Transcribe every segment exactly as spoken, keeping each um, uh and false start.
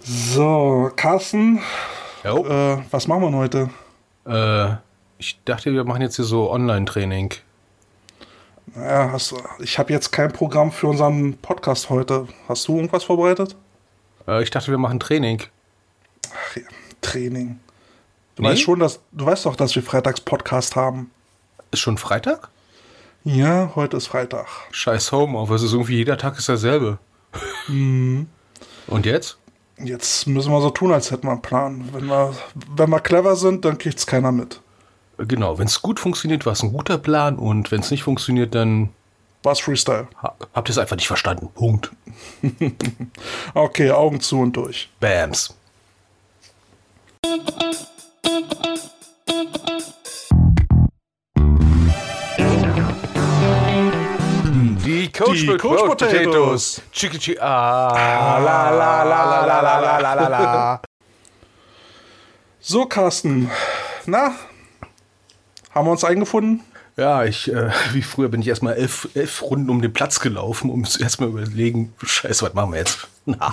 So, Carsten, Jo. äh, was machen wir denn heute? Äh, ich dachte, wir machen jetzt hier so Online-Training. Naja, hast, ich habe jetzt kein Programm für unseren Podcast heute. Hast du irgendwas vorbereitet? Äh, ich dachte, wir machen Training. Ach ja, Training. Du Nee? weißt schon, dass du weißt doch, dass wir freitags Podcast haben. Ist schon Freitag? Ja, heute ist Freitag. Scheiß Homeoffice, ist irgendwie jeder Tag ist derselbe. Mhm. Und jetzt? Jetzt müssen wir so tun, als hätten wir einen Plan. Wenn wir, wenn wir clever sind, dann kriegt's keiner mit. Äh, Genau, wenn es gut funktioniert, war es ein guter Plan. Und wenn es nicht funktioniert, dann Was Freestyle. ha habt ihr es einfach nicht verstanden. Punkt. Okay, Augen zu und durch. Bams. Die Coach, Die mit Coach Coach Potatoes. Potatoes. Chicky Chicky. Ah, la la la la la la la la la. So, Carsten. Na? Haben wir uns eingefunden? Ja, ich, äh, wie früher bin ich erstmal elf, elf Runden um den Platz gelaufen, um erstmal überlegen, scheiße, was machen wir jetzt?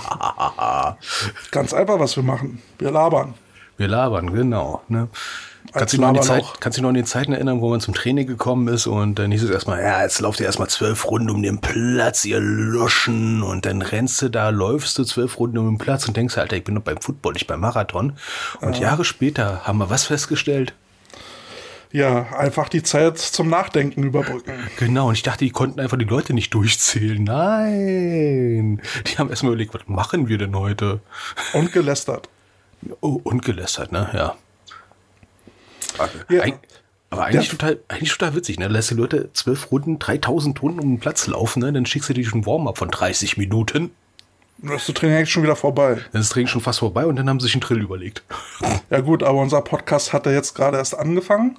Ganz einfach, was wir machen. Wir labern. Wir labern, genau. Ne? Als Kannst du dich noch an die Laberlauch. Zeit, kannst du dich noch an die Zeiten erinnern, wo man zum Training gekommen ist und dann hieß es erstmal, ja, jetzt lauft ihr erstmal zwölf Runden um den Platz, ihr Luschen, und dann rennst du da, läufst du zwölf Runden um den Platz und denkst, Alter, ich bin doch beim Football, nicht beim Marathon. Und Jahre später haben wir was festgestellt? Ja, einfach die Zeit zum Nachdenken überbrücken. Genau, und ich dachte, die konnten einfach die Leute nicht durchzählen. Nein, die haben erstmal überlegt, was machen wir denn heute? Und gelästert. Oh, und gelästert, ne? Ja. Ja. Eig aber eigentlich, Ja. total, eigentlich total witzig, ne? Lässt die Leute zwölf Runden, dreitausend Runden um den Platz laufen, ne? Dann schickst du die schon Warm-up von dreißig Minuten. Dann ist das Training eigentlich schon wieder vorbei. Dann ist das Training schon fast vorbei und dann haben sie sich einen Drill überlegt. Ja gut, aber unser Podcast hat ja jetzt gerade erst angefangen.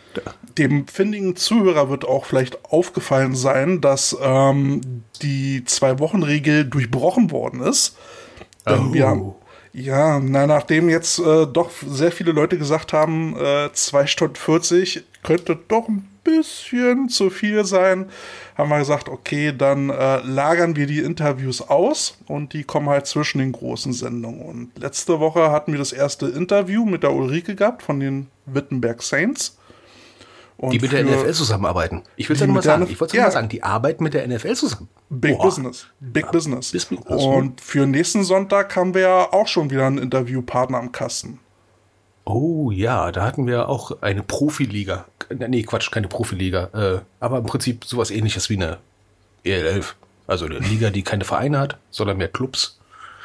Dem findigen Zuhörer wird auch vielleicht aufgefallen sein, dass ähm, die Zwei-Wochen-Regel durchbrochen worden ist. Denn Oh. wir haben, ja, na, nachdem jetzt äh, doch sehr viele Leute gesagt haben, äh, zwei Stunden vierzig könnte doch ein bisschen zu viel sein, haben wir gesagt, okay, dann äh, lagern wir die Interviews aus und die kommen halt zwischen den großen Sendungen. Und letzte Woche hatten wir das erste Interview mit der Ulrike gehabt von den Wittenberg Saints. Und Die mit der für N F L zusammenarbeiten. Ich will es Die ja nur mal mit der sagen. N F L Ich wollte es nur ja. mal sagen. Die arbeiten mit der N F L zusammen. Big Boah. Business. Big Business. Business. Und für nächsten Sonntag haben wir ja auch schon wieder einen Interviewpartner am Kasten. Oh ja, da hatten wir auch eine Profiliga. Nee, Quatsch, keine Profiliga. Äh, aber im Prinzip sowas ähnliches wie eine E L elf. Also eine Liga, die keine Vereine hat, sondern mehr Clubs.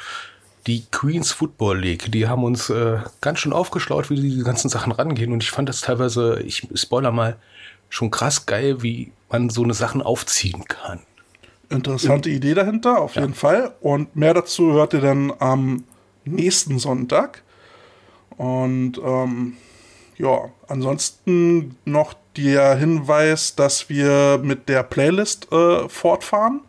Die Queens Football League, die haben uns äh, ganz schön aufgeschlaut, wie die ganzen Sachen rangehen. Und ich fand das teilweise, ich spoiler mal, schon krass geil, wie man so eine Sachen aufziehen kann. Interessante Idee dahinter, auf jeden Fall. Und mehr dazu hört ihr dann am nächsten Sonntag. Und ähm, ja, ansonsten noch der Hinweis, dass wir mit der Playlist äh, fortfahren.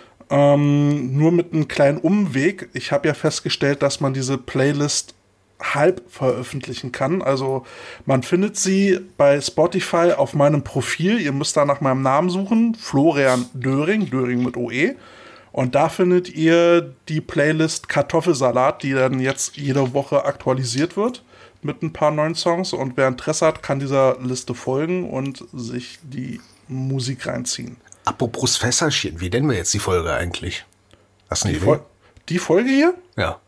Ähm, nur mit einem kleinen Umweg. Ich habe ja festgestellt, dass man diese Playlist halb veröffentlichen kann. Also man findet sie bei Spotify auf meinem Profil. Ihr müsst da nach meinem Namen suchen. Florian Döring, Döring mit O E. Und da findet ihr die Playlist Kartoffelsalat, die dann jetzt jede Woche aktualisiert wird mit ein paar neuen Songs. Und wer Interesse hat, kann dieser Liste folgen und sich die Musik reinziehen. Apropos Fässerchen, wie nennen wir jetzt die Folge eigentlich? Hast du eine Die, Idee? Fol- die Folge hier? Ja.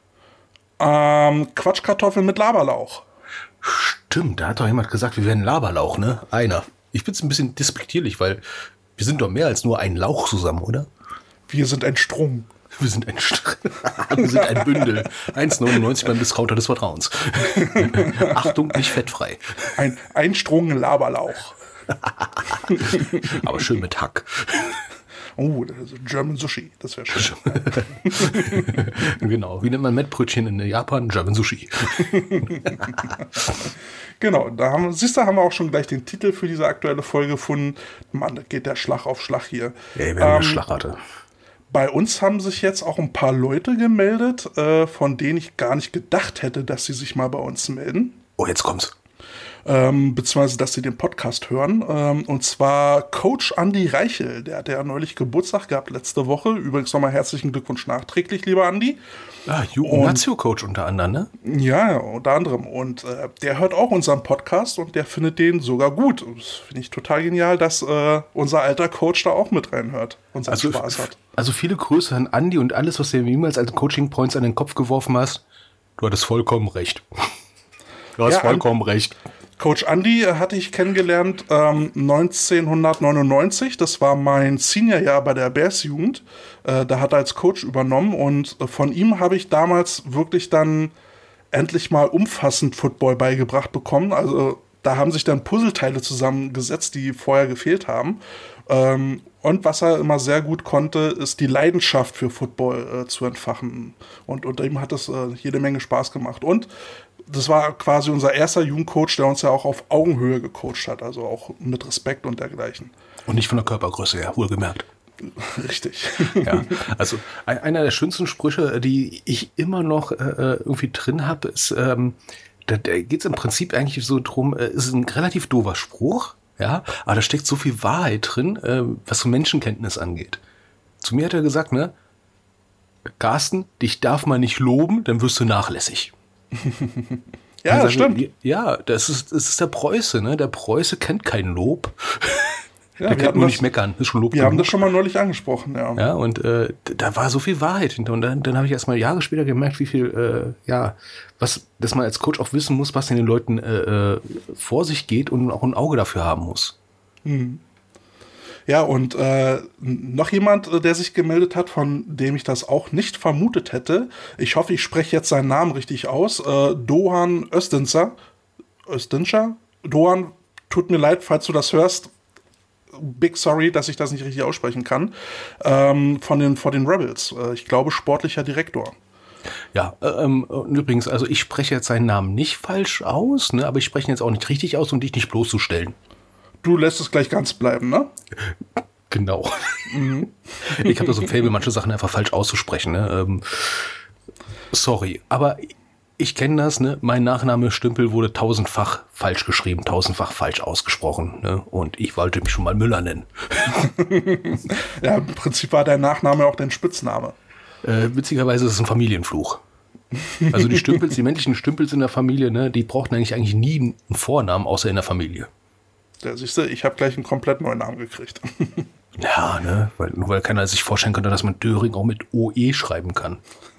Ähm, Quatschkartoffeln mit Laberlauch. Stimmt, da hat doch jemand gesagt, wir wären Laberlauch, ne? Einer. Ich find's ein bisschen despektierlich, weil wir sind doch mehr als nur ein Lauch zusammen, oder? Wir sind ein Strung. Wir sind ein St wir sind ein Bündel. eins neunundneunzig beim Discounter des Vertrauens. Achtung, nicht fettfrei. Ein, ein Strung Laberlauch. Aber schön mit Hack. Oh, das ist German Sushi. Das wäre schön. Genau. Wie nennt man Mettbrötchen in Japan? German Sushi. Genau, da haben, siehst du, haben wir auch schon gleich den Titel für diese aktuelle Folge gefunden. Mann, da geht der Schlag auf Schlag hier. Ey, wir haben eine Ähm, Schlagrate. Bei uns haben sich jetzt auch ein paar Leute gemeldet, äh, von denen ich gar nicht gedacht hätte, dass sie sich mal bei uns melden. Oh, jetzt kommt's. ähm, beziehungsweise dass sie den Podcast hören. Ähm, und zwar Coach Andi Reichel, der hat ja neulich Geburtstag gehabt letzte Woche. Übrigens nochmal herzlichen Glückwunsch nachträglich, lieber Andi. Ah, Jugendnazio-Coach unter anderem, ne? Ja, unter anderem. Und äh, der hört auch unseren Podcast und der findet den sogar gut. Das finde ich total genial, dass äh, unser alter Coach da auch mit reinhört und seinen Also, Spaß hat. also viele Grüße an Andi und alles, was du mir jemals als Coaching-Points an den Kopf geworfen hast. Du hattest vollkommen recht. Du hast Ja, vollkommen recht. Coach Andi hatte ich kennengelernt ähm, neunzehnhundertneunundneunzig. Das war mein Seniorjahr bei der Bears-Jugend. Äh, da hat er als Coach übernommen und äh, von ihm habe ich damals wirklich dann endlich mal umfassend Football beigebracht bekommen. Also da haben sich dann Puzzleteile zusammengesetzt, die vorher gefehlt haben. Ähm, und was er immer sehr gut konnte, ist die Leidenschaft für Football äh, zu entfachen. Und unter ihm hat es äh, jede Menge Spaß gemacht. Und das war quasi unser erster Jugendcoach, der uns ja auch auf Augenhöhe gecoacht hat, also auch mit Respekt und dergleichen. Und nicht von der Körpergröße her, wohlgemerkt. Richtig. Ja, also ein, einer der schönsten Sprüche, die ich immer noch äh, irgendwie drin habe, ist, ähm, da, da geht es im Prinzip eigentlich so drum, äh, ist ein relativ doofer Spruch, ja, aber da steckt so viel Wahrheit drin, äh, was so Menschenkenntnis angeht. Zu mir hat er gesagt, ne, Carsten, dich darf man nicht loben, dann wirst du nachlässig. Ja, also, das stimmt. Ja, das ist, das ist der Preuße, ne? Der Preuße kennt kein Lob. Ja, der kennt nur das, nicht meckern. Das ist schon Lob wir genug. haben das schon mal neulich angesprochen, ja. Ja, und äh, da war so viel Wahrheit hinter. Und dann, dann habe ich erst mal Jahre später gemerkt, wie viel, äh, ja, was, dass man als Coach auch wissen muss, was in den Leuten äh, vor sich geht und auch ein Auge dafür haben muss. Mhm. Ja, und äh, noch jemand, der sich gemeldet hat, von dem ich das auch nicht vermutet hätte. Ich hoffe, ich spreche jetzt seinen Namen richtig aus. Äh, Dohan Östinzer. Östinzer? Dohan, tut mir leid, falls du das hörst. Big sorry, dass ich das nicht richtig aussprechen kann. Ähm, von den, von den Rebels. Äh, ich glaube, sportlicher Direktor. Ja, ähm, übrigens, also ich spreche jetzt seinen Namen nicht falsch aus, ne, aber ich spreche ihn jetzt auch nicht richtig aus, um dich nicht bloßzustellen. Du lässt es gleich ganz bleiben, ne? Genau. Mhm. Ich habe da so ein Faible, manche Sachen einfach falsch auszusprechen. Ne? Ähm, sorry, aber ich kenne das. Ne? Mein Nachname Stümpel wurde tausendfach falsch geschrieben, tausendfach falsch ausgesprochen. Ne? Und ich wollte mich schon mal Müller nennen. Ja, im Prinzip war dein Nachname auch dein Spitzname. Äh, witzigerweise ist es ein Familienfluch. Also die Stümpels, die männlichen Stümpels in der Familie, ne, die brauchten eigentlich eigentlich nie einen Vornamen, außer in der Familie. Ja, siehst du, ich habe gleich einen komplett neuen Namen gekriegt. Ja, ne, weil, nur weil keiner sich vorstellen könnte, dass man Döring auch mit O E schreiben kann.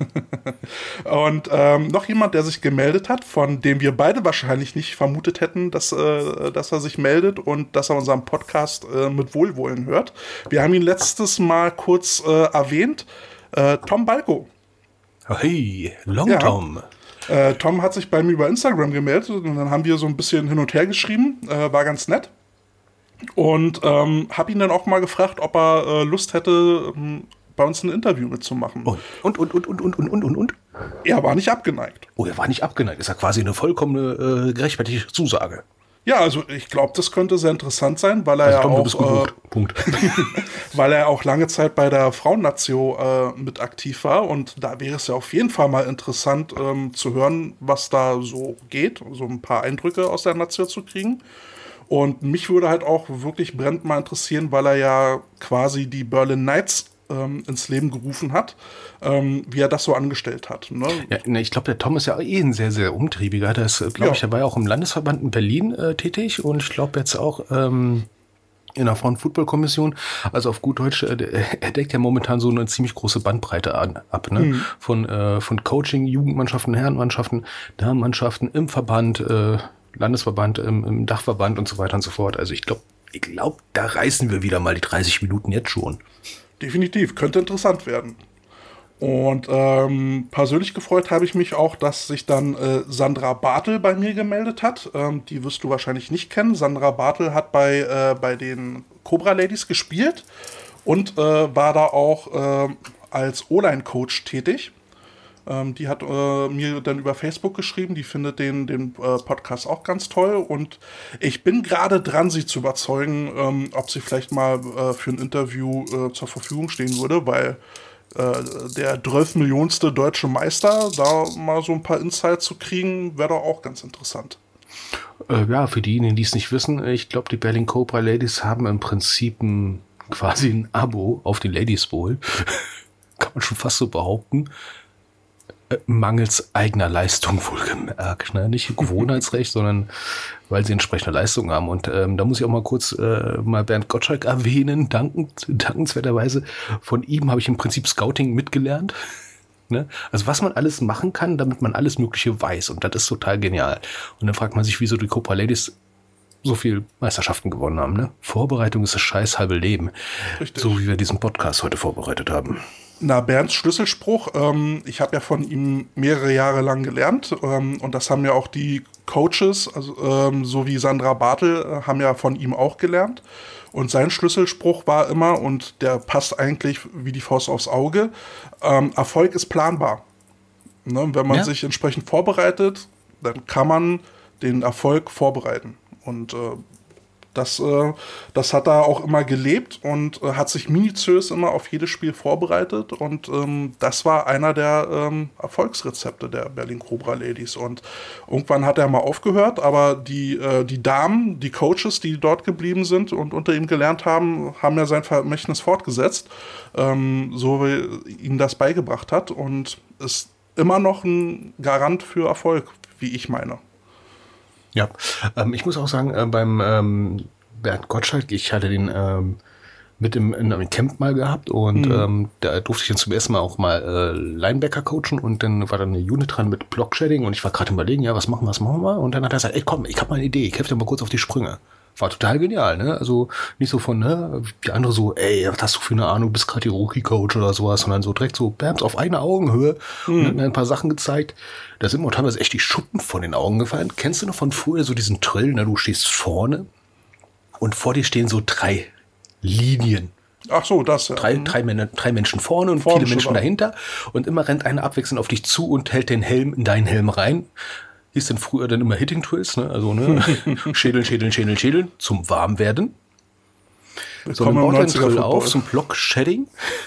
Und ähm, noch jemand, der sich gemeldet hat, von dem wir beide wahrscheinlich nicht vermutet hätten, dass, äh, dass er sich meldet und dass er unseren Podcast äh, mit Wohlwollen hört. Wir haben ihn letztes Mal kurz äh, erwähnt. Äh, Tom Balko. Hey, Long ja. Tom. Äh, Tom hat sich bei mir über Instagram gemeldet und dann haben wir so ein bisschen hin und her geschrieben. Äh, war ganz nett. Und ähm, habe ihn dann auch mal gefragt, ob er äh, Lust hätte, ähm, bei uns ein Interview mitzumachen. Und, und, und, und, und, und, und, und, und? Er war nicht abgeneigt. Oh, er war nicht abgeneigt. Ist ja quasi eine vollkommene äh, gerechtfertigte Zusage. Ja, also ich glaube, das könnte sehr interessant sein, weil er also, ja Tom, auch, du bist gebucht. Äh, Punkt. weil er auch lange Zeit bei der Frauennatio äh, mit aktiv war und da wäre es ja auf jeden Fall mal interessant ähm, zu hören, was da so geht, so ein paar Eindrücke aus der Natio zu kriegen. Und mich würde halt auch wirklich brennend mal interessieren, weil er ja quasi die Berlin Knights ähm, ins Leben gerufen hat, ähm, wie er das so angestellt hat. Ne? Ja, ne, ich glaube, der Tom ist ja eh ein sehr, sehr umtriebiger. Der ist, glaube ja. ich, der war ja auch im Landesverband in Berlin äh, tätig und ich glaube jetzt auch ähm, in der Frauen-Football-Kommission. Also auf gut Deutsch, äh, er deckt ja momentan so eine ziemlich große Bandbreite an, ab. Ne? Mhm. Von, äh, von Coaching, Jugendmannschaften, Herrenmannschaften, Damenmannschaften im Verband, äh, Landesverband, im, im Dachverband und so weiter und so fort. Also ich glaube, ich glaube, da reißen wir wieder mal die dreißig Minuten jetzt schon. Definitiv, könnte interessant werden. Und ähm, persönlich gefreut habe ich mich auch, dass sich dann äh, Sandra Bartel bei mir gemeldet hat. Ähm, die wirst du wahrscheinlich nicht kennen. Sandra Bartel hat bei, äh, bei den Cobra Ladies gespielt und äh, war da auch äh, als O-Line-Coach tätig. Ähm, die hat äh, mir dann über Facebook geschrieben, die findet den, den äh, Podcast auch ganz toll und ich bin gerade dran, sie zu überzeugen, ähm, ob sie vielleicht mal äh, für ein Interview äh, zur Verfügung stehen würde, weil äh, der zwölf Millionenste deutsche Meister, da mal so ein paar Insights zu kriegen, wäre doch auch ganz interessant. Äh, ja, für diejenigen, die es nicht wissen, ich glaube, die Berlin Cobra Ladies haben im Prinzip ein, quasi ein Abo auf den Ladies Bowl. Kann man schon fast so behaupten. Äh, mangels eigener Leistung wohlgemerkt. Ne? Nicht Gewohnheitsrecht, sondern weil sie entsprechende Leistung haben. Und ähm, da muss ich auch mal kurz äh, mal Bernd Gottschalk erwähnen. Dankend, dankenswerterweise von ihm habe ich im Prinzip Scouting mitgelernt. Ne? Also was man alles machen kann, damit man alles Mögliche weiß. Und das ist total genial. Und dann fragt man sich, wieso die Cobra Ladies so viel Meisterschaften gewonnen haben. Ne? Vorbereitung ist das scheiß halbe Leben. Richtig. So wie wir diesen Podcast heute vorbereitet haben. Na, Bernds Schlüsselspruch, ähm, ich habe ja von ihm mehrere Jahre lang gelernt ähm, und das haben ja auch die Coaches, also, ähm, so wie Sandra Bartel, äh, haben ja von ihm auch gelernt. Und sein Schlüsselspruch war immer, und der passt eigentlich wie die Faust aufs Auge, ähm, Erfolg ist planbar. Ne? Wenn man ja. sich entsprechend vorbereitet, dann kann man den Erfolg vorbereiten. Und äh, das, äh, das hat er auch immer gelebt und äh, hat sich minutiös immer auf jedes Spiel vorbereitet. Und ähm, das war einer der ähm, Erfolgsrezepte der Berlin Cobra Ladies. Und irgendwann hat er mal aufgehört, aber die, äh, die Damen, die Coaches, die dort geblieben sind und unter ihm gelernt haben, haben ja sein Vermächtnis fortgesetzt, ähm, so wie ihm das beigebracht hat. Und ist immer noch ein Garant für Erfolg, wie ich meine. Ja, ähm, ich muss auch sagen, äh, beim ähm, Bernd Gottschalk, ich hatte den ähm, mit im, in einem Camp mal gehabt und mhm. ähm, da durfte ich dann zum ersten Mal auch mal äh, Linebacker coachen und dann war da eine Unit dran mit Block-Shedding und ich war gerade überlegen, ja, was machen wir, was machen wir? Und dann hat er gesagt, ey komm, ich habe mal eine Idee, ich helfe dir mal kurz auf die Sprünge. War total genial, ne? Also nicht so von, ne, wie andere so, ey, was hast du für eine Ahnung, bist gerade die Rookie-Coach oder sowas, sondern so direkt so, Bernd, auf eine Augenhöhe mhm. und hat mir ein paar Sachen gezeigt. Da sind mir teilweise echt die Schuppen von den Augen gefallen. Kennst du noch von früher so diesen Drill, ne? Du stehst vorne und vor dir stehen so drei Linien. Ach so, das ja. Drei, drei, drei Menschen vorne und vorne viele Menschen dahinter und immer rennt einer abwechselnd auf dich zu und hält den Helm in deinen Helm rein. Hieß denn früher dann immer Hitting Drills, ne? Also, ne? Schädeln, schädeln, schädeln, schädeln, zum Warmwerden. So, dann baut er einen Drill auf, zum Block-Shedding.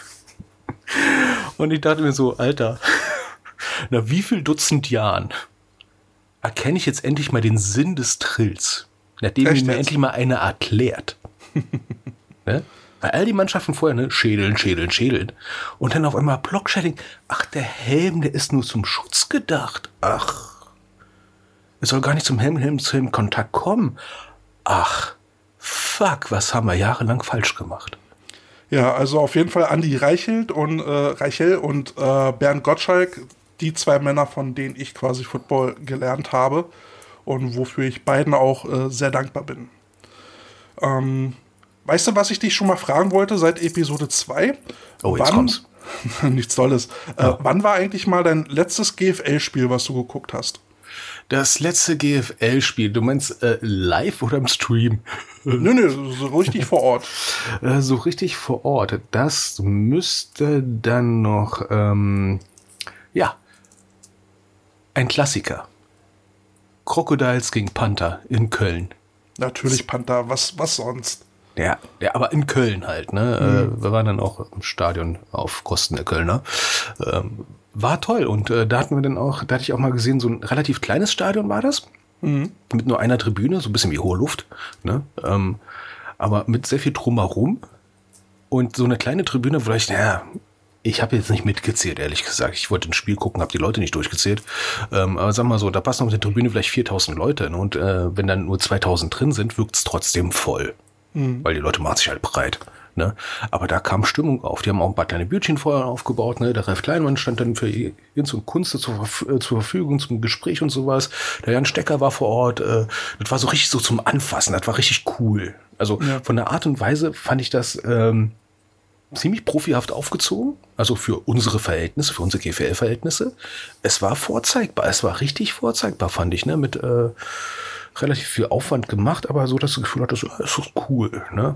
Und ich dachte mir so, Alter, nach wie viel Dutzend Jahren erkenne ich jetzt endlich mal den Sinn des Drills, nachdem Echt, mir endlich mal einer erklärt. Ne? Weil all die Mannschaften vorher, ne, schädeln, schädeln, schädeln. Und dann auf einmal Block-Shedding. Ach, der Helm, der ist nur zum Schutz gedacht. Ach. Es soll gar nicht zum Helm-Helm-Kontakt kommen. Ach, fuck, was haben wir jahrelang falsch gemacht? Ja, also auf jeden Fall Andi Reichelt und, äh, Reichel und äh, Bernd Gottschalk, die zwei Männer, von denen ich quasi Football gelernt habe und wofür ich beiden auch äh, sehr dankbar bin. Ähm, weißt du, was ich dich schon mal fragen wollte seit Episode zwei? Oh, jetzt wann, kommt's. Nichts Tolles. Äh, ja. Wann war eigentlich mal dein letztes G F L-Spiel, was du geguckt hast? Das letzte G F L-Spiel, du meinst äh, live oder im Stream? Nö, nö, so, so richtig vor Ort. Äh, so richtig vor Ort. Das müsste dann noch, ähm, ja, ein Klassiker. Crocodiles gegen Panther in Köln. Natürlich Panther, was, was sonst? Ja, ja, aber in Köln halt, ne? Mhm. Äh, wir waren dann auch im Stadion auf Kosten der Kölner. Ähm, War toll und äh, da hatten wir dann auch, da hatte ich auch mal gesehen, so ein relativ kleines Stadion war das, mhm. mit nur einer Tribüne, so ein bisschen wie hohe Luft, ne? Ähm, aber mit sehr viel drumherum und so eine kleine Tribüne, wo ich, naja, ich habe jetzt nicht mitgezählt, ehrlich gesagt. Ich wollte ein Spiel gucken, habe die Leute nicht durchgezählt. Ähm, aber sag mal so, da passen auf der Tribüne vielleicht viertausend Leute, ne? Und äh, wenn dann nur zweitausend drin sind, wirkt es trotzdem voll, mhm. weil die Leute machen sich halt breit. Ne? Aber da kam Stimmung auf. Die haben auch ein paar kleine Bildchen vorher aufgebaut. Ne? Der Ralf Kleinmann stand dann für Jens und Kunst zur, äh, zur Verfügung zum Gespräch und sowas. Der Jan Stecker war vor Ort. Äh, das war so richtig so zum Anfassen. Das war richtig cool. Also ja. Von der Art und Weise fand ich das ähm, ziemlich profihaft aufgezogen. Also für unsere Verhältnisse, für unsere G F L-Verhältnisse. Es war vorzeigbar. Es war richtig vorzeigbar, fand ich. Ne? Mit äh, relativ viel Aufwand gemacht, aber so, dass du das Gefühl hattest, das ist cool. Ne?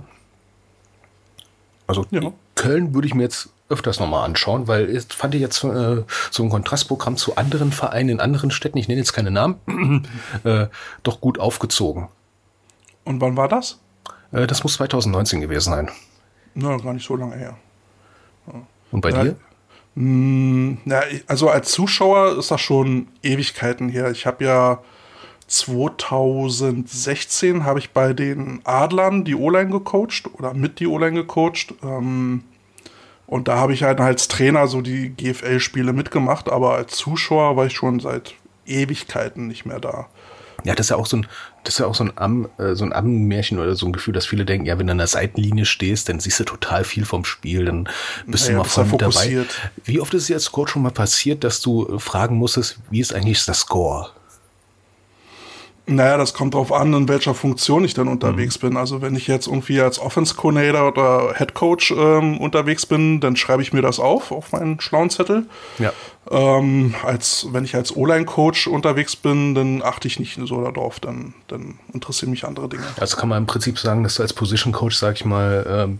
Also ja. Köln würde ich mir jetzt öfters nochmal anschauen, weil jetzt fand ich jetzt äh, so ein Kontrastprogramm zu anderen Vereinen in anderen Städten, ich nenne jetzt keine Namen, äh, doch gut aufgezogen. Und wann war das? Äh, das muss zwanzig neunzehn gewesen sein. Na, gar nicht so lange her. Ja. Und bei ja, dir? Mh, ja, also als Zuschauer ist das schon Ewigkeiten her. Ich habe ja zweitausendsechzehn habe ich bei den Adlern die O-Line gecoacht oder mit die O-Line gecoacht. Ähm, und da habe ich halt als Trainer so die G F L-Spiele mitgemacht, aber als Zuschauer war ich schon seit Ewigkeiten nicht mehr da. Ja, das ist ja auch so ein, das ist ja auch so ein Am, äh, so ein Ammenmärchen oder so ein Gefühl, dass viele denken, ja, wenn du an der Seitenlinie stehst, dann siehst du total viel vom Spiel, dann bist naja, du mal voll mit dabei. Wie oft ist es als Coach schon mal passiert, dass du fragen musstest, wie ist eigentlich der Score? Naja, das kommt drauf an, in welcher Funktion ich dann unterwegs mhm. bin. Also wenn ich jetzt irgendwie als Offense-Coordinator oder Head-Coach ähm, unterwegs bin, dann schreibe ich mir das auf, auf meinen schlauen Zettel. Ja. Ähm, als, wenn ich als O-Line-Coach unterwegs bin, dann achte ich nicht so darauf, dann, dann interessieren mich andere Dinge. Also kann man im Prinzip sagen, dass du als Position-Coach, sag ich mal, ähm,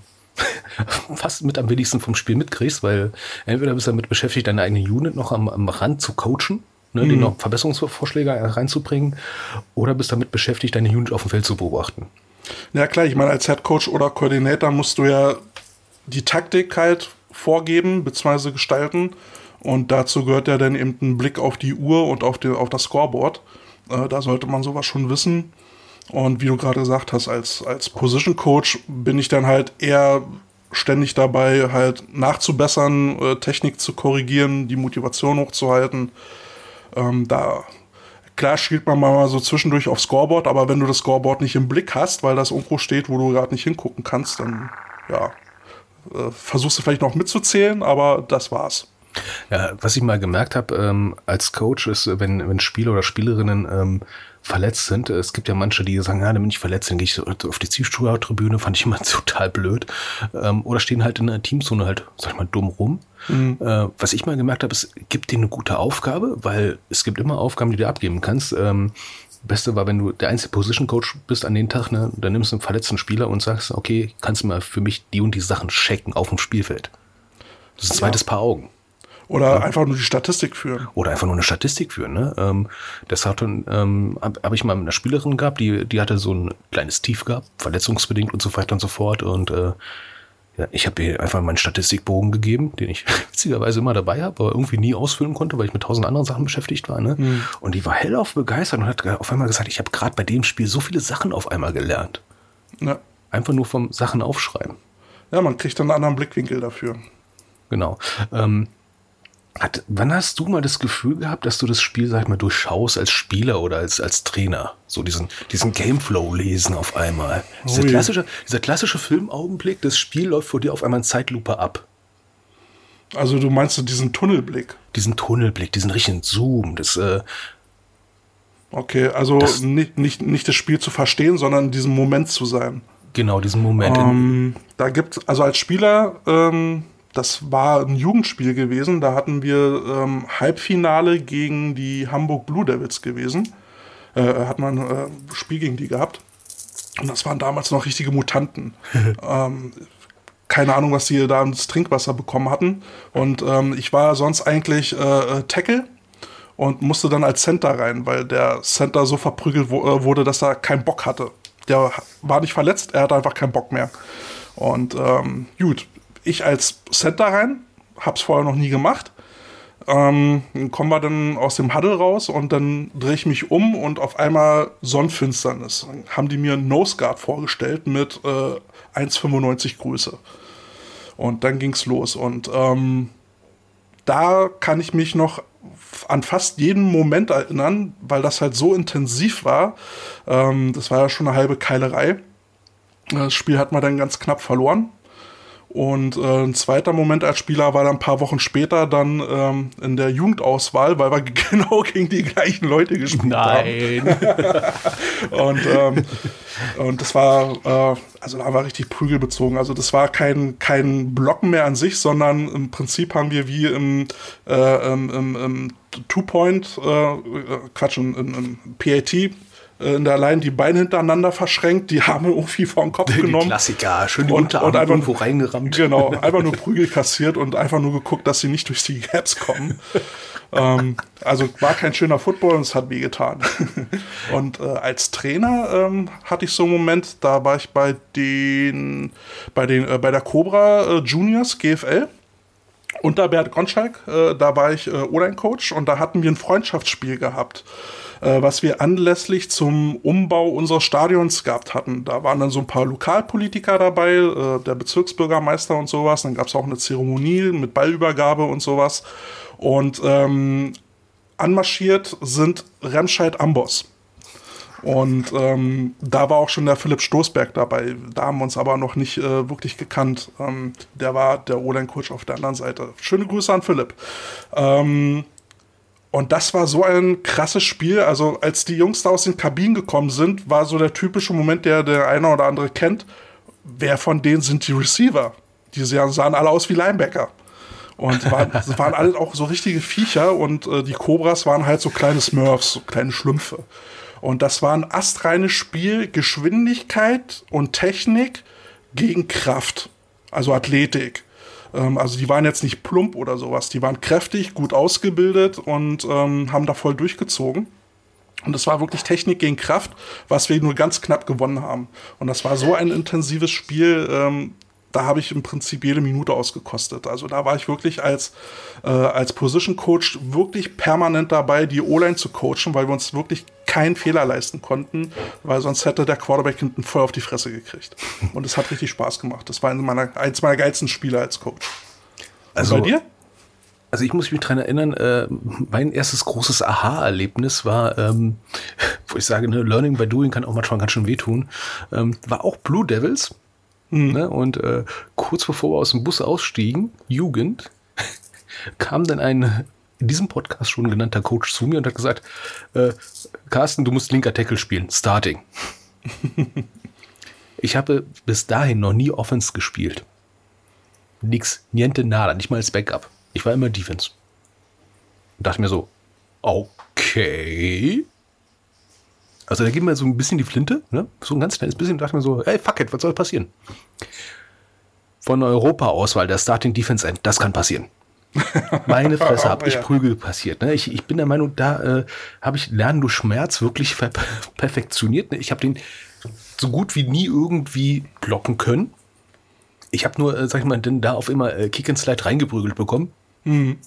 fast mit am wenigsten vom Spiel mitkriegst, weil entweder bist du damit beschäftigt, deine eigene Unit noch am, am Rand zu coachen, ne, mhm. denen noch Verbesserungsvorschläge reinzubringen, oder bist damit beschäftigt, deine Unit auf dem Feld zu beobachten. Ja klar, ich meine, als Head-Coach oder Coordinator musst du ja die Taktik halt vorgeben bzw. gestalten. Und dazu gehört ja dann eben ein Blick auf die Uhr und auf, die, auf das Scoreboard. Äh, da sollte man sowas schon wissen. Und wie du gerade gesagt hast, als, als Position Coach bin ich dann halt eher ständig dabei, halt nachzubessern, äh, Technik zu korrigieren, die Motivation hochzuhalten. Ähm, da klar schielt man mal so zwischendurch aufs Scoreboard, aber wenn du das Scoreboard nicht im Blick hast, weil das irgendwo steht, wo du gerade nicht hingucken kannst, dann ja, äh, versuchst du vielleicht noch mitzuzählen, aber das war's. Ja, was ich mal gemerkt habe ähm, als Coach ist, wenn, wenn Spieler oder Spielerinnen ähm, verletzt sind, es gibt ja manche, die sagen, ja, dann bin ich verletzt, dann gehe ich so auf die Zuschauertribüne, fand ich immer total blöd. Ähm, oder stehen halt in der Teamzone halt, sag ich mal, dumm rum. Mhm. Äh, was ich mal gemerkt habe, es gibt dir eine gute Aufgabe, weil es gibt immer Aufgaben, die du abgeben kannst. Ähm, Beste war, wenn du der einzige Position Coach bist an den Tag, ne, dann nimmst du einen verletzten Spieler und sagst, okay, kannst du mal für mich die und die Sachen checken auf dem Spielfeld. Das ist ein zweites ja. Paar Augen. Oder ja. einfach nur die Statistik führen. Oder einfach nur eine Statistik führen. Ne? Ähm, das hat ähm, habe hab ich mal mit einer Spielerin gehabt, die, die hatte so ein kleines Tief gehabt, verletzungsbedingt und so weiter und so fort. Und äh, ja, ich habe ihr einfach meinen Statistikbogen gegeben, den ich witzigerweise immer dabei habe, aber irgendwie nie ausfüllen konnte, weil ich mit tausend anderen Sachen beschäftigt war. Ne? Hm. Und die war hellauf begeistert und hat auf einmal gesagt, ich habe gerade bei dem Spiel so viele Sachen auf einmal gelernt. Ja. Einfach nur vom Sachen aufschreiben. Ja, man kriegt dann einen anderen Blickwinkel dafür. Genau. Ähm, Hat, wann hast du mal das Gefühl gehabt, dass du das Spiel, sag ich mal, durchschaust als Spieler oder als, als Trainer? So diesen, diesen Gameflow lesen auf einmal. Dieser klassische, dieser klassische Filmaugenblick, das Spiel läuft vor dir auf einmal in Zeitlupe ab. Also du meinst diesen Tunnelblick? Diesen Tunnelblick, diesen richtigen Zoom. Das, äh, okay, also das, nicht, nicht, nicht das Spiel zu verstehen, sondern in diesem Moment zu sein. Genau, diesen Moment. Ähm, da gibt also als Spieler... Ähm, Das war ein Jugendspiel gewesen. Da hatten wir ähm, Halbfinale gegen die Hamburg Blue Devils gewesen. Äh, hat man ein äh, Spiel gegen die gehabt. Und das waren damals noch richtige Mutanten. ähm, keine Ahnung, was die da ins Trinkwasser bekommen hatten. Und ähm, ich war sonst eigentlich äh, Tackle und musste dann als Center rein, weil der Center so verprügelt wo- wurde, dass er keinen Bock hatte. Der war nicht verletzt, er hatte einfach keinen Bock mehr. Und ähm, gut, ich als Center rein, hab's vorher noch nie gemacht. Ähm, dann kommen wir dann aus dem Huddle raus und dann drehe ich mich um und auf einmal Sonnenfinsternis. Dann haben die mir einen Nose Guard vorgestellt mit äh, eins Komma fünfundneunzig Größe. Und dann ging's los. Und ähm, da kann ich mich noch an fast jeden Moment erinnern, weil das halt so intensiv war. Ähm, das war ja schon eine halbe Keilerei. Das Spiel hat man dann ganz knapp verloren. Und äh, ein zweiter Moment als Spieler war dann ein paar Wochen später dann ähm, in der Jugendauswahl, weil wir genau gegen die gleichen Leute gespielt Nein. haben. und, ähm, und das war, äh, also da war richtig prügelbezogen. Also das war kein, kein Blocken mehr an sich, sondern im Prinzip haben wir wie im, äh, im, im, im Two-Point, äh, Quatsch, im, im P A T, in der Line die Beine hintereinander verschränkt, die Arme irgendwie vor den Kopf die genommen. Klassiker, schön die und, Unterarme und einfach, irgendwo reingerammt. Genau, einfach nur Prügel kassiert und einfach nur geguckt, dass sie nicht durch die Gaps kommen. ähm, also war kein schöner Football und es hat wehgetan. Und äh, als Trainer ähm, hatte ich so einen Moment, da war ich bei den, bei den, äh, bei der Cobra äh, Juniors G F L. unter Bert Gottschalk, äh, da war ich äh, O-Line-Coach und da hatten wir ein Freundschaftsspiel gehabt, äh, was wir anlässlich zum Umbau unseres Stadions gehabt hatten. Da waren dann so ein paar Lokalpolitiker dabei, äh, der Bezirksbürgermeister und sowas. Dann gab es auch eine Zeremonie mit Ballübergabe und sowas. Und ähm, anmarschiert sind Remscheid Amboss. Und ähm, da war auch schon der Philipp Stoßberg dabei. Da haben wir uns aber noch nicht äh, wirklich gekannt. Ähm, der war der O-Line-Coach auf der anderen Seite. Schöne Grüße an Philipp. Ähm, und das war so ein krasses Spiel. Also als die Jungs da aus den Kabinen gekommen sind, war so der typische Moment, der der eine oder andere kennt. Wer von denen sind die Receiver? Die sahen alle aus wie Linebacker. Und waren, waren alle auch so richtige Viecher. Und äh, die Cobras waren halt so kleine Smurfs, so kleine Schlümpfe. Und das war ein astreines Spiel, Geschwindigkeit und Technik gegen Kraft, also Athletik. Ähm, also die waren jetzt nicht plump oder sowas, die waren kräftig, gut ausgebildet und ähm, haben da voll durchgezogen. Und es war wirklich Technik gegen Kraft, was wir nur ganz knapp gewonnen haben. Und das war so ein intensives Spiel, ähm, da habe ich im Prinzip jede Minute ausgekostet. Also da war ich wirklich als, äh, als Position Coach wirklich permanent dabei, die O-Line zu coachen, weil wir uns wirklich keinen Fehler leisten konnten, weil sonst hätte der Quarterback hinten voll auf die Fresse gekriegt. Und es hat richtig Spaß gemacht. Das war eines meiner, eins meiner geilsten Spiele als Coach. Also und bei dir? Also ich muss mich daran erinnern, äh, mein erstes großes Aha-Erlebnis war, ähm, wo ich sage, ne, Learning by Doing kann auch manchmal ganz schön wehtun, ähm, war auch Blue Devils. Mhm. Ne? Und äh, kurz bevor wir aus dem Bus ausstiegen, Jugend, kam dann ein in diesem Podcast schon genannter Coach zu mir und hat gesagt, äh, Carsten, du musst linker Tackle spielen, Starting. Ich habe bis dahin noch nie Offense gespielt. Nix, niente nada, nicht mal als Backup. Ich war immer Defense. Und dachte mir so, okay. Also da geht mir so ein bisschen die Flinte, ne? So ein ganz kleines bisschen, und dachte mir so, ey, fuck it, was soll passieren? Von Europa-Auswahl der Starting Defense End, das kann passieren. Meine Fresse, hab ich ja. Prügel passiert. Ne? Ich, ich bin der Meinung, da äh, habe ich Lernen durch Schmerz wirklich ver- perfektioniert. Ne? Ich habe den so gut wie nie irgendwie blocken können. Ich habe nur, äh, sag ich mal, denn da auf immer äh, Kick and Slide reingeprügelt bekommen. Mhm.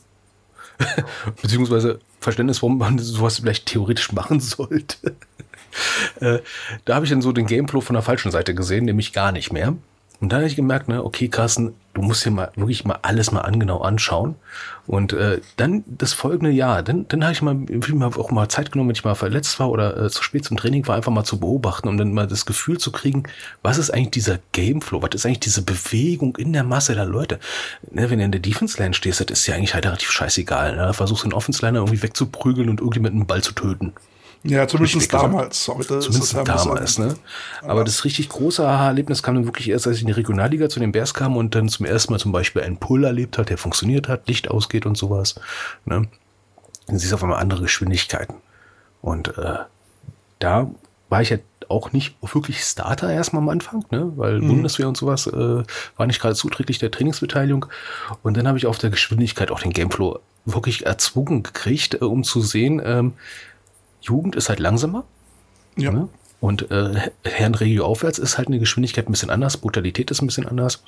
Beziehungsweise Verständnis, warum man sowas vielleicht theoretisch machen sollte. äh, da habe ich dann so den Gameflow von der falschen Seite gesehen, nämlich gar nicht mehr. Und dann habe ich gemerkt, ne, okay, Carsten, du musst dir mal wirklich mal alles mal angenau anschauen. Und äh, dann das folgende Jahr, dann, dann habe ich mal, mal auch mal Zeit genommen, wenn ich mal verletzt war oder äh, zu spät zum Training war, einfach mal zu beobachten, um dann mal das Gefühl zu kriegen, was ist eigentlich dieser Gameflow, was ist eigentlich diese Bewegung in der Masse der Leute. Ne, wenn du in der Defense-Line stehst, das ist ja eigentlich halt relativ scheißegal. Ne? Da versuchst du den Offense-Liner irgendwie wegzuprügeln und irgendwie mit einem Ball zu töten. Ja, zumindest damals. Heute zumindest ja damals, ne? Aber das richtig große Aha-Erlebnis kam dann wirklich erst, als ich in die Regionalliga zu den Bears kam und dann zum ersten Mal zum Beispiel einen Pull erlebt hat, der funktioniert hat, Licht ausgeht und sowas. Ne? Dann siehst du auf einmal andere Geschwindigkeiten. Und äh, da war ich ja auch nicht wirklich Starter erstmal am Anfang, ne? Weil mhm. Bundeswehr und sowas äh, war nicht gerade zuträglich der Trainingsbeteiligung. Und dann habe ich auf der Geschwindigkeit auch den Gameflow wirklich erzwungen gekriegt, äh, um zu sehen, ähm, Jugend ist halt langsamer. Ja. Ne? Und äh, Herrenregio aufwärts ist halt eine Geschwindigkeit ein bisschen anders, Brutalität ist ein bisschen anders.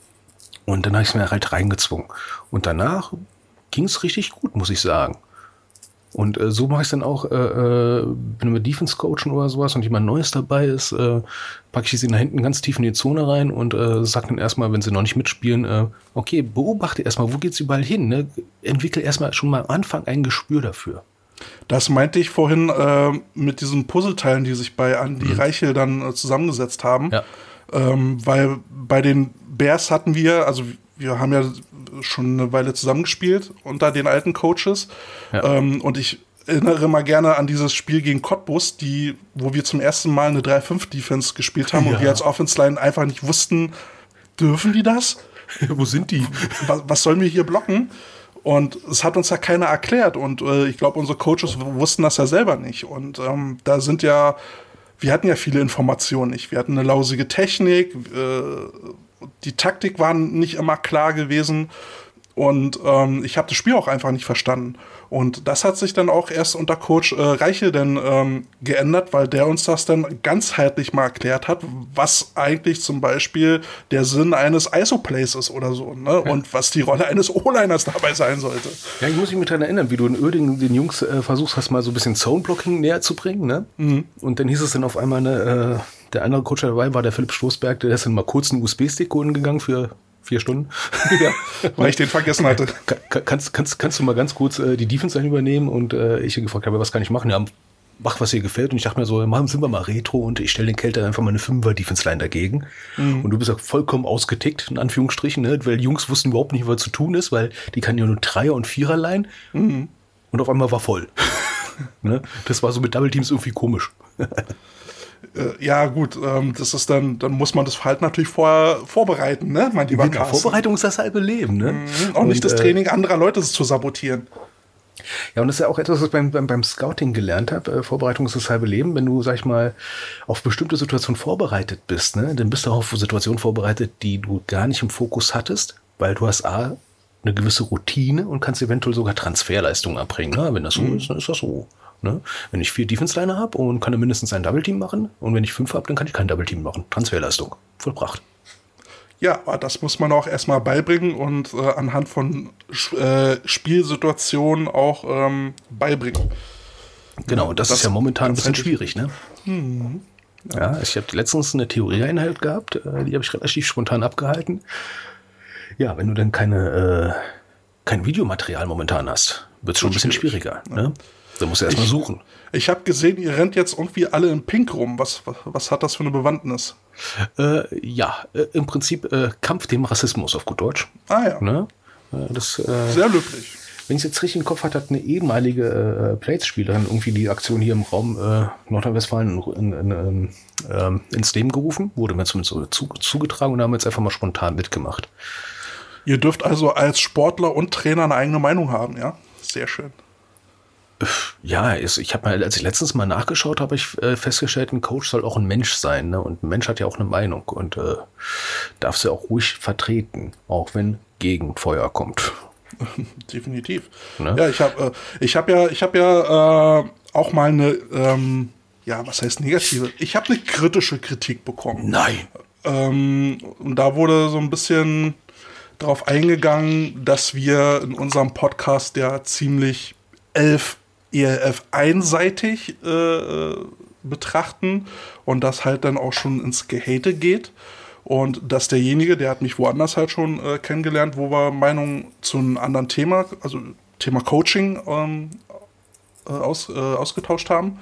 Und dann habe ich es mir halt reingezwungen. Und danach ging es richtig gut, muss ich sagen. Und äh, so mache ich es dann auch, äh, äh, wenn wir Defense coachen oder sowas und jemand Neues dabei ist, äh, packe ich sie nach hinten ganz tief in die Zone rein und äh, sage dann erstmal, wenn sie noch nicht mitspielen, äh, okay, beobachte erstmal, wo geht sie überall hin? Ne? Entwickle erstmal schon mal am Anfang ein Gespür dafür. Das meinte ich vorhin äh, mit diesen Puzzleteilen, die sich bei Andi mhm. Reichel dann äh, zusammengesetzt haben. Ja. Ähm, weil bei den Bears hatten wir, also wir haben ja schon eine Weile zusammengespielt unter den alten Coaches. Ja. Ähm, und ich erinnere mal gerne an dieses Spiel gegen Cottbus, die, wo wir zum ersten Mal eine drei fünf Defense gespielt haben ja. und wir als Offense-Line einfach nicht wussten, dürfen die das? Wo sind die? Was, was sollen wir hier blocken? Und es hat uns ja keiner erklärt. Und äh, ich glaube, unsere Coaches wussten das ja selber nicht. Und ähm, da sind ja, wir hatten ja viele Informationen nicht. Wir hatten eine lausige Technik, äh, die Taktik war nicht immer klar gewesen. Und ähm, ich habe das Spiel auch einfach nicht verstanden. Und das hat sich dann auch erst unter Coach äh, Reichel dann ähm, geändert, weil der uns das dann ganzheitlich mal erklärt hat, was eigentlich zum Beispiel der Sinn eines I S O-Plays ist oder so, ne? Ja. Und was die Rolle eines O-Liners dabei sein sollte. Ja, ich muss mich mit daran erinnern, wie du in Uerdingen den Jungs äh, versuchst hast, mal so ein bisschen Zone-Blocking näher zu bringen, ne? Mhm. Und dann hieß es dann auf einmal, ne, äh, der andere Coach, der dabei war, der Philipp Stoßberg, der ist dann mal kurz einen U S B-Stick holen gegangen für vier Stunden. Ja, weil ich den vergessen hatte. Kann, kannst, kannst, kannst du mal ganz kurz äh, die Defense dann übernehmen? Und äh, ich gefragt habe, was kann ich machen? Ja, mach, was dir gefällt. Und ich dachte mir so, machen sind wir mal Retro und ich stelle den Kelter einfach mal eine Fünfer-Defense-Line dagegen. Mhm. Und du bist ja vollkommen ausgetickt, in Anführungsstrichen, ne? Weil die Jungs wussten überhaupt nicht, was zu tun ist, weil die kann ja nur Dreier- und Vierer-Line. Mhm. Und auf einmal war voll. Ne? Das war so mit Double Teams irgendwie komisch. Ja, gut, ähm, das ist dann, dann muss man das Verhalten natürlich vorher vorbereiten, ne, mein lieber Carsten. Vorbereitung ist das halbe Leben, ne? Mhm, auch und, nicht das Training äh, anderer Leute zu sabotieren. Ja, und das ist ja auch etwas, was ich beim, beim, beim Scouting gelernt habe. Äh, Vorbereitung ist das halbe Leben. Wenn du, sag ich mal, auf bestimmte Situationen vorbereitet bist, ne, dann bist du auch auf Situationen vorbereitet, die du gar nicht im Fokus hattest, weil du hast A, eine gewisse Routine und kannst eventuell sogar Transferleistungen erbringen. Ne? Wenn das so mhm. ist, dann ist das so. Ne? Wenn ich vier Defense-Liner habe und kann dann mindestens ein Double-Team machen und wenn ich fünf habe, dann kann ich kein Double-Team machen. Transferleistung. Vollbracht. Ja, aber das muss man auch erstmal beibringen und äh, anhand von äh, Spielsituationen auch ähm, beibringen. Genau, das, das ist ja momentan ein bisschen schwierig, ne? Mhm. Ja. ja, ich habe letztens eine Theorieeinheit gehabt, äh, die habe ich relativ spontan abgehalten. Ja, wenn du dann keine, äh, kein Videomaterial momentan hast, wird es schon ein bisschen schwieriger, ja. Ne? Da musst du erstmal suchen. Ich habe gesehen, ihr rennt jetzt irgendwie alle in Pink rum. Was, was, was hat das für eine Bewandtnis? Äh, ja, äh, im Prinzip äh, Kampf dem Rassismus auf gut Deutsch. Ah ja. Ne? Äh, das, äh, Sehr löblich. Wenn ich es jetzt richtig im Kopf hatte, hat eine ehemalige äh, Plates-Spielerin irgendwie die Aktion hier im Raum äh, Nordrhein-Westfalen in, in, in, ähm, ins Leben gerufen. Wurde mir zumindest so zu, zugetragen und haben jetzt einfach mal spontan mitgemacht. Ihr dürft also als Sportler und Trainer eine eigene Meinung haben, ja? Sehr schön. Ja, ich habe mal, als ich letztens mal nachgeschaut, habe ich äh, festgestellt, ein Coach soll auch ein Mensch sein, ne? Und ein Mensch hat ja auch eine Meinung und äh, darf sie auch ruhig vertreten, auch wenn Gegenfeuer kommt. Definitiv. Ne? Ja, ich habe, äh, ich habe ja, ich habe ja äh, auch mal eine, ähm, ja, was heißt negative? Ich habe eine kritische Kritik bekommen. Nein. Ähm, und da wurde so ein bisschen drauf eingegangen, dass wir in unserem Podcast ja ziemlich elf E L F einseitig äh, betrachten und das halt dann auch schon ins Gehate geht und dass derjenige, der hat mich woanders halt schon äh, kennengelernt, wo wir Meinungen zu einem anderen Thema, also Thema Coaching ähm, äh, aus, äh, ausgetauscht haben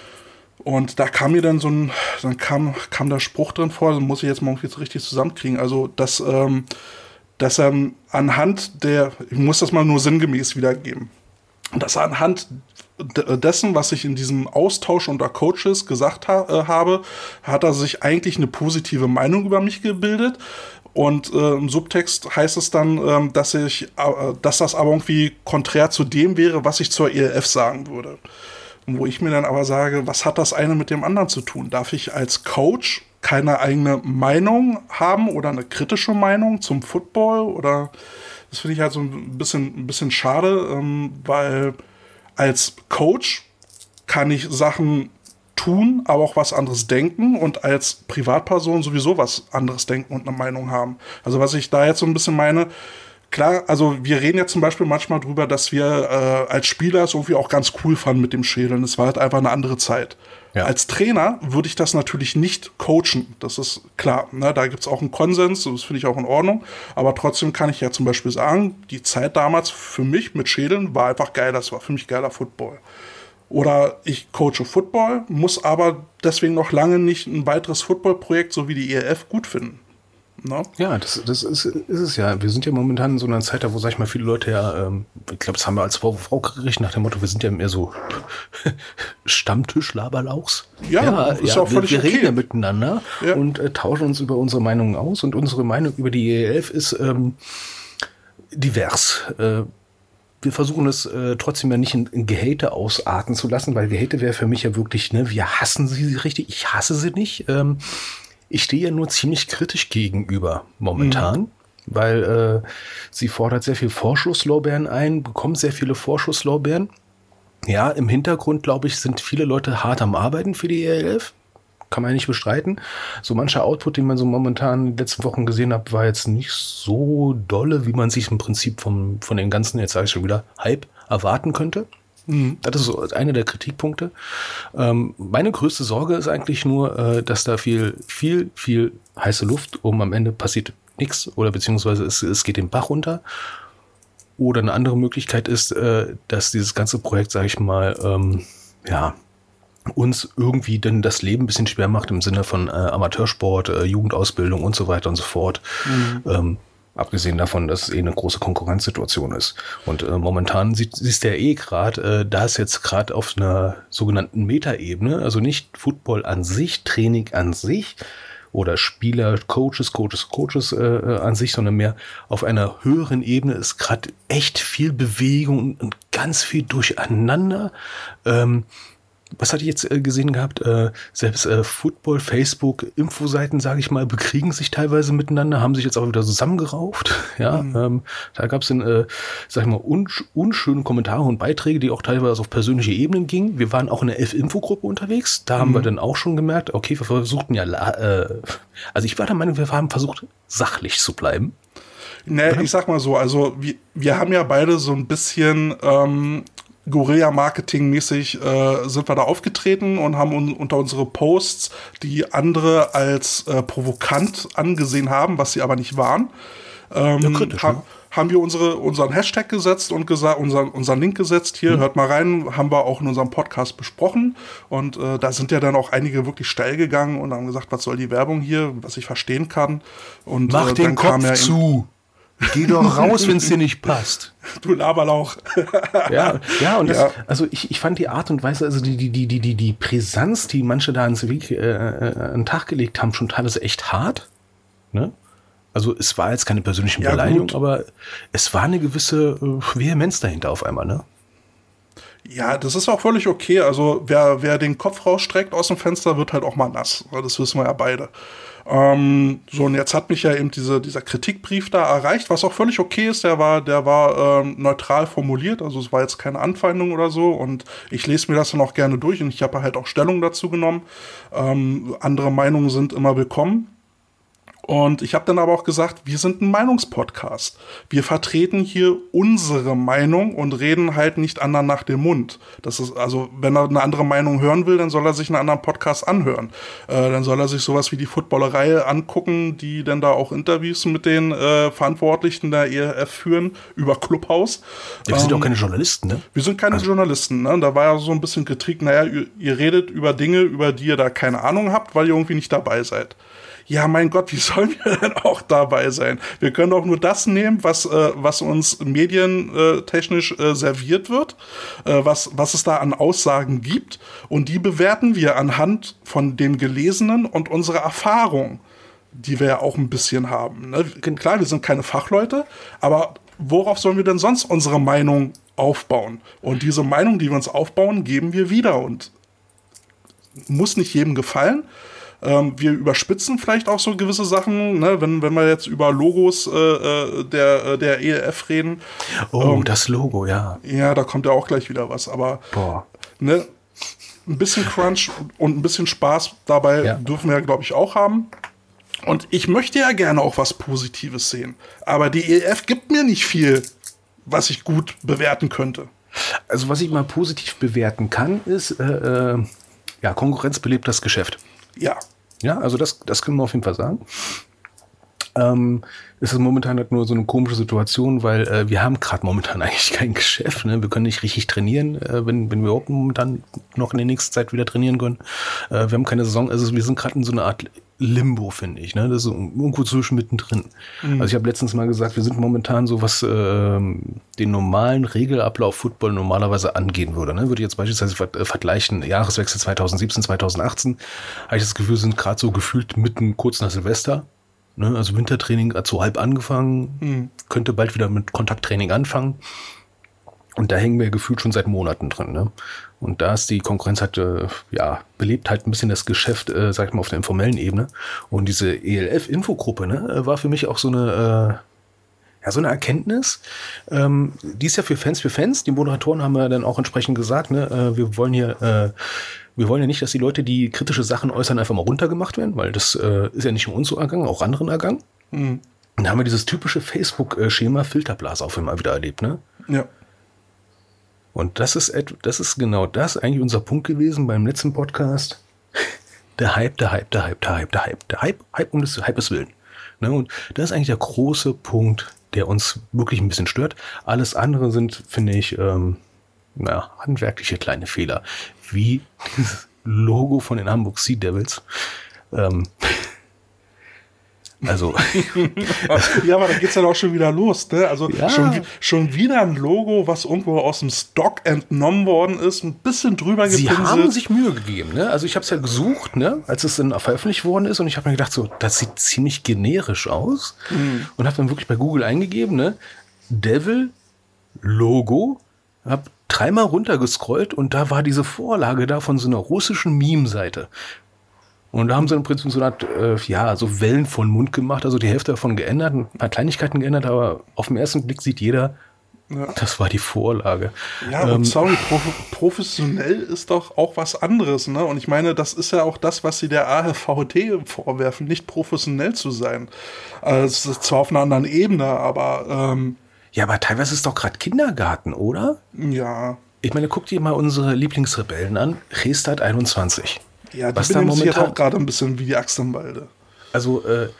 und da kam mir dann so ein, dann kam, kam der Spruch drin vor, also muss ich jetzt mal jetzt richtig zusammenkriegen, also dass, ähm, dass er anhand der, ich muss das mal nur sinngemäß wiedergeben, dass er anhand dessen, was ich in diesem Austausch unter Coaches gesagt ha- äh, habe, hat er sich eigentlich eine positive Meinung über mich gebildet. Und äh, im Subtext heißt es dann, ähm, dass ich, äh, dass das aber irgendwie konträr zu dem wäre, was ich zur E L F sagen würde. Und wo ich mir dann aber sage, was hat das eine mit dem anderen zu tun? Darf ich als Coach keine eigene Meinung haben oder eine kritische Meinung zum Football? Oder das finde ich halt so ein bisschen, ein bisschen schade, ähm, weil als Coach kann ich Sachen tun, aber auch was anderes denken und als Privatperson sowieso was anderes denken und eine Meinung haben. Also was ich da jetzt so ein bisschen meine, klar, also wir reden jetzt zum Beispiel manchmal drüber, dass wir äh, als Spieler es irgendwie auch ganz cool fanden mit dem Schädeln. Es war halt einfach eine andere Zeit. Ja. Als Trainer würde ich das natürlich nicht coachen, das ist klar. Ne? Da gibt es auch einen Konsens, das finde ich auch in Ordnung. Aber trotzdem kann ich ja zum Beispiel sagen, die Zeit damals für mich mit Schädeln war einfach geil, das war für mich geiler Football. Oder ich coache Football, muss aber deswegen noch lange nicht ein weiteres Footballprojekt, so wie die E L F, gut finden. No? Ja, das, das ist, ist es ja. Wir sind ja momentan in so einer Zeit, da wo, sag ich mal, viele Leute ja, ähm, ich glaube, das haben wir als Frau, Frau gekriegt nach dem Motto, wir sind ja mehr so Stammtisch-Laberlauchs. Ja, ja, ist ja, auch völlig wir, wir okay. reden ja miteinander ja. und äh, tauschen uns über unsere Meinungen aus und unsere Meinung über die E L F ist ähm, divers. Äh, wir versuchen es äh, trotzdem ja nicht in, in Gehate ausarten zu lassen, weil Gehate wäre für mich ja wirklich, ne, wir hassen sie richtig, ich hasse sie nicht. Ähm, Ich stehe ja nur ziemlich kritisch gegenüber momentan, mhm. weil äh, sie fordert sehr viel Vorschusslorbeeren ein, bekommt sehr viele Vorschusslorbeeren. Ja, im Hintergrund, glaube ich, sind viele Leute hart am Arbeiten für die E L F. Kann man ja nicht bestreiten. So mancher Output, den man so momentan in den letzten Wochen gesehen hat, war jetzt nicht so dolle, wie man sich im Prinzip vom, von den ganzen, jetzt sage ich schon wieder, Hype erwarten könnte. Mhm. Das ist so einer der Kritikpunkte. Ähm, meine größte Sorge ist eigentlich nur, äh, dass da viel, viel, viel heiße Luft, um am Ende passiert nichts oder beziehungsweise es, es geht den Bach runter. Oder eine andere Möglichkeit ist, äh, dass dieses ganze Projekt, sage ich mal, ähm, ja, uns irgendwie denn das Leben ein bisschen schwer macht im Sinne von äh, Amateursport, äh, Jugendausbildung und so weiter und so fort. Mhm. Ähm, abgesehen davon, dass es eh eine große Konkurrenzsituation ist. Und äh, momentan sieht, siehst du ja eh gerade, äh, da ist jetzt gerade auf einer sogenannten Metaebene, also nicht Football an sich, Training an sich oder Spieler, Coaches, Coaches, Coaches äh, an sich, sondern mehr auf einer höheren Ebene ist gerade echt viel Bewegung und ganz viel Durcheinander. Ähm, Was hatte ich jetzt äh, gesehen gehabt? Äh, selbst äh, Football, Facebook, Infoseiten, sage ich mal, bekriegen sich teilweise miteinander, haben sich jetzt auch wieder zusammengerauft. Ja, mhm. ähm, da gab es dann, äh, sag ich mal, unsch- unschöne Kommentare und Beiträge, die auch teilweise auf persönliche Ebenen gingen. Wir waren auch in der F-Info-Gruppe unterwegs. Da mhm. haben wir dann auch schon gemerkt, okay, wir versuchten ja, äh, also ich war der Meinung, wir haben versucht, sachlich zu bleiben. Ne, ich sag mal so, also wir, wir haben ja beide so ein bisschen ähm, Guerilla-Marketing-mäßig äh, sind wir da aufgetreten und haben un- unter unsere Posts, die andere als äh, provokant angesehen haben, was sie aber nicht waren, ähm, ja, kritisch, ha- ne? haben wir unsere, unseren Hashtag gesetzt und gesagt, unseren, unseren Link gesetzt. Hier, mhm. hört mal rein, haben wir auch in unserem Podcast besprochen. Und äh, da sind ja dann auch einige wirklich steil gegangen und haben gesagt, was soll die Werbung hier, was ich verstehen kann. Und, Mach äh, den dann Kopf kam ja zu. Geh doch raus, wenn es dir nicht passt. Du Laberlauch. ja, ja, und das, ja. also ich, ich fand die Art und Weise, also die, die, die, die, die, die Brisanz, die manche da ans Weg, äh, an den Tag gelegt haben, schon teilweise echt hart. Ne? Also es war jetzt keine persönliche ja, Beleidigung, gut. aber es war eine gewisse äh, Vehemenz dahinter auf einmal, ne? Ja, das ist auch völlig okay. Also wer, wer den Kopf rausstreckt aus dem Fenster, wird halt auch mal nass. Das wissen wir ja beide. Ähm, so, und jetzt hat mich ja eben diese, dieser Kritikbrief da erreicht, was auch völlig okay ist. Der war, der war ähm, neutral formuliert, also es war jetzt keine Anfeindung oder so. Und ich lese mir das dann auch gerne durch und ich habe halt auch Stellung dazu genommen. Ähm, andere Meinungen sind immer willkommen. Und ich habe dann aber auch gesagt, wir sind ein Meinungspodcast. Wir vertreten hier unsere Meinung und reden halt nicht anderen nach dem Mund. Das ist also, wenn er eine andere Meinung hören will, dann soll er sich einen anderen Podcast anhören. Äh, dann soll er sich sowas wie die Footballerei angucken, die dann da auch Interviews mit den äh, Verantwortlichen der E L F führen über Clubhouse. Ja, wir sind ja ähm, auch keine Journalisten, ne? Wir sind keine also. Journalisten, ne? Da war ja so ein bisschen Kritik, naja, ihr, ihr redet über Dinge, über die ihr da keine Ahnung habt, weil ihr irgendwie nicht dabei seid. Ja, mein Gott, wie sollen wir denn auch dabei sein? Wir können doch nur das nehmen, was, äh, was uns medientechnisch äh, serviert wird, äh, was, was es da an Aussagen gibt. Und die bewerten wir anhand von dem Gelesenen und unserer Erfahrung, die wir ja auch ein bisschen haben. Ne? Klar, wir sind keine Fachleute, aber worauf sollen wir denn sonst unsere Meinung aufbauen? Und diese Meinung, die wir uns aufbauen, geben wir wieder. Und muss nicht jedem gefallen. Ähm, wir überspitzen vielleicht auch so gewisse Sachen, ne? wenn, wenn wir jetzt über Logos äh, der, der E L F reden. Oh, ähm, das Logo, ja. Ja, da kommt ja auch gleich wieder was, aber Boah. Ne, ein bisschen Crunch und ein bisschen Spaß dabei ja. dürfen wir ja, glaube ich, auch haben. Und ich möchte ja gerne auch was Positives sehen, aber die E L F gibt mir nicht viel, was ich gut bewerten könnte. Also was ich mal positiv bewerten kann, ist, äh, äh, ja, Konkurrenz belebt das Geschäft. Ja. Ja, also das, das können wir auf jeden Fall sagen. Ähm, es ist momentan halt nur so eine komische Situation, weil äh, wir haben gerade momentan eigentlich kein Geschäft. Ne? Wir können nicht richtig trainieren, äh, wenn, wenn wir überhaupt momentan noch in der nächsten Zeit wieder trainieren können. Äh, wir haben keine Saison, also wir sind gerade in so einer Art Limbo, finde ich. Ne? Das ist so irgendwo zwischen mittendrin. Mhm. Also ich habe letztens mal gesagt, wir sind momentan so, was äh, den normalen Regelablauf Football normalerweise angehen würde. Ne? Würde ich jetzt beispielsweise ver- vergleichen, Jahreswechsel zwanzig siebzehn, zwanzig achtzehn, habe ich das Gefühl, wir sind gerade so gefühlt mitten kurz nach Silvester. Ne? Also Wintertraining hat so halb angefangen, mhm. könnte bald wieder mit Kontakttraining anfangen. Und da hängen wir gefühlt schon seit Monaten drin. Ne? Und da ist die Konkurrenz halt, äh, ja, belebt halt ein bisschen das Geschäft, äh, sag ich mal, auf der informellen Ebene. Und diese E L F-Infogruppe, ne, war für mich auch so eine, ja, so eine Erkenntnis, ähm, die ist ja für Fans für Fans. Die Moderatoren haben ja dann auch entsprechend gesagt, ne, äh, wir wollen hier, äh, wir wollen ja nicht, dass die Leute, die kritische Sachen äußern, einfach mal runtergemacht werden, weil das äh, ist ja nicht nur uns so ergangen, auch anderen ergangen. Mhm. Und da haben wir dieses typische Facebook-Schema Filterblase auf einmal wieder erlebt, ne? Ja. Und das ist, das ist genau das eigentlich unser Punkt gewesen beim letzten Podcast. Der Hype, der Hype, der Hype, der Hype, der Hype, der Hype, Hype um des Hypes willen. Ne? Und das ist eigentlich der große Punkt, der uns wirklich ein bisschen stört. Alles andere sind, finde ich, ähm, na, handwerkliche kleine Fehler. Wie dieses Logo von den Hamburg Sea Devils. Ähm, Also. Ja, aber da geht's dann auch schon wieder los, ne? Also ja. schon, schon wieder ein Logo, was irgendwo aus dem Stock entnommen worden ist, ein bisschen drüber gepinselt. Sie haben sich Mühe gegeben, ne? Also ich habe es ja gesucht, ne? Als es dann veröffentlicht worden ist und ich habe mir gedacht, so, das sieht ziemlich generisch aus mhm. und habe dann wirklich bei Google eingegeben, ne? Devil Logo, habe dreimal runtergescrollt und da war diese Vorlage da von so einer russischen Meme-Seite. Und da haben sie im Prinzip so eine Art, äh, ja, so Wellen von Mund gemacht, also die Hälfte davon geändert, ein paar Kleinigkeiten geändert, aber auf den ersten Blick sieht jeder, ja. Das war die Vorlage. Ja, ähm, und sorry, prof- professionell ist doch auch was anderes, ne? Und ich meine, das ist ja auch das, was sie der A F V D vorwerfen, nicht professionell zu sein. Also es ist zwar auf einer anderen Ebene, aber ähm, ja, aber teilweise ist doch gerade Kindergarten, oder? Ja. Ich meine, guck dir mal unsere Lieblingsrebellen an, Restart einundzwanzig. Ja, die benehmen sich jetzt auch gerade ein bisschen wie die Axt im Walde. Also, äh,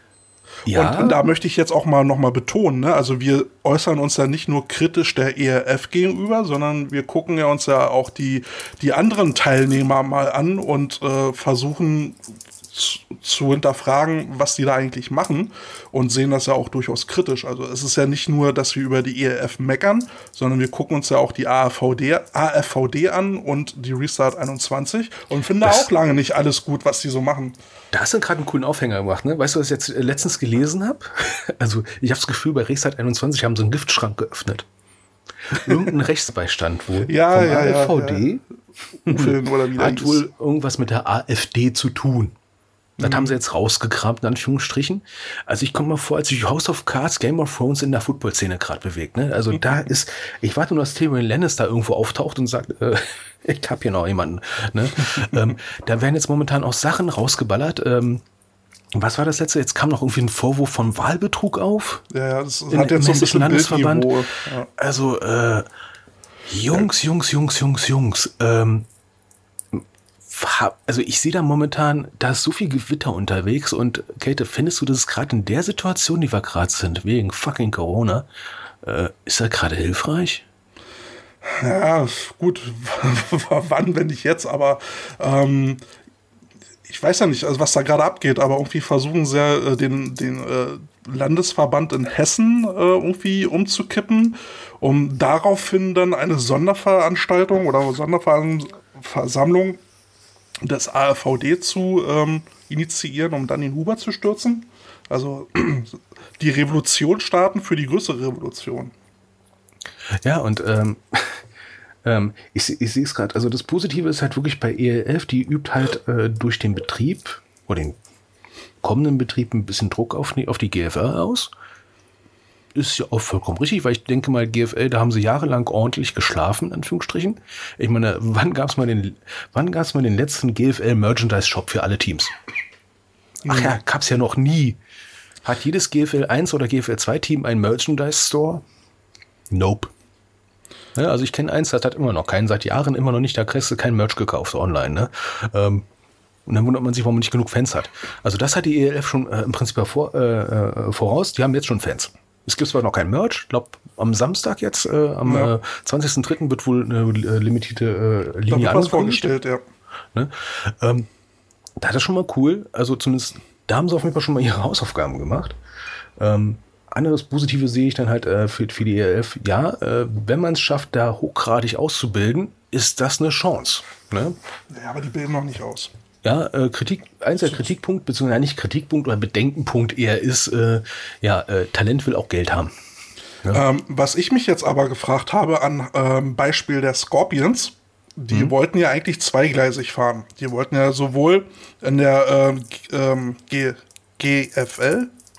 ja. Und, und da möchte ich jetzt auch mal nochmal betonen, ne? Also wir äußern uns ja nicht nur kritisch der E R F gegenüber, sondern wir gucken ja uns ja auch die, die anderen Teilnehmer mal an und äh, versuchen zu, zu hinterfragen, was die da eigentlich machen und sehen das ja auch durchaus kritisch. Also es ist ja nicht nur, dass wir über die E R F meckern, sondern wir gucken uns ja auch die A F V D, A F V D an und die Restart einundzwanzig und finden das da auch lange nicht alles gut, was die so machen. Da hast du gerade einen coolen Aufhänger gemacht, ne? Weißt du, was ich jetzt letztens gelesen habe? Also ich habe das Gefühl, bei Restart einundzwanzig haben sie einen Giftschrank geöffnet. Irgendein Rechtsbeistand wohl. Ja, vom ja, A F V D ja, ja. Oder wie hat wohl irgendwas mit der A f D zu tun. Das mhm. haben sie jetzt rausgekramt, in Anführungsstrichen. Also ich komme mal vor, als sich House of Cards, Game of Thrones in der Football-Szene gerade bewegt. Ne? Also mhm. da ist, ich warte nur, dass Tyrion Lannister irgendwo auftaucht und sagt, äh, ich hab hier noch jemanden. Ne? ähm, da werden jetzt momentan auch Sachen rausgeballert. Ähm, was war das letzte? Jetzt kam noch irgendwie ein Vorwurf von Wahlbetrug auf. Ja, das in, hat jetzt so ein bisschen Landesverband. Ja. Also äh, Jungs, Jungs, Jungs, Jungs, Jungs. Ähm, Also ich sehe da momentan, da ist so viel Gewitter unterwegs und Käthe, findest du, dass es gerade in der Situation, die wir gerade sind, wegen fucking Corona, äh, ist das gerade hilfreich? Ja, gut, wann, wenn nicht jetzt, aber ähm, ich weiß ja nicht, also was da gerade abgeht, aber irgendwie versuchen sie äh, den, den äh, Landesverband in Hessen äh, irgendwie umzukippen, um daraufhin dann eine Sonderveranstaltung oder Sonderversammlung des A F V D zu ähm, initiieren, um dann den Huber zu stürzen. Also die Revolution starten für die größere Revolution. Ja, und ähm, ähm, ich, ich sehe es gerade, also das Positive ist halt wirklich bei E L F, die übt halt äh, durch den Betrieb oder den kommenden Betrieb ein bisschen Druck auf die, auf die G F L aus. Ist ja auch vollkommen richtig, weil ich denke mal, G F L, da haben sie jahrelang ordentlich geschlafen, in Anführungsstrichen. Ich meine, wann gab es mal den, wann gab es mal den letzten G F L-Merchandise-Shop für alle Teams? Ach ja, gab es ja noch nie. Hat jedes G F L eins oder G F L zwei Team einen Merchandise-Store? Nope. Ja, also ich kenne eins, das hat immer noch keinen, seit Jahren immer noch nicht, da kriegst du kein Merch gekauft online. Ne? Ähm, und dann wundert man sich, warum man nicht genug Fans hat. Also das hat die E L F schon äh, im Prinzip vor, äh, voraus, die haben jetzt schon Fans. Es gibt zwar noch kein Merch, ich glaube am Samstag jetzt, äh, am ja. äh, zwanzigsten dritten wird wohl eine äh, limitierte äh, Linie angekündigt. vorgestellt, ja. Ne? Ähm, da ist das schon mal cool, also zumindest, da haben sie auf jeden Fall schon mal ihre Hausaufgaben gemacht. Ähm, anderes Positive sehe ich dann halt äh, für, für die E L F, ja, äh, wenn man es schafft, da hochgradig auszubilden, ist das eine Chance. Ne? Ja, aber die bilden noch nicht aus. Ja, äh, Kritik, eins der Kritikpunkt, beziehungsweise nicht Kritikpunkt oder Bedenkenpunkt eher ist, äh, ja, äh, Talent will auch Geld haben. Ja. Ähm, was ich mich jetzt aber gefragt habe an ähm, Beispiel der Scorpions, die mhm. wollten ja eigentlich zweigleisig fahren. Die wollten ja sowohl in der ähm, ähm, G- GFL,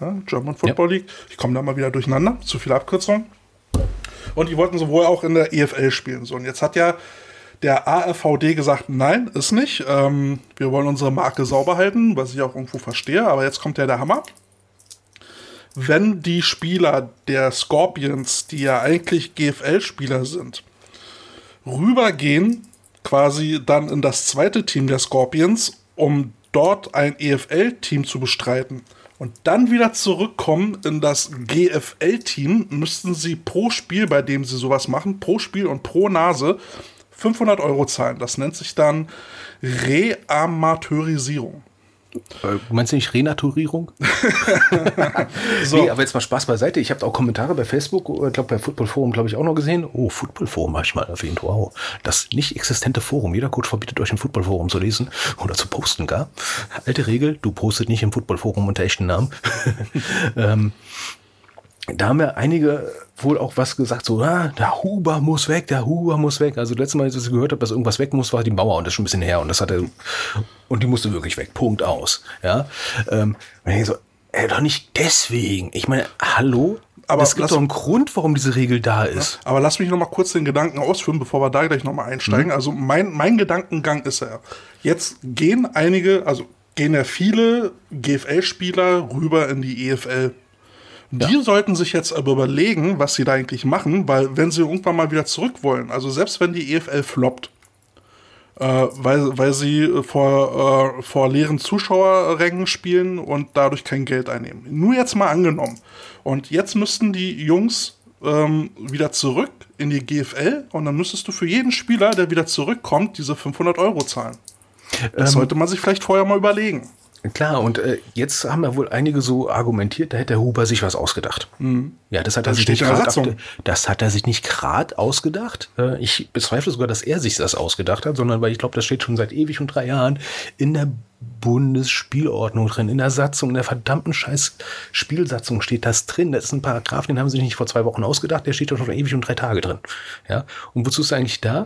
ja, German Football ja. League. Ich komme da mal wieder durcheinander, zu viele Abkürzungen. Und die wollten sowohl auch in der E F L spielen. So, und jetzt hat ja der A F V D gesagt, nein, ist nicht. Ähm, wir wollen unsere Marke sauber halten, was ich auch irgendwo verstehe. Aber jetzt kommt ja der Hammer. Wenn die Spieler der Scorpions, die ja eigentlich G F L-Spieler sind, rübergehen quasi dann in das zweite Team der Scorpions, um dort ein E F L-Team zu bestreiten und dann wieder zurückkommen in das G F L-Team, müssten sie pro Spiel, bei dem sie sowas machen, pro Spiel und pro Nase fünfhundert Euro zahlen. Das nennt sich dann Reamateurisierung. Du meinst nicht Renaturierung? so. Nee, aber jetzt mal Spaß beiseite. Ich habe auch Kommentare bei Facebook, ich glaube bei Football Forum, glaube ich, auch noch gesehen. Oh, Football Forum habe ich mal erwähnt. Wow. Das nicht existente Forum. Jeder Coach verbietet euch im Football Forum zu lesen oder zu posten gar. Alte Regel, du postet nicht im Football Forum unter echten Namen. ähm, Da haben ja einige wohl auch was gesagt, so, ah, der Huber muss weg, der Huber muss weg. Also letztes Mal, als ich gehört habe, dass irgendwas weg muss, war die Mauer und das ist schon ein bisschen her und das hatte, und die musste wirklich weg, Punkt aus. Ja, ähm, und ich so, ey, doch nicht deswegen. Ich meine, hallo? Aber es gibt doch einen Grund, warum diese Regel da ist. Ja, aber lass mich noch mal kurz den Gedanken ausführen, bevor wir da gleich noch mal einsteigen. Mhm. Also mein, mein Gedankengang ist ja, jetzt gehen einige, also gehen ja viele G F L-Spieler rüber in die E F L. Die ja. sollten sich jetzt aber überlegen, was sie da eigentlich machen, weil wenn sie irgendwann mal wieder zurück wollen, also selbst wenn die E F L floppt, äh, weil, weil sie vor, äh, vor leeren Zuschauerrängen spielen und dadurch kein Geld einnehmen. Nur jetzt mal angenommen. Und jetzt müssten die Jungs ähm, wieder zurück in die G F L und dann müsstest du für jeden Spieler, der wieder zurückkommt, diese fünfhundert Euro zahlen. Das ähm. sollte man sich vielleicht vorher mal überlegen. Klar, und äh, jetzt haben ja wohl einige so argumentiert, da hätte der Huber sich was ausgedacht. Mhm. Ja, das hat er sich nicht gerade, das hat er sich nicht gerade ausgedacht. Äh, ich bezweifle sogar, dass er sich das ausgedacht hat, sondern weil ich glaube, das steht schon seit ewig und drei Jahren in der Bundesspielordnung drin, in der Satzung, in der verdammten scheiß Spielsatzung steht das drin. Das ist ein Paragraph, den haben sie sich nicht vor zwei Wochen ausgedacht, der steht da schon ewig und drei Tage drin. Ja, und wozu ist er eigentlich da?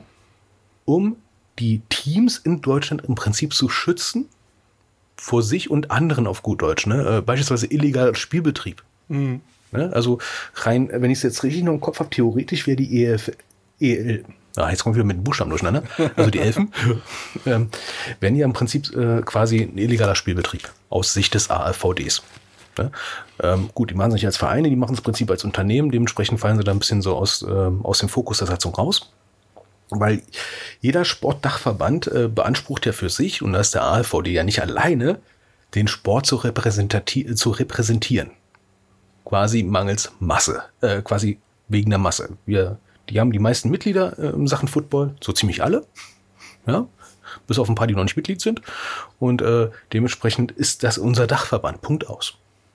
Um die Teams in Deutschland im Prinzip zu schützen vor sich und anderen auf gut Deutsch, ne? Äh, beispielsweise illegaler Spielbetrieb. Mhm. Ne? Also rein, wenn ich es jetzt richtig noch im Kopf habe, theoretisch wäre die E F L, ah, jetzt kommen wir wieder mit den Buchstaben durcheinander, also die Elfen, ähm, wären ja im Prinzip äh, quasi ein illegaler Spielbetrieb aus Sicht des A F V Ds. Ne? Ähm, gut, die machen es nicht als Vereine, die machen es im Prinzip als Unternehmen, dementsprechend fallen sie da ein bisschen so aus, ähm, aus dem Fokus der Satzung raus. Weil jeder Sportdachverband äh, beansprucht ja für sich, und da ist der A F V D ja nicht alleine, den Sport zu, repräsentati- zu repräsentieren. Quasi mangels Masse, äh, quasi wegen der Masse. Wir, die haben die meisten Mitglieder äh, in Sachen Football, so ziemlich alle, ja, bis auf ein paar, die noch nicht Mitglied sind. Und äh, dementsprechend ist das unser Dachverband, Punkt aus.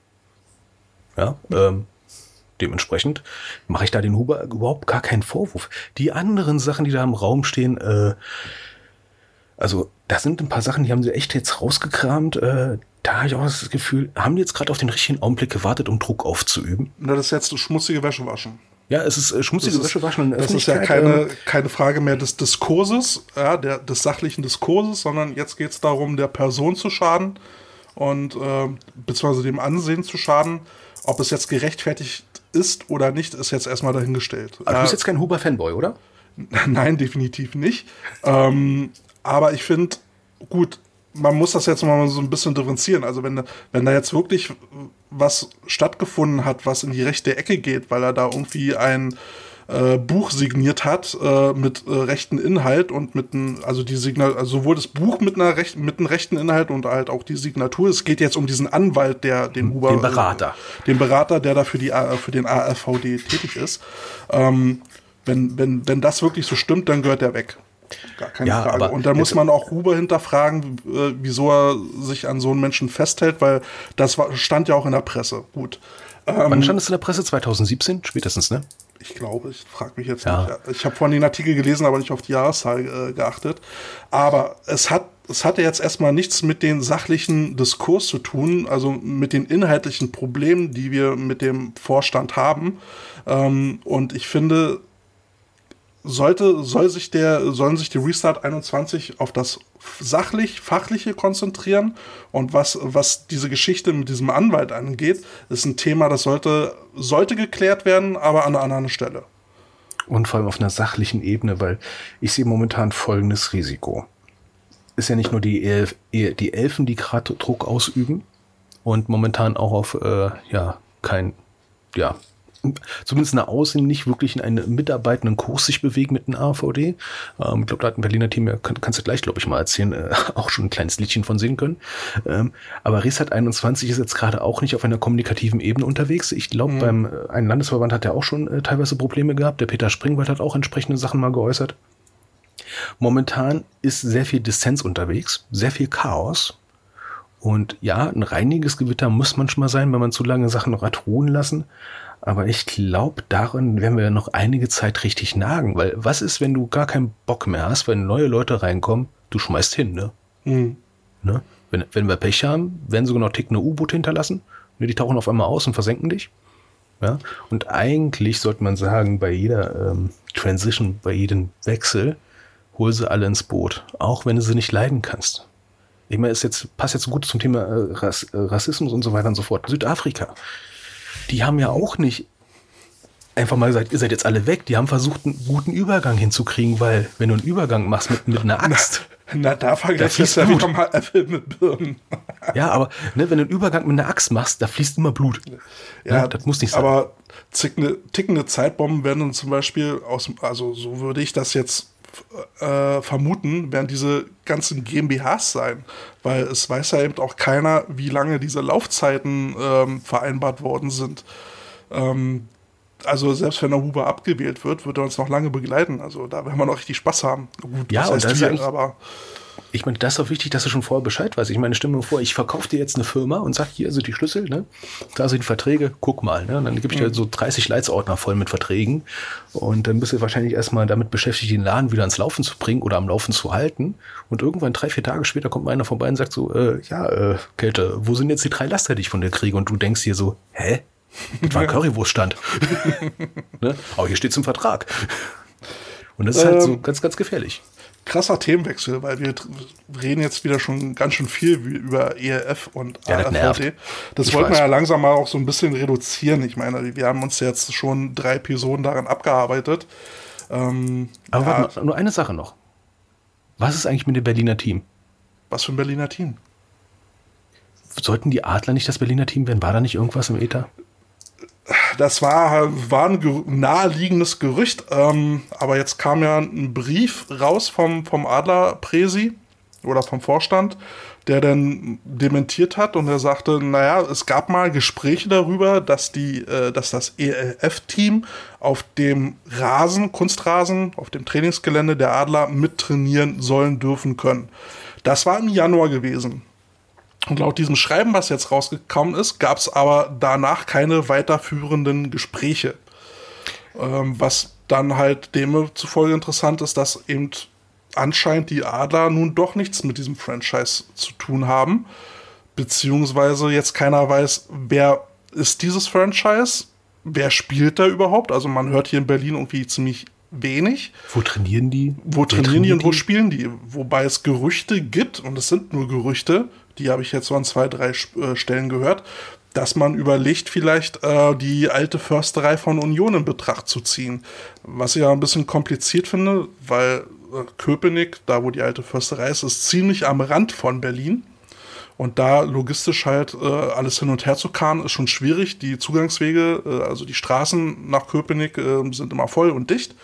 Ja, ähm, Dementsprechend mache ich da den Huber überhaupt gar keinen Vorwurf. Die anderen Sachen, die da im Raum stehen, äh, also das sind ein paar Sachen, die haben sie echt jetzt rausgekramt. Äh, da habe ich auch das Gefühl, haben die jetzt gerade auf den richtigen Augenblick gewartet, um Druck aufzuüben? Na, das ist jetzt schmutzige Wäsche waschen. Ja, es ist äh, schmutzige das Wäsche ist, waschen. Das ist ja keine, keine Frage mehr des Diskurses, ja, der, des sachlichen Diskurses, sondern jetzt geht es darum, der Person zu schaden und äh, beziehungsweise dem Ansehen zu schaden. Ob es jetzt gerechtfertigt ist oder nicht, ist jetzt erstmal dahingestellt. Aber du bist jetzt kein Huber-Fanboy, oder? Nein, definitiv nicht. Ähm, aber ich finde, gut, man muss das jetzt mal so ein bisschen differenzieren. Also wenn, wenn da jetzt wirklich was stattgefunden hat, was in die rechte Ecke geht, weil er da irgendwie ein äh, Buch signiert hat äh, mit äh, rechten Inhalt und mit einem, also die Signatur, also sowohl das Buch mit einer recht, mit einem rechten Inhalt und halt auch die Signatur. Es geht jetzt um diesen Anwalt, der den Huber, den Berater, äh, den Berater, der da für die für den A F V D tätig ist. Ähm, wenn wenn wenn das wirklich so stimmt, dann gehört der weg. Gar keine ja, Frage. Und dann muss man auch Huber hinterfragen, äh, wieso er sich an so einen Menschen festhält, weil das war, stand ja auch in der Presse. Gut. Ähm, Wann stand es in der Presse? zwanzig siebzehn? Spätestens, ne? Ich glaube, ich frage mich jetzt ja. nicht. Ich habe vorhin den Artikel gelesen, aber nicht auf die Jahreszahl äh, geachtet. Aber es hat, es hatte jetzt erstmal nichts mit dem sachlichen Diskurs zu tun, also mit den inhaltlichen Problemen, die wir mit dem Vorstand haben. Ähm, und ich finde, sollte, soll sich der, sollen sich die Restart einundzwanzig auf das sachlich, fachliche konzentrieren. Und was, was diese Geschichte mit diesem Anwalt angeht, ist ein Thema, das sollte, sollte geklärt werden, aber an einer anderen Stelle. Und vor allem auf einer sachlichen Ebene, weil ich sehe momentan folgendes Risiko. Ist ja nicht nur die, Elf, die Elfen, die gerade Druck ausüben und momentan auch auf, äh, ja, kein, ja, zumindest nach außen nicht wirklich in einen mitarbeitenden Kurs sich bewegen mit dem A V D. Ähm, ich glaube, da hat ein Berliner Team, ja, kann, kannst du gleich, glaube ich, mal erzählen, äh, auch schon ein kleines Liedchen von singen können. Ähm, aber Restart einundzwanzig ist jetzt gerade auch nicht auf einer kommunikativen Ebene unterwegs. Ich glaube, mhm. beim äh, ein Landesverband hat er auch schon äh, teilweise Probleme gehabt. Der Peter Springwald hat auch entsprechende Sachen mal geäußert. Momentan ist sehr viel Dissens unterwegs, sehr viel Chaos. Und ja, ein reiniges Gewitter muss manchmal sein, wenn man zu lange Sachen noch hat ruhen lassen. Aber ich glaube, daran werden wir noch einige Zeit richtig nagen. Weil was ist, wenn du gar keinen Bock mehr hast, wenn neue Leute reinkommen, du schmeißt hin, ne? Mhm. ne? Wenn, wenn wir Pech haben, werden sogar noch tickende U-Boot hinterlassen. Ne, die tauchen auf einmal aus und versenken dich. Ja? Und eigentlich sollte man sagen, bei jeder ähm, Transition, bei jedem Wechsel, hol sie alle ins Boot. Auch wenn du sie nicht leiden kannst. Ich meine, es jetzt, passt jetzt so gut zum Thema äh, Rass, äh, Rassismus und so weiter und so fort. Südafrika. Die haben ja auch nicht einfach mal gesagt, ihr seid jetzt alle weg. Die haben versucht, einen guten Übergang hinzukriegen, weil wenn du einen Übergang machst mit, mit einer Axt. Na, na da vergleicht das ja wieder mal Äpfel mit Birnen. Ja, aber ne, wenn du einen Übergang mit einer Axt machst, da fließt immer Blut. Ja, ne, das muss nicht sein. Aber tickende, tickende Zeitbomben werden dann zum Beispiel aus, also so würde ich das jetzt äh, vermuten, werden diese ganzen GmbHs sein. Weil es weiß ja eben auch keiner, wie lange diese Laufzeiten ähm, vereinbart worden sind. Ähm, also selbst wenn der Huber abgewählt wird, wird er uns noch lange begleiten. Also da werden wir noch richtig Spaß haben. Gut, ja, das und heißt das viel, ist aber ich meine, das ist doch wichtig, dass du schon vorher Bescheid weißt. Ich meine, stell mir vor, ich verkaufe dir jetzt eine Firma und sag, hier sind die Schlüssel, ne? Da sind die Verträge, guck mal, ne? Und dann gebe ich dir so dreißig Leitsordner voll mit Verträgen und dann bist du wahrscheinlich erstmal damit beschäftigt, den Laden wieder ans Laufen zu bringen oder am Laufen zu halten. Und irgendwann drei, vier Tage später kommt mal einer vorbei und sagt so, äh, ja, äh, Kälte, wo sind jetzt die drei Laster, die ich von dir kriege? Und du denkst dir so, hä? Das war ein Currywurststand. Ne? Aber hier steht's im Vertrag. Und das ist halt ähm, so ganz, ganz gefährlich. Krasser Themenwechsel, weil wir reden jetzt wieder schon ganz schön viel über E L F und ja, A F V D. Das ich wollten weiß. wir ja langsam mal auch so ein bisschen reduzieren. Ich meine, wir haben uns jetzt schon drei Episoden daran abgearbeitet. Ähm, Aber ja, warte mal, nur eine Sache noch. Was ist eigentlich mit dem Berliner Team? Was für ein Berliner Team? Sollten die Adler nicht das Berliner Team werden? War da nicht irgendwas im Äther? Das war, war ein ge- naheliegendes Gerücht, ähm, aber jetzt kam ja ein Brief raus vom, vom Adler-Präsi oder vom Vorstand, der dann dementiert hat und er sagte, naja, es gab mal Gespräche darüber, dass, die, äh, dass das E L F-Team auf dem Rasen, Kunstrasen, auf dem Trainingsgelände der Adler mittrainieren sollen, dürfen, können. Das war im Januar gewesen. Und laut diesem Schreiben, was jetzt rausgekommen ist, gab es aber danach keine weiterführenden Gespräche. Ähm, was dann halt demzufolge interessant ist, dass eben anscheinend die Adler nun doch nichts mit diesem Franchise zu tun haben. Beziehungsweise jetzt keiner weiß, wer ist dieses Franchise? Wer spielt da überhaupt? Also man hört hier in Berlin irgendwie ziemlich wenig. Wo trainieren die? Wo trainieren, trainieren die und wo die? spielen die? Wobei es Gerüchte gibt, und es sind nur Gerüchte, die habe ich jetzt so an zwei, drei äh, Stellen gehört, dass man überlegt, vielleicht äh, die alte Försterei von Union in Betracht zu ziehen. Was ich ja ein bisschen kompliziert finde, weil äh, Köpenick, da wo die alte Försterei ist, ist ziemlich am Rand von Berlin. Und da logistisch halt äh, alles hin und her zu karren, ist schon schwierig. Die Zugangswege, äh, also die Straßen nach Köpenick äh, sind immer voll und dicht.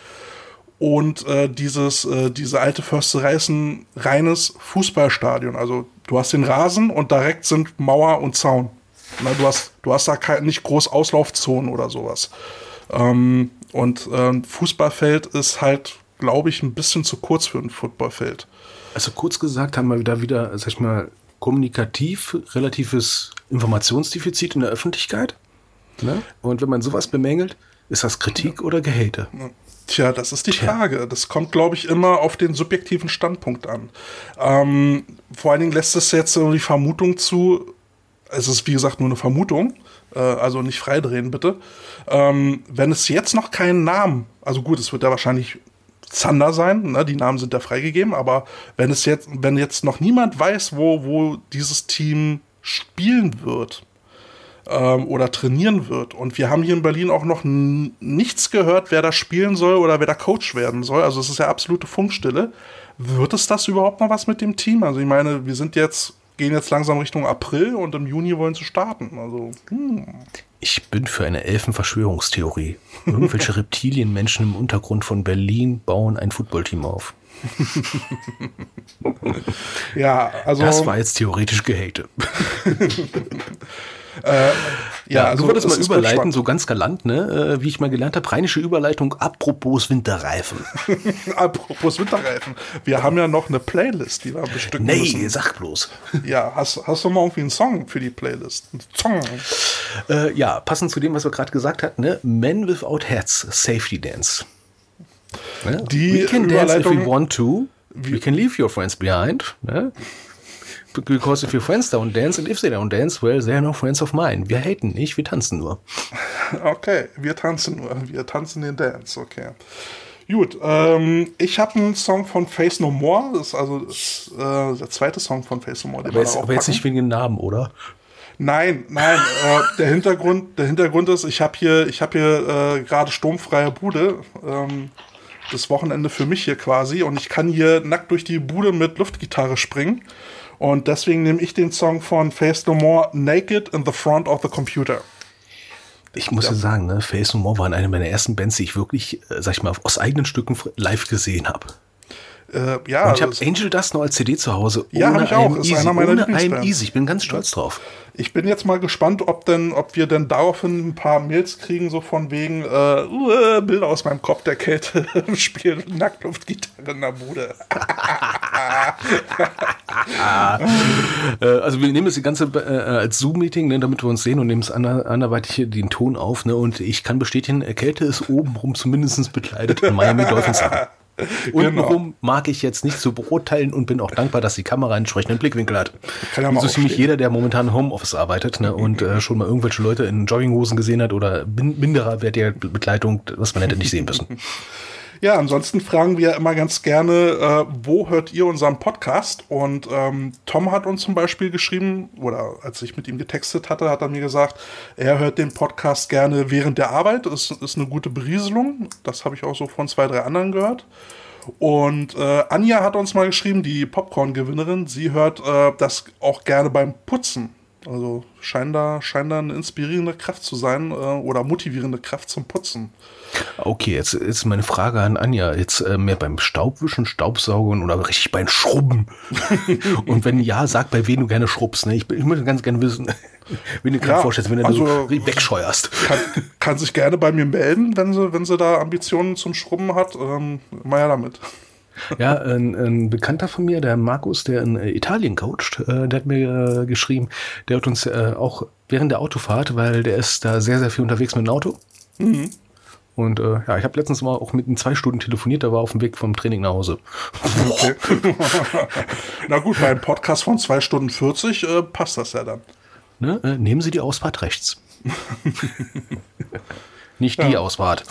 Und äh, dieses, äh, diese alte Försterei ist ein reines Fußballstadion. Also du hast den Rasen und direkt sind Mauer und Zaun. Na, du hast, du hast da kein, nicht groß Auslaufzonen oder sowas. Ähm, und äh, ein Fußballfeld ist halt, glaube ich, ein bisschen zu kurz für ein Footballfeld. Also kurz gesagt haben wir da wieder, sag ich mal, kommunikativ relatives Informationsdefizit in der Öffentlichkeit. Ne? Und wenn man sowas bemängelt, ist das Kritik ja. oder Gehate? Ja. Tja, das ist die Tja. Frage. Das kommt, glaube ich, immer auf den subjektiven Standpunkt an. Ähm, vor allen Dingen lässt es jetzt so die Vermutung zu, es ist wie gesagt nur eine Vermutung, äh, also nicht freidrehen bitte, ähm, wenn es jetzt noch keinen Namen, also gut, es wird ja wahrscheinlich Zander sein, ne? Die Namen sind ja freigegeben, aber wenn es jetzt, wenn jetzt noch niemand weiß, wo, wo dieses Team spielen wird ähm, oder trainieren wird, und wir haben hier in Berlin auch noch n- nichts gehört, wer da spielen soll oder wer da Coach werden soll, also es ist ja absolute Funkstille, wird es das überhaupt noch was mit dem Team? Also ich meine, wir sind jetzt, gehen jetzt langsam Richtung April und im Juni wollen sie starten, also hm. Ich bin für eine Elfenverschwörungstheorie. Irgendwelche Reptilienmenschen im Untergrund von Berlin bauen ein Footballteam auf. Ja, also. Das war jetzt theoretisch Gehate. äh, ja, ja, also du wolltest mal es überleiten, so ganz galant, ne? Wie ich mal gelernt habe, rheinische Überleitung, apropos Winterreifen. Apropos Winterreifen. Wir haben ja noch eine Playlist, die wir bestücken nee, müssen. Nee, sag bloß. Ja, hast, hast du mal irgendwie einen Song für die Playlist? Ein Song. Äh, ja, passend zu dem, was wir gerade gesagt hatten, ne? Men Without Hats, Safety Dance. Ne? Die we can dance if Überleitung, we want to. We can leave your friends behind. Ne? Because if your friends don't dance and if they don't dance, well, they're no friends of mine. Wir haten nicht, wir tanzen nur. Okay, wir tanzen nur. Wir tanzen den Dance, okay. Gut, ähm, ich habe einen Song von Faith No More. Das ist also das, äh, der zweite Song von Faith No More. Den aber, jetzt, aber jetzt nicht wegen dem Namen, oder? Nein, nein. äh, der Hintergrund, der Hintergrund ist, ich habe hier, ich habe hier äh, gerade sturmfreie Bude. Ähm, das Wochenende für mich hier quasi, und ich kann hier nackt durch die Bude mit Luftgitarre springen. Und deswegen nehme ich den Song von Faith No More, Naked in the Front of the Computer. Ich muss ja sagen, ne, Faith No More waren eine meiner ersten Bands, die ich wirklich, äh, sag ich mal, aus eigenen Stücken live gesehen habe. Äh, ja, und ich habe Angel Dust noch als C D zu Hause. Ja, habe ich auch. Ist Easy, einer meiner ohne Lieblingsbands. I'm Easy. Ich bin ganz stolz drauf. Ich bin jetzt mal gespannt, ob denn, ob wir denn daraufhin ein paar Mails kriegen, so von wegen äh, uh, Bilder aus meinem Kopf der Kälte, spielen Nacktluftgitarre in der Bude. Also wir nehmen das die ganze äh, als Zoom-Meeting, ne, damit wir uns sehen, und nehmen es ander, anderweitig hier den Ton auf. Ne, und ich kann bestätigen, Kälte ist obenrum zumindest bekleidet in Miami Dolphins haben. Untenrum genau. Mag ich jetzt nicht zu beurteilen und bin auch dankbar, dass die Kamera einen entsprechenden Blickwinkel hat. Kann ja mal so ziemlich jeder, der momentan im Homeoffice arbeitet, ne, und äh, schon mal irgendwelche Leute in Jogginghosen gesehen hat oder minderwertige Bekleidung, was man hätte nicht sehen müssen. Ja, ansonsten fragen wir immer ganz gerne, äh, wo hört ihr unseren Podcast? Und ähm, Tom hat uns zum Beispiel geschrieben, oder als ich mit ihm getextet hatte, hat er mir gesagt, er hört den Podcast gerne während der Arbeit. Das ist eine gute Berieselung. Das habe ich auch so von zwei, drei anderen gehört. Und äh, Anja hat uns mal geschrieben, die Popcorn-Gewinnerin, sie hört äh, das auch gerne beim Putzen. Also scheint da, scheint da eine inspirierende Kraft zu sein äh, oder motivierende Kraft zum Putzen. Okay, jetzt ist meine Frage an Anja. Jetzt äh, mehr beim Staubwischen, Staubsaugen oder richtig beim Schrubben? Und wenn ja, sag, bei wem du gerne schrubbst. Ne? Ich, ich möchte ganz gerne wissen, wie du gerade ja, vorstellst, wenn du also, so wegscheuerst. Kann, kann sich gerne bei mir melden, wenn sie, wenn sie da Ambitionen zum Schrubben hat. Ähm, mal ja damit. Ja, ein, ein Bekannter von mir, der Markus, der in Italien coacht, äh, der hat mir äh, geschrieben, der hat uns äh, auch während der Autofahrt, weil der ist da sehr, sehr viel unterwegs mit dem Auto. Mhm. Und äh, ja, ich habe letztens mal auch mit ihm zwei Stunden telefoniert, da war auf dem Weg vom Training nach Hause. Okay. Na gut, bei einem Podcast von zwei Stunden vierzig äh, passt das ja dann. Ne? Äh, nehmen Sie die Ausfahrt rechts. Nicht die ja. Ausfahrt.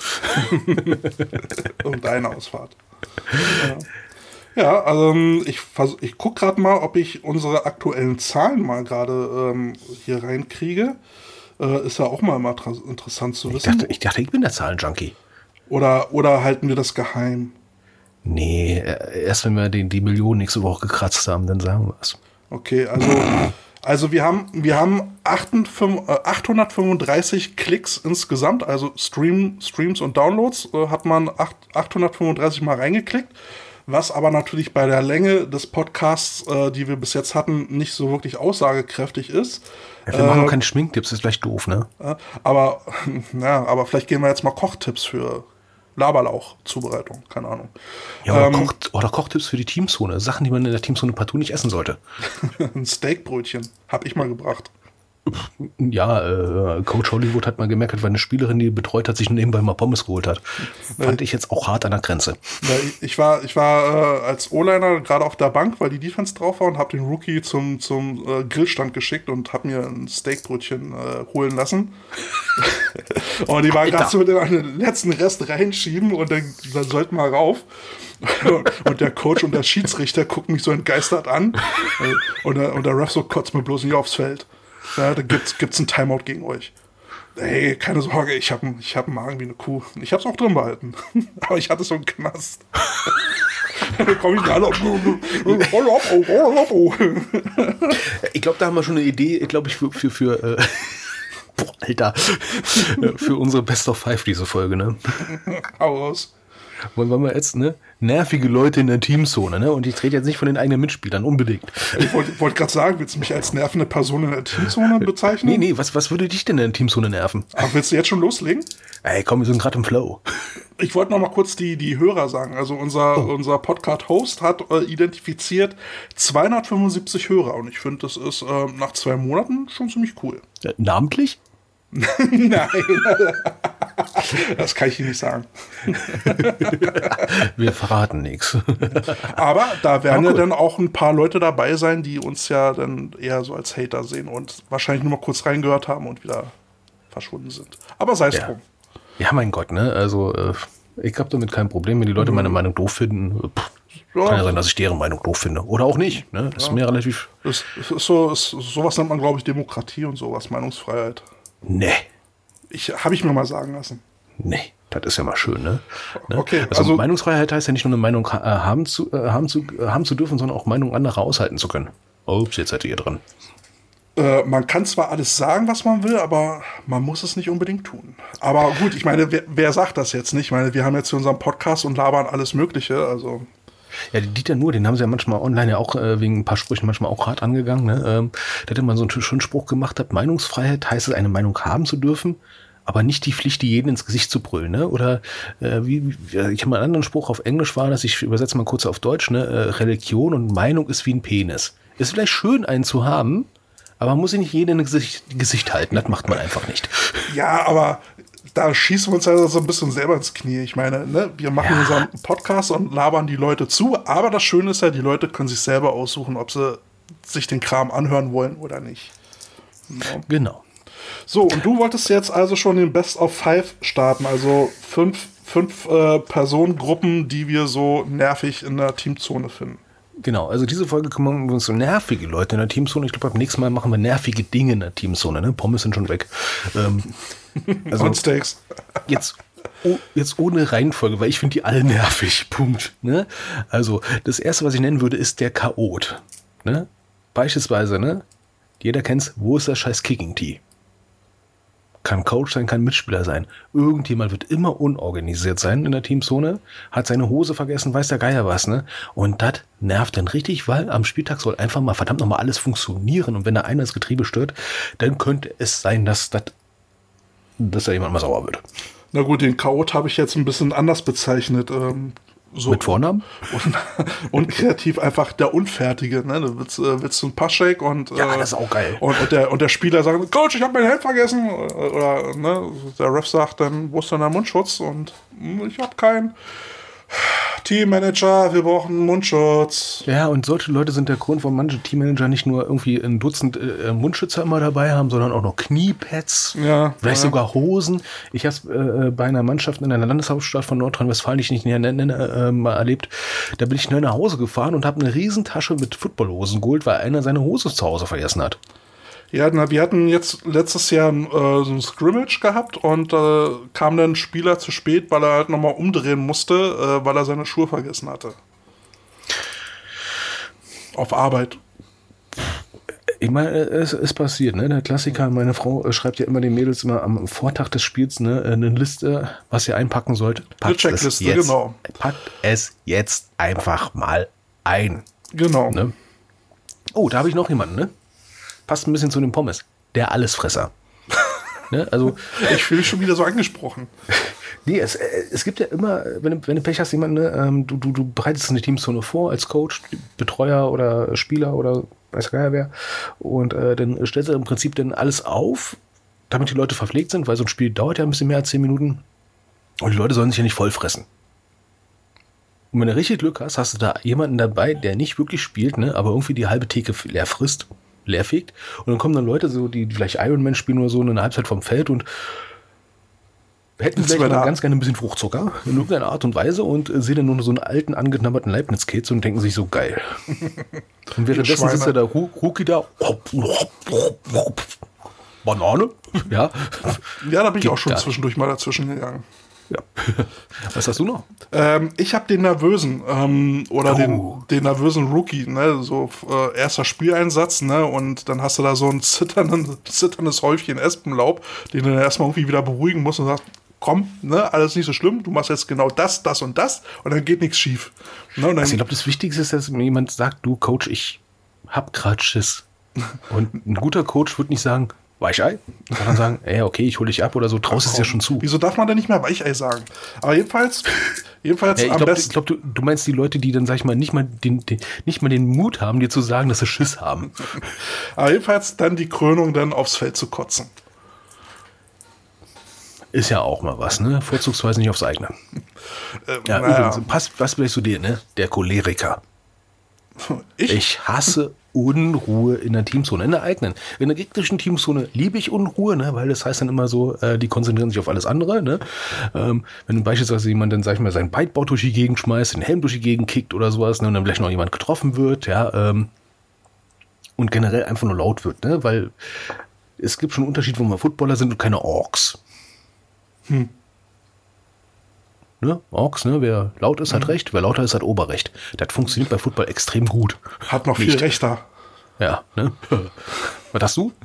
Und eine Ausfahrt. Ja, ja also ich, ich gucke gerade mal, ob ich unsere aktuellen Zahlen mal gerade ähm, hier reinkriege. Äh, ist ja auch mal immer tra- interessant zu wissen. Ich dachte, ich dachte, ich bin der Zahlenjunkie. Oder, oder halten wir das geheim? Nee, erst wenn wir die, die Millionen nächste Woche gekratzt haben, dann sagen wir es. Okay, also, also wir haben, wir haben achthundertfünfunddreißig Klicks insgesamt, also Stream, Streams und Downloads äh, hat man achthundertfünfunddreißig mal reingeklickt, was aber natürlich bei der Länge des Podcasts, äh, die wir bis jetzt hatten, nicht so wirklich aussagekräftig ist. Ja, wir machen äh, keine Schminktipps, ist vielleicht doof, ne? Äh, aber, ja, aber vielleicht geben wir jetzt mal Kochtipps für Laberlauch-Zubereitung, keine Ahnung. Ja, oder, ähm, Koch, oder Kochtipps für die Teamzone, Sachen, die man in der Teamzone partout nicht essen sollte. Ein Steakbrötchen, hab ich mal gebracht. Ja, äh, Coach Hollywood hat mal gemerkt, weil eine Spielerin, die betreut hat, sich nebenbei mal Pommes geholt hat. Fand ich jetzt auch hart an der Grenze. Ja, ich war, ich war äh, als O-Liner gerade auf der Bank, weil die Defense drauf war und habe den Rookie zum, zum äh, Grillstand geschickt und habe mir ein Steakbrötchen äh, holen lassen. Und die waren gerade so den letzten Rest reinschieben und dann, dann sollten wir rauf. Und der Coach und der Schiedsrichter gucken mich so entgeistert an. Und der, und der Ref so, kotzt mir bloß nicht aufs Feld. Ja, da gibt's, gibt's ein Timeout gegen euch. Ey, keine Sorge, ich habe ich hab einen Magen wie eine Kuh. Ich habe es auch drin behalten. Aber ich hatte so einen Knast. Da komme ich da alle. Ich glaube, da haben wir schon eine Idee, glaube ich, für, für, für äh, boah, Alter, für unsere Best of Five, diese Folge, ne? Hau raus. Wollen wir jetzt, ne? Nervige Leute in der Teamzone, ne? Und ich trete jetzt nicht von den eigenen Mitspielern, unbedingt. Ich wollte wollt gerade sagen, willst du mich als nervende Person in der Teamzone bezeichnen? Nee, nee, was, was würde dich denn in der Teamzone nerven? Ach, willst du jetzt schon loslegen? Ey, komm, wir sind gerade im Flow. Ich wollte noch mal kurz die, die Hörer sagen. Also unser, oh. unser Podcast-Host hat äh, identifiziert zweihundertfünfundsiebzig Hörer. Und ich finde, das ist äh, nach zwei Monaten schon ziemlich cool. Ja, namentlich? Nein. Das kann ich Ihnen nicht sagen. Wir verraten nichts. Aber da werden ja cool. dann auch ein paar Leute dabei sein, die uns ja dann eher so als Hater sehen und wahrscheinlich nur mal kurz reingehört haben und wieder verschwunden sind. Aber sei es ja. drum. Ja, mein Gott, ne? Also, äh, ich habe damit kein Problem, wenn die Leute mhm. meine Meinung doof finden. Pff, ja. Kann ja sein, dass ich deren Meinung doof finde. Oder auch nicht. Ne? Das ja. ist mir relativ. Es, es ist so, es, sowas nennt man, glaube ich, Demokratie und sowas, Meinungsfreiheit. Nee. Ich, habe ich mir mal sagen lassen. Nee, das ist ja mal schön, ne? ne? Okay, also, also Meinungsfreiheit heißt ja nicht nur eine Meinung ha- haben, zu, äh, haben, zu, äh, haben zu dürfen, sondern auch Meinungen anderer aushalten zu können. Ups, jetzt seid ihr dran. Äh, man kann zwar alles sagen, was man will, aber man muss es nicht unbedingt tun. Aber gut, ich meine, wer, wer sagt das jetzt nicht? Ich meine, wir haben jetzt hier unseren Podcast und labern alles Mögliche, also... Ja, Dieter Nuhr, den haben sie ja manchmal online ja auch äh, wegen ein paar Sprüchen manchmal auch hart angegangen. Ne? Ähm, der hat immer so einen schönen Spruch gemacht, hat Meinungsfreiheit heißt es, eine Meinung haben zu dürfen, aber nicht die Pflicht, die jeden ins Gesicht zu brüllen. Ne? Oder äh, wie, wie ich habe mal einen anderen Spruch auf Englisch war, dass ich übersetze mal kurz auf Deutsch, ne? äh, Religion und Meinung ist wie ein Penis. Ist vielleicht schön, einen zu haben, aber man muss sich nicht jeden ins Gesicht, Gesicht halten. Das macht man einfach nicht. Ja, aber da schießen wir uns ja so ein bisschen selber ins Knie. Ich meine, ne, wir machen ja. unseren Podcast und labern die Leute zu, aber das Schöne ist ja, die Leute können sich selber aussuchen, ob sie sich den Kram anhören wollen oder nicht. Ja. Genau. So, und du wolltest jetzt also schon den Best of Five starten, also fünf, fünf äh, Personengruppen, die wir so nervig in der Teamzone finden. Genau, also diese Folge kümmern wir uns so nervige Leute in der Teamzone. Ich glaube, beim nächsten Mal machen wir nervige Dinge in der Teamzone. Ne? Pommes sind schon weg. Ähm, also und Steaks. Jetzt, oh, jetzt ohne Reihenfolge, weil ich finde die alle nervig. Punkt. Ne? Also das erste, was ich nennen würde, ist der Chaot. Ne? Beispielsweise, ne? Jeder kennt's, wo ist das scheiß Kicking Tee? Kann Coach sein, kann Mitspieler sein. Irgendjemand wird immer unorganisiert sein in der Teamzone, hat seine Hose vergessen, weiß der Geier was, ne? Und das nervt dann richtig, weil am Spieltag soll einfach mal verdammt nochmal alles funktionieren. Und wenn da einer das Getriebe stört, dann könnte es sein, dass, das, dass da jemand mal sauer wird. Na gut, den Chaot habe ich jetzt ein bisschen anders bezeichnet. Ähm, so Mit Vornamen? Und, und kreativ einfach der Unfertige. Ne? Du willst, äh, willst du einen Passshake und, ja, äh, das ist auch geil. Und, und, der, und der Spieler sagt, Coach, ich habe mein Hemd vergessen. Oder ne, der Ref sagt dann, wo ist denn der Mundschutz? Und ich habe keinen. Teammanager, wir brauchen Mundschutz. Ja, und solche Leute sind der Grund, warum manche Teammanager nicht nur irgendwie ein Dutzend äh, Mundschützer immer dabei haben, sondern auch noch Kniepads, ja, vielleicht ja. sogar Hosen. Ich habe es äh, bei einer Mannschaft in einer Landeshauptstadt von Nordrhein-Westfalen, die ich nicht näher nenne, äh, mal erlebt. Da bin ich schnell nach Hause gefahren und habe eine Riesentasche mit Footballhosen geholt, weil einer seine Hose zu Hause vergessen hat. Ja, na, wir hatten jetzt letztes Jahr äh, so ein Scrimmage gehabt und äh, kam dann ein Spieler zu spät, weil er halt nochmal umdrehen musste, äh, weil er seine Schuhe vergessen hatte. Auf Arbeit. Ich meine, es ist passiert, ne? Der Klassiker, meine Frau äh, schreibt ja immer den Mädels immer am Vortag des Spiels ne, eine Liste, was ihr einpacken sollt. Packt eine Checkliste, jetzt, genau. Packt es jetzt einfach mal ein. Genau. Ne? Oh, da habe ich noch jemanden, ne? Passt ein bisschen zu den Pommes. Der Allesfresser. Ne? Also, ich fühle mich schon wieder so angesprochen. Nee, es, es gibt ja immer, wenn du, wenn du Pech hast, jemanden, ne, du, du, du bereitest eine Teamzone vor als Coach, Betreuer oder Spieler oder weiß gar nicht wer. Und äh, dann stellt er im Prinzip dann alles auf, damit die Leute verpflegt sind, weil so ein Spiel dauert ja ein bisschen mehr als zehn Minuten. Und die Leute sollen sich ja nicht voll fressen. Und wenn du richtig Glück hast, hast du da jemanden dabei, der nicht wirklich spielt, ne, aber irgendwie die halbe Theke leer frisst, leer fegt. Und dann kommen dann Leute, so, die vielleicht Iron Man spielen oder so, in einer Halbzeit vom Feld und hätten vielleicht mal ganz gerne ein bisschen Fruchtzucker in irgendeiner Art und Weise und äh, sehen dann nur so einen alten, angenammerten Leibniz-Käse und denken sich so, geil. Und währenddessen sitzt ja der Rookie da, Banane, ja. Ja, da bin ich auch schon zwischendurch mal dazwischen gegangen. Ja. Was hast du noch? Ähm, ich habe den nervösen ähm, oder oh. den, den nervösen Rookie, ne, so äh, erster Spieleinsatz, ne, und dann hast du da so ein zitterndes, zitterndes Häufchen Espenlaub, den du dann erstmal irgendwie wieder beruhigen musst und sagst, komm, ne, alles nicht so schlimm, du machst jetzt genau das, das und das und dann geht nichts schief. Ne, und dann also ich glaube, das Wichtigste ist, dass mir jemand sagt, du Coach, ich hab grad Schiss. Und ein guter Coach wird nicht sagen, Weichei, sondern sagen, ey, okay, ich hole dich ab oder so, traust es ja schon zu. Wieso darf man denn nicht mehr Weichei sagen? Aber jedenfalls, jedenfalls ja, ich am glaub, besten. Ich glaube, du, du meinst die Leute, die dann, sag ich mal, nicht mal den, den, nicht mal den Mut haben, dir zu sagen, dass sie Schiss haben. Aber jedenfalls dann die Krönung, dann aufs Feld zu kotzen. Ist ja auch mal was, ne? Vorzugsweise nicht aufs eigene. Ähm, ja, naja. Übrigens, passt, was vielleicht zu dir, ne? Der Choleriker. Ich? Ich hasse Unruhe in der Teamzone, in der eigenen. In der gegnerischen Teamzone liebe ich Unruhe, ne, weil das heißt dann immer so, äh, die konzentrieren sich auf alles andere. Ne? Ähm, wenn beispielsweise jemand dann, sag ich mal, sein Beitboard durch die Gegend schmeißt, den Helm durch die Gegend kickt oder sowas, ne, und dann vielleicht noch jemand getroffen wird, ja, ähm, und generell einfach nur laut wird, ne, weil es gibt schon einen Unterschied, wo wir Footballer sind und keine Orks. Hm. Ne? Orks, ne? Wer laut ist, hat mhm. Recht, wer lauter ist, hat Oberrecht. Das funktioniert bei Football extrem gut. Hat noch Nicht. viel Rechter. Ja, ne? Was hast du?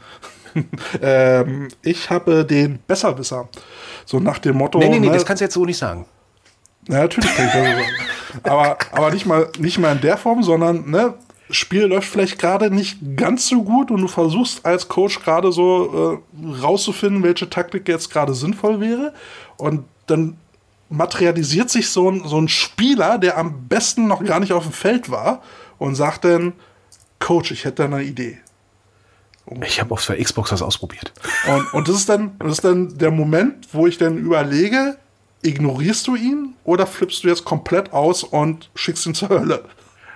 ähm, ich habe den Besserwisser. So nach dem Motto. Nee, nee, nee, ne? das kannst du jetzt so nicht sagen. Na, natürlich kann ich das so sagen. Aber, aber nicht mal, nicht mal in der Form, sondern, ne? Spiel läuft vielleicht gerade nicht ganz so gut und du versuchst als Coach gerade so äh, rauszufinden, welche Taktik jetzt gerade sinnvoll wäre. Und dann materialisiert sich so ein, so ein Spieler, der am besten noch gar nicht auf dem Feld war und sagt dann, Coach, ich hätte da eine Idee. Und ich habe auf der Xbox das ausprobiert. Und, und das ist dann, das ist dann der Moment, wo ich dann überlege, ignorierst du ihn oder flippst du jetzt komplett aus und schickst ihn zur Hölle?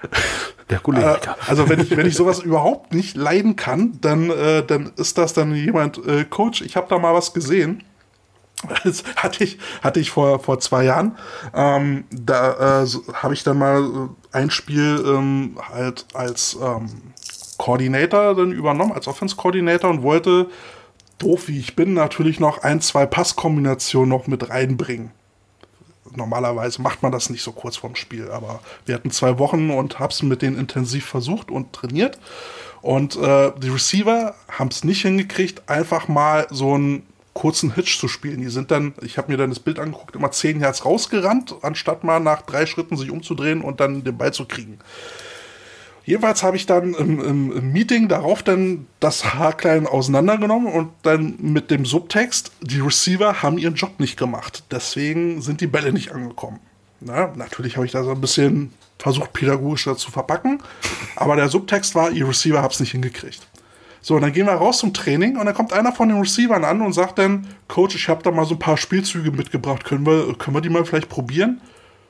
Der Choleriker. Äh, also wenn ich, wenn ich sowas überhaupt nicht leiden kann, dann, äh, dann ist das dann jemand, äh, Coach, ich habe da mal was gesehen. Das hatte ich, hatte ich vor, vor zwei Jahren. Ähm, da äh, so, habe ich dann mal ein Spiel ähm, halt als ähm, Coordinator dann übernommen, als Offense-Coordinator und wollte, doof wie ich bin, natürlich noch ein, zwei Passkombinationen noch mit reinbringen. Normalerweise macht man das nicht so kurz vorm Spiel, aber wir hatten zwei Wochen und hab's mit denen intensiv versucht und trainiert. Und äh, die Receiver haben es nicht hingekriegt, einfach mal so ein kurzen Hitch zu spielen. Die sind dann, ich habe mir dann das Bild angeguckt, immer zehn Yards rausgerannt, anstatt mal nach drei Schritten sich umzudrehen und dann den Ball zu kriegen. Jedenfalls habe ich dann im, im, im Meeting darauf dann das haarklein auseinandergenommen und dann mit dem Subtext, die Receiver haben ihren Job nicht gemacht. Deswegen sind die Bälle nicht angekommen. Na, natürlich habe ich da so ein bisschen versucht, pädagogisch zu verpacken, aber der Subtext war, ihr Receiver habt es nicht hingekriegt. So, und dann gehen wir raus zum Training und dann kommt einer von den Receivern an und sagt dann, Coach, ich habe da mal so ein paar Spielzüge mitgebracht, können wir, können wir die mal vielleicht probieren?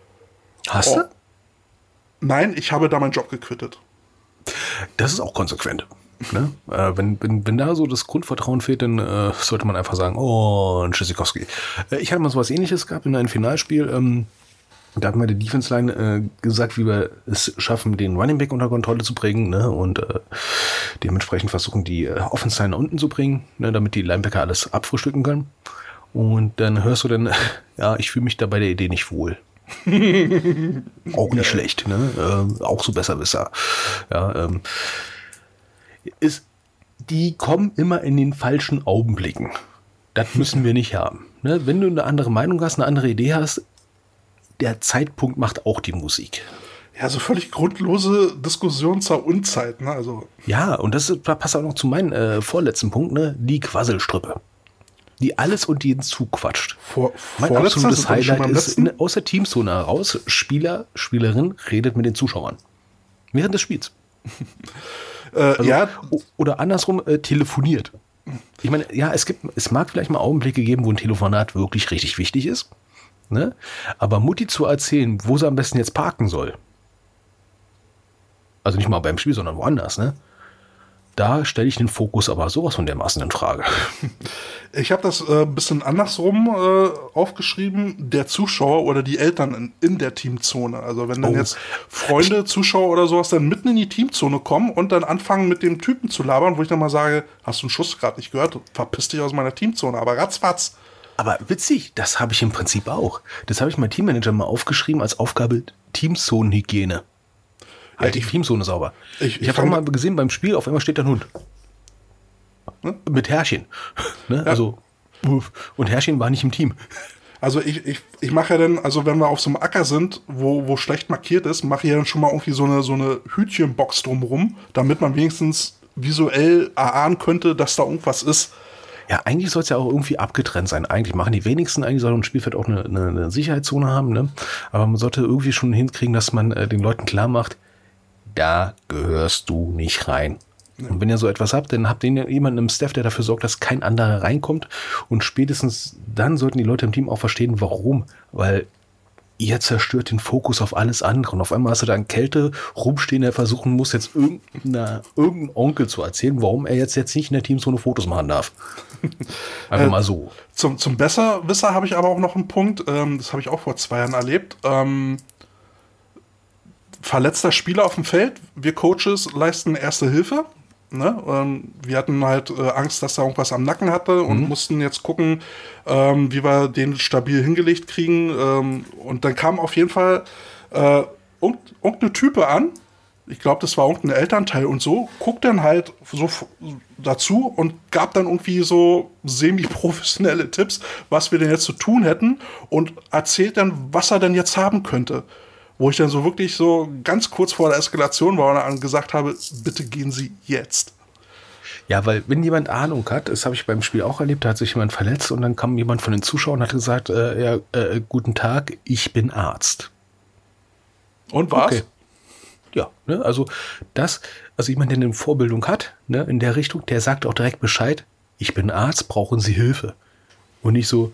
Hast du? Oh. Nein, ich habe da meinen Job gequittet. Das ist auch konsequent. Ne? Äh, wenn, wenn, wenn da so das Grundvertrauen fehlt, dann äh, sollte man einfach sagen, oh, ein Tschüssikowski. Äh, ich hatte mal so was Ähnliches gehabt in einem Finalspiel. Ähm, da hat mir die Defense-Line äh, gesagt, wie wir es schaffen, den Running Back unter Kontrolle zu bringen, ne? Und äh, dementsprechend versuchen, die äh, Offense-Line nach unten zu bringen, ne? Damit die Linebacker alles abfrühstücken können. Und dann hörst du dann, ja, ich fühle mich da bei der Idee nicht wohl. Auch nicht schlecht, ne? Äh, auch so Besserwisser. Ja, ähm, ist, die kommen immer in den falschen Augenblicken. Das müssen wir nicht haben. Ne? Wenn du eine andere Meinung hast, eine andere Idee hast, der Zeitpunkt macht auch die Musik. Ja, so völlig grundlose Diskussion zur Unzeit, ne? Also. Ja, und das passt auch noch zu meinem äh, vorletzten Punkt, ne? Die Quasselstrippe. Die alles und jeden zuquatscht. Vor, mein absolutes Highlight ist, in, aus der Teamzone heraus, Spieler, Spielerin redet mit den Zuschauern. Während des Spiels. Äh, Also, ja, o- oder andersrum, äh, telefoniert. Ich meine, ja, es gibt, es mag vielleicht mal Augenblicke geben, wo ein Telefonat wirklich richtig wichtig ist, ne? Aber Mutti zu erzählen, wo sie am besten jetzt parken soll, also nicht mal beim Spiel, sondern woanders, ne? Da stelle ich den Fokus aber sowas von dermaßen in Frage. ich habe das äh, ein bisschen andersrum äh, aufgeschrieben. Der Zuschauer oder die Eltern in, in der Teamzone. Also wenn dann Oh. jetzt Freunde, Zuschauer oder sowas dann mitten in die Teamzone kommen und dann anfangen mit dem Typen zu labern, wo ich dann mal sage, hast du einen Schuss gerade nicht gehört? Verpiss dich aus meiner Teamzone. Aber ratzfatz. Aber witzig, das habe ich im Prinzip auch. Das habe ich meinem Teammanager mal aufgeschrieben als Aufgabe Teamzonenhygiene. Halt die ich- Teamzone sauber. ich- Ich, ich habe auch fand- mal gesehen beim Spiel, auf einmal steht da ein Hund. Hm? Mit Herrchen. Ne? Also, uff. Und Herrchen war nicht im Team. Also ich, ich, ich mache ja dann, also wenn wir auf so einem Acker sind, wo, wo schlecht markiert ist, mache ich ja dann schon mal irgendwie so eine, so eine Hütchenbox drumrum, damit man wenigstens visuell erahnen könnte, dass da irgendwas ist. Ja, eigentlich soll es ja auch irgendwie abgetrennt sein. Eigentlich machen die wenigsten, eigentlich soll ein Spielfeld auch eine, eine, eine Sicherheitszone haben, ne? Aber man sollte irgendwie schon hinkriegen, dass man äh, den Leuten klar macht, da gehörst du nicht rein. Ja. Und wenn ihr so etwas habt, dann habt ihr jemanden im Staff, der dafür sorgt, dass kein anderer reinkommt. Und spätestens dann sollten die Leute im Team auch verstehen, warum. Weil ihr zerstört den Fokus auf alles andere. Und auf einmal hast du da einen Kälte rumstehen, der versuchen muss, jetzt irgendeiner, irgendein Onkel zu erzählen, warum er jetzt, jetzt nicht in der Teamzone Fotos machen darf. Einfach äh, mal so. Zum, zum Besserwisser habe ich aber auch noch einen Punkt, ähm, das habe ich auch vor zwei Jahren erlebt. Ähm, verletzter Spieler auf dem Feld, wir Coaches leisten erste Hilfe. Ne? Ähm, wir hatten halt äh, Angst, dass er irgendwas am Nacken hatte und mhm. mussten jetzt gucken, ähm, wie wir den stabil hingelegt kriegen. Ähm, und dann kam auf jeden Fall äh, irgendeine Type an, ich glaube, das war irgendein Elternteil und so, guckt dann halt so dazu und gab dann irgendwie so semi-professionelle Tipps, was wir denn jetzt zu tun hätten und erzählt dann, was er denn jetzt haben könnte. Wo ich dann so wirklich so ganz kurz vor der Eskalation war und dann gesagt habe, bitte gehen Sie jetzt. Ja, weil wenn jemand Ahnung hat, das habe ich beim Spiel auch erlebt, da hat sich jemand verletzt und dann kam jemand von den Zuschauern und hat gesagt, äh, ja, äh, guten Tag, ich bin Arzt. Und was? Okay. Ja, ne, also das, also jemand, der eine Vorbildung hat, ne, in der Richtung, der sagt auch direkt Bescheid, ich bin Arzt, brauchen Sie Hilfe. Und nicht so,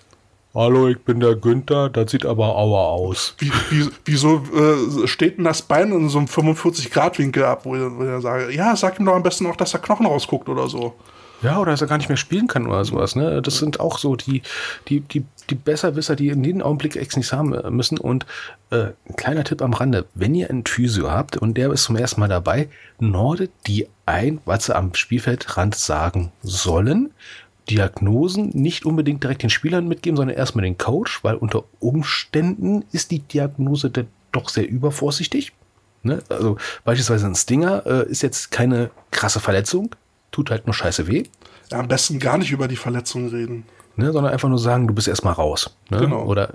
hallo, ich bin der Günther, das sieht aber auer aus. Wie, wie, wieso äh, steht denn das Bein in so einem fünfundvierzig Grad Winkel ab, wo ich, wo ich sage, ja, sag ihm doch am besten auch, dass der Knochen rausguckt oder so. Ja, oder dass er gar nicht mehr spielen kann oder sowas. Ne? Das sind auch so die, die, die, die Besserwisser, die in jedem Augenblick Ex nichts haben müssen. Und äh, ein kleiner Tipp am Rande, wenn ihr einen Physio habt und der ist zum ersten Mal dabei, nordet die ein, was sie am Spielfeldrand sagen sollen. Diagnosen nicht unbedingt direkt den Spielern mitgeben, sondern erstmal den Coach, weil unter Umständen ist die Diagnose doch sehr übervorsichtig. Ne? Also beispielsweise ein Stinger äh, ist jetzt keine krasse Verletzung, tut halt nur scheiße weh. Ja, am besten gar nicht über die Verletzung reden. Ne, sondern einfach nur sagen, du bist erstmal raus. Ne? Genau. Oder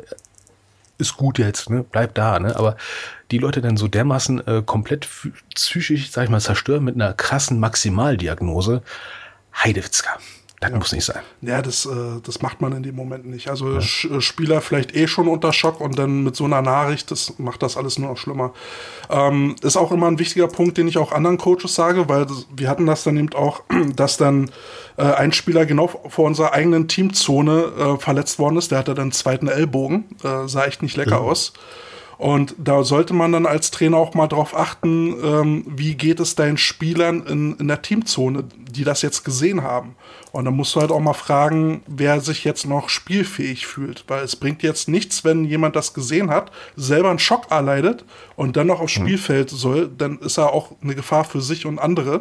ist gut jetzt, ne? Bleib da. Ne? Aber die Leute dann so dermaßen äh, komplett psychisch, sag ich mal, zerstören mit einer krassen Maximaldiagnose. Heidewitzka. Das ja. muss nicht sein. Ja, das, äh, das macht man in dem Moment nicht. Also ja. Sch- Spieler vielleicht eh schon unter Schock und dann mit so einer Nachricht, das macht das alles nur noch schlimmer. Ähm, ist auch immer ein wichtiger Punkt, den ich auch anderen Coaches sage, weil das, wir hatten das dann eben auch, dass dann äh, ein Spieler genau vor unserer eigenen Teamzone äh, verletzt worden ist. Der hatte dann einen zweiten Ellbogen, äh, sah echt nicht lecker mhm. aus. Und da sollte man dann als Trainer auch mal drauf achten, ähm, wie geht es deinen Spielern in, in der Teamzone, die das jetzt gesehen haben. Und dann musst du halt auch mal fragen, wer sich jetzt noch spielfähig fühlt. Weil es bringt jetzt nichts, wenn jemand das gesehen hat, selber einen Schock erleidet und dann noch aufs Spielfeld soll, dann ist er auch eine Gefahr für sich und andere.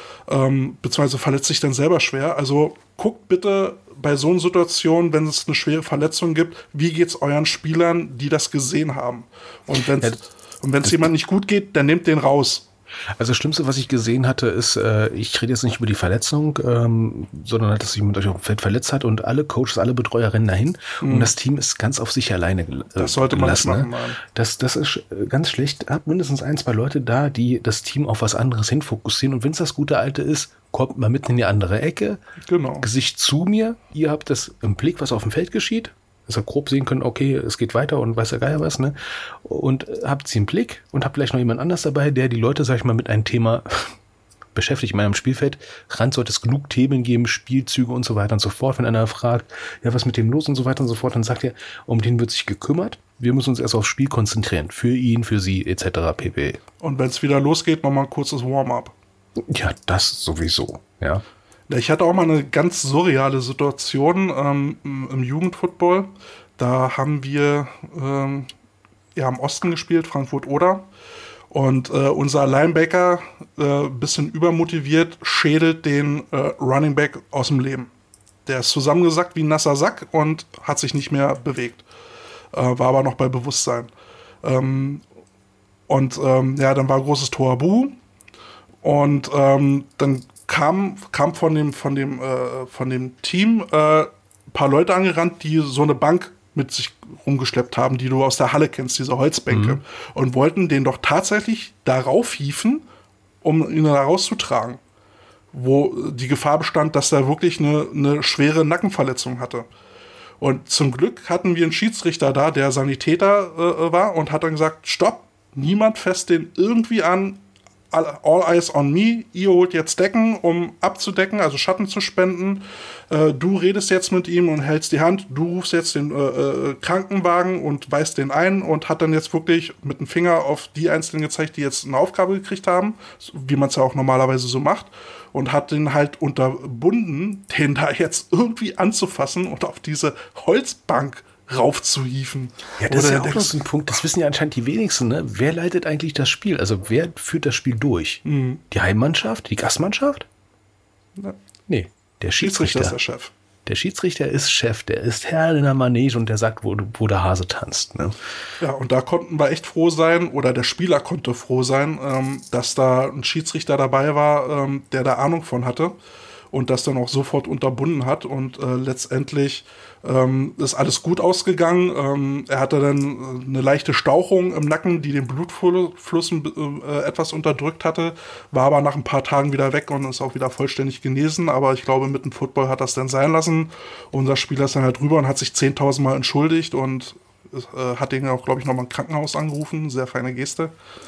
Ähm, beziehungsweise verletzt sich dann selber schwer. Also guckt bitte bei so einer Situation, wenn es eine schwere Verletzung gibt, wie geht es euren Spielern, die das gesehen haben? Und wenn es ja, und wenn es jemand nicht gut geht, dann nehmt den raus. Also das Schlimmste, was ich gesehen hatte, ist, äh, ich rede jetzt nicht über die Verletzung, ähm, sondern dass sich jemand auf dem Feld verletzt hat und alle Coaches, alle Betreuer rennen dahin mhm. und das Team ist ganz auf sich alleine gel- äh, das sollte man gelassen. Nicht machen, ne? das, das ist ganz schlecht. Habt mindestens ein, zwei Leute da, die das Team auf was anderes hinfokussieren und wenn es das gute Alte ist, kommt mal mitten in die andere Ecke, genau. Gesicht zu mir, ihr habt das im Blick, was auf dem Feld geschieht, dass ihr grob sehen könnt, okay, es geht weiter und weiß der Geier was, ne? Und habt sie im Blick und habt vielleicht noch jemand anders dabei, der die Leute, sag ich mal, mit einem Thema beschäftigt in meinem Spielfeld, ran sollte es genug Themen geben, Spielzüge und so weiter und so fort. Wenn einer fragt, ja, was mit dem los und so weiter und so fort, dann sagt er, um den wird sich gekümmert. Wir müssen uns erst aufs Spiel konzentrieren. Für ihn, für sie, et cetera pp. Und wenn es wieder losgeht, nochmal ein kurzes Warm-up. Ja, das sowieso, ja. Ich hatte auch mal eine ganz surreale Situation ähm, im Jugendfootball. Da haben wir ähm, ja, im Osten gespielt, Frankfurt-Oder. Und äh, unser Linebacker, äh, bisschen übermotiviert, schädelt den äh, Running Back aus dem Leben. Der ist zusammengesackt wie ein nasser Sack und hat sich nicht mehr bewegt. Äh, war aber noch bei Bewusstsein. Ähm, und ähm, ja, dann war großes Tohuwabohu. Und ähm, dann kam, kam von dem, von dem, äh, von dem Team äh, ein paar Leute angerannt, die so eine Bank mit sich rumgeschleppt haben, die du aus der Halle kennst, diese Holzbänke, mhm. und wollten den doch tatsächlich darauf hieven, um ihn da rauszutragen, wo die Gefahr bestand, dass er wirklich eine, eine schwere Nackenverletzung hatte. Und zum Glück hatten wir einen Schiedsrichter da, der Sanitäter äh, war und hat dann gesagt, stopp, niemand fasst den irgendwie an, all eyes on me, ihr holt jetzt Decken, um abzudecken, also Schatten zu spenden. Äh, du redest jetzt mit ihm und hältst die Hand, du rufst jetzt den äh, äh, Krankenwagen und weist den ein und hat dann jetzt wirklich mit dem Finger auf die Einzelnen gezeigt, die jetzt eine Aufgabe gekriegt haben, wie man es ja auch normalerweise so macht, und hat den halt unterbunden, den da jetzt irgendwie anzufassen und auf diese Holzbank raufzuhieven. Ja, das Oder ist ja auch noch so ein Punkt, das wissen ja anscheinend die wenigsten, ne? Wer leitet eigentlich das Spiel? Also wer führt das Spiel durch? Mhm. Die Heimmannschaft? Die Gastmannschaft? Ja. Nee, der Schiedsrichter. Schiedsrichter ist der Chef. Der Schiedsrichter ist Chef, der ist Herr in der Manege und der sagt, wo, wo der Hase tanzt. Ne? Ja, und da konnten wir echt froh sein, oder der Spieler konnte froh sein, ähm, dass da ein Schiedsrichter dabei war, ähm, der da Ahnung von hatte und das dann auch sofort unterbunden hat, und äh, letztendlich ähm, ist alles gut ausgegangen. Ähm, er hatte dann eine leichte Stauchung im Nacken, die den Blutfluss äh, etwas unterdrückt hatte, war aber nach ein paar Tagen wieder weg und ist auch wieder vollständig genesen, aber ich glaube, mit dem Football hat das dann sein lassen. Unser Spieler ist dann halt rüber und hat sich zehntausend Mal entschuldigt und äh, hat den auch, glaube ich, nochmal im Krankenhaus angerufen, sehr feine Geste.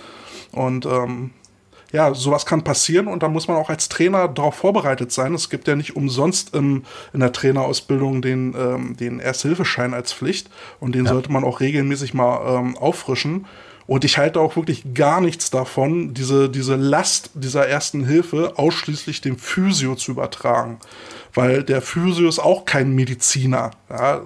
Und ähm, ja, sowas kann passieren, und da muss man auch als Trainer darauf vorbereitet sein. Es gibt ja nicht umsonst im, in der Trainerausbildung den, ähm, den Erste-Hilfe-Schein als Pflicht, und den ja. sollte man auch regelmäßig mal ähm, auffrischen. Und ich halte auch wirklich gar nichts davon, diese, diese Last dieser Ersten Hilfe ausschließlich dem Physio zu übertragen. Weil der Physio ist auch kein Mediziner. Ja,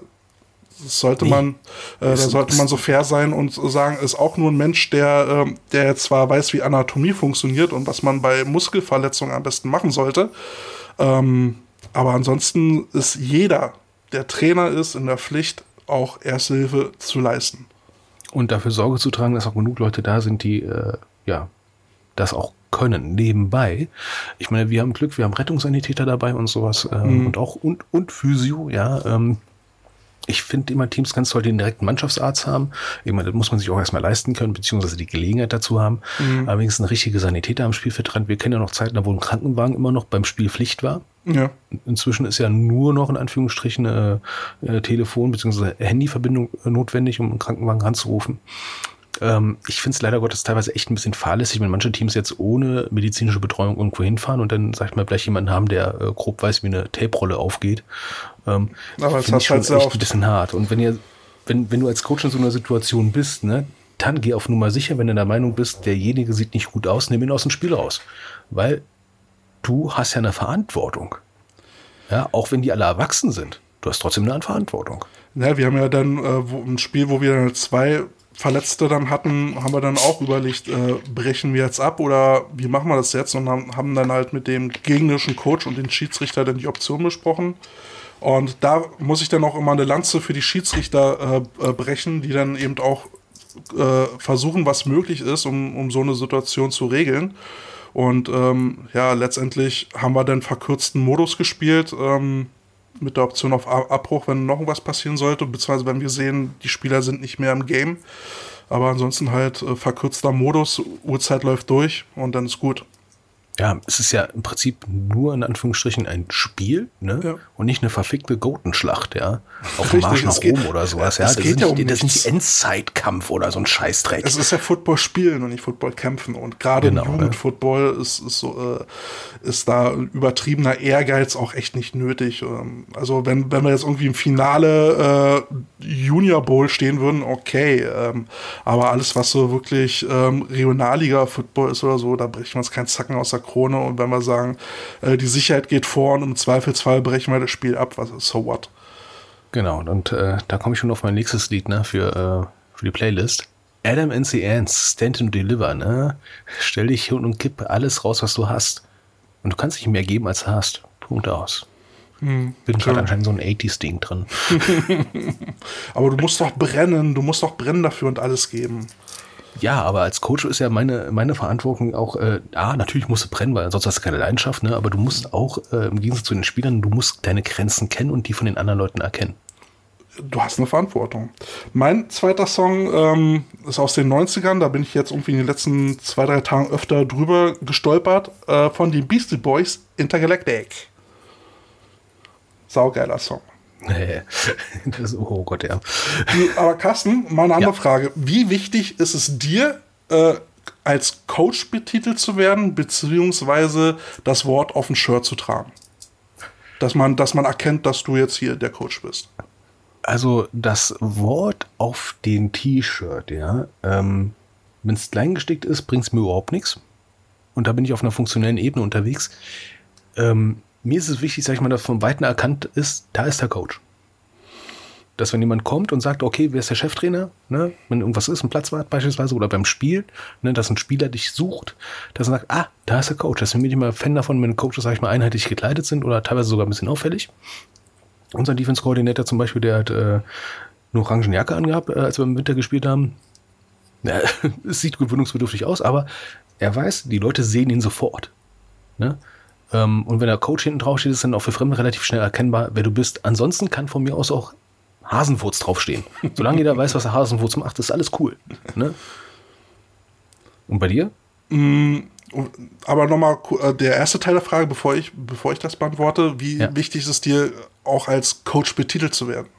Das sollte nee. man, äh, da sollte man so fair sein und sagen, ist auch nur ein Mensch, der, äh, der zwar weiß, wie Anatomie funktioniert und was man bei Muskelverletzungen am besten machen sollte, ähm, aber ansonsten ist jeder, der Trainer ist, in der Pflicht, auch Erste Hilfe zu leisten. Und dafür Sorge zu tragen, dass auch genug Leute da sind, die äh, ja das auch können, nebenbei. Ich meine, wir haben Glück, wir haben Rettungssanitäter dabei und sowas äh, mhm. und auch und, und Physio, ja, ähm, ich finde immer Teams ganz toll, den direkten Mannschaftsarzt haben. Ich meine, das muss man sich auch erstmal leisten können, beziehungsweise die Gelegenheit dazu haben. Mhm. Aber wenigstens eine richtige Sanitäter am Spielfeld dran. Wir kennen ja noch Zeiten, da wo ein Krankenwagen immer noch beim Spiel Pflicht war. Ja. Inzwischen ist ja nur noch in Anführungsstrichen eine, eine Telefon- bzw. Handyverbindung notwendig, um einen Krankenwagen ranzurufen. Ähm, ich finde es leider Gottes teilweise echt ein bisschen fahrlässig, wenn manche Teams jetzt ohne medizinische Betreuung irgendwo hinfahren und dann, sag ich mal, gleich jemanden haben, der äh, grob weiß, wie eine Tape-Rolle aufgeht. Ähm, Aber das hast halt sehr echt oft. Ein bisschen hart. Und wenn ihr, wenn, wenn du als Coach in so einer Situation bist, ne, dann geh auf Nummer sicher, wenn du der Meinung bist, derjenige sieht nicht gut aus, nimm ihn aus dem Spiel raus. Weil du hast ja eine Verantwortung. Ja, auch wenn die alle erwachsen sind. Du hast trotzdem eine Verantwortung. Ja, wir haben ja dann äh, wo, ein Spiel, wo wir dann zwei Verletzte dann hatten, haben wir dann auch überlegt, äh, brechen wir jetzt ab oder wie machen wir das jetzt? Und haben, haben dann halt mit dem gegnerischen Coach und den Schiedsrichter dann die Option besprochen. Und da muss ich dann auch immer eine Lanze für die Schiedsrichter äh, brechen, die dann eben auch äh, versuchen, was möglich ist, um, um so eine Situation zu regeln. Und ähm, ja, letztendlich haben wir dann verkürzten Modus gespielt, ähm, mit der Option auf Abbruch, wenn noch was passieren sollte, beziehungsweise wenn wir sehen, die Spieler sind nicht mehr im Game. Aber ansonsten halt äh, verkürzter Modus, Uhrzeit läuft durch und dann ist gut. Ja, es ist ja im Prinzip nur in Anführungsstrichen ein Spiel, ne? Ja. Und nicht eine verfickte Gotenschlacht, ja. Auf dem Marsch nach Rom oder sowas, ja. Es das geht ist ja nicht, um das ist nicht Endzeitkampf oder so ein Scheißdreck. Es ist ja Football spielen und nicht Football kämpfen. Und gerade genau, im Jugendfootball ne? ist, ist, so, äh, ist da ein übertriebener Ehrgeiz auch echt nicht nötig. Ähm, also wenn, wenn wir jetzt irgendwie im Finale äh, Junior Bowl stehen würden, okay. Ähm, aber alles, was so wirklich ähm, Regionalliga-Football ist oder so, da brechen wir uns keinen Zacken aus der Krone. Und wenn wir sagen, äh, die Sicherheit geht vor und im Zweifelsfall brechen wir das Spiel ab, was so what? Genau, und äh, da komme ich schon auf mein nächstes Lied, ne, für, äh, für die Playlist. Adam and the Ants, Stand and Deliver, ne? Stell dich hin und kipp alles raus, was du hast. Und du kannst nicht mehr geben, als du hast. Punkt aus. Hm, Bin gerade anscheinend so ein achtziger-Ding drin. Aber du musst doch brennen, du musst doch brennen dafür und alles geben. Ja, aber als Coach ist ja meine, meine Verantwortung auch, äh, ah, natürlich musst du brennen, weil sonst hast du keine Leidenschaft, ne? Aber du musst auch, äh, im Gegensatz zu den Spielern, du musst deine Grenzen kennen und die von den anderen Leuten erkennen. Du hast eine Verantwortung. Mein zweiter Song ähm, ist aus den neunzigern, da bin ich jetzt irgendwie in den letzten zwei, drei Tagen öfter drüber gestolpert, äh, von den Beastie Boys, Intergalactic. Saugeiler Song. Das, oh Gott, ja. Aber Carsten, mal eine andere ja. Frage. Wie wichtig ist es dir, äh, als Coach betitelt zu werden, beziehungsweise das Wort auf dem Shirt zu tragen? Dass man, dass man erkennt, dass du jetzt hier der Coach bist. Also das Wort auf den T-Shirt, ja, ähm, wenn es klein gestickt ist, bringt es mir überhaupt nichts. Und da bin ich auf einer funktionellen Ebene unterwegs. Ähm, Mir ist es wichtig, sag ich mal, dass von Weitem erkannt ist, da ist der Coach. Dass wenn jemand kommt und sagt, okay, wer ist der Cheftrainer, ne? Wenn irgendwas ist, ein Platzwart beispielsweise oder beim Spiel, ne, dass ein Spieler dich sucht, dass er sagt, ah, da ist der Coach. Deswegen bin ich immer Fan davon, wenn Coaches, sag ich mal, einheitlich gekleidet sind oder teilweise sogar ein bisschen auffällig. Unser Defense-Coordinator zum Beispiel, der hat äh, eine orangen Jacke angehabt, äh, als wir im Winter gespielt haben. Ja, es sieht gewöhnungsbedürftig aus, aber er weiß, die Leute sehen ihn sofort. Ne? Ähm, und wenn der Coach hinten drauf steht, ist dann auch für Fremde relativ schnell erkennbar, wer du bist. Ansonsten kann von mir aus auch Hasenwurz draufstehen. Solange jeder weiß, was der Hasenwurz macht, ist alles cool. Ne? Und bei dir? Mm, aber nochmal der erste Teil der Frage, bevor ich, bevor ich das beantworte. Wie ja. wichtig ist es dir, auch als Coach betitelt zu werden?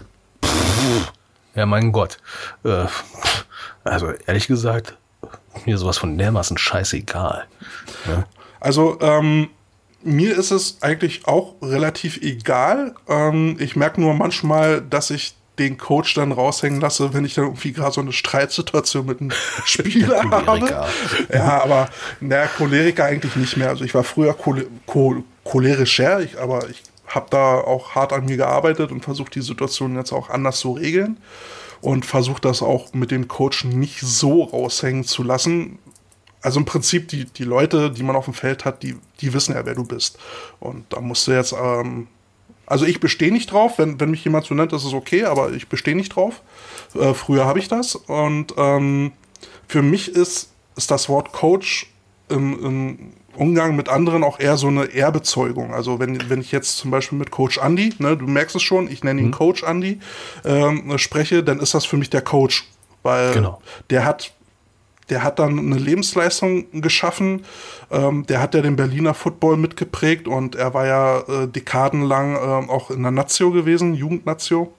Ja, mein Gott. Äh, also ehrlich gesagt, mir sowas von dermaßen scheißegal. Ne? Also, ähm, mir ist es eigentlich auch relativ egal. Ähm, ich merke nur manchmal, dass ich den Coach dann raushängen lasse, wenn ich dann irgendwie gerade so eine Streitsituation mit einem Spieler habe. Ja, aber naja, Choleriker eigentlich nicht mehr. Also ich war früher chol- chol- cholerischer, ich, aber ich habe da auch hart an mir gearbeitet und versucht, die Situation jetzt auch anders zu regeln und versucht das auch mit dem Coach nicht so raushängen zu lassen. Also im Prinzip, die, die Leute, die man auf dem Feld hat, die, die wissen ja, wer du bist. Und da musst du jetzt, ähm, also ich bestehe nicht drauf, wenn, wenn mich jemand so nennt, ist es okay, aber ich bestehe nicht drauf. Äh, früher habe ich das. Und ähm, für mich ist, ist das Wort Coach im, im Umgang mit anderen auch eher so eine Ehrbezeugung. Also wenn, wenn ich jetzt zum Beispiel mit Coach Andi, ne, du merkst es schon, ich nenne ihn mhm. Coach Andi, ähm, spreche, dann ist das für mich der Coach. Weil genau. der hat Der hat dann eine Lebensleistung geschaffen. Ähm, der hat ja den Berliner Football mitgeprägt und er war ja äh, dekadenlang äh, auch in der Nazio gewesen, Jugendnazio.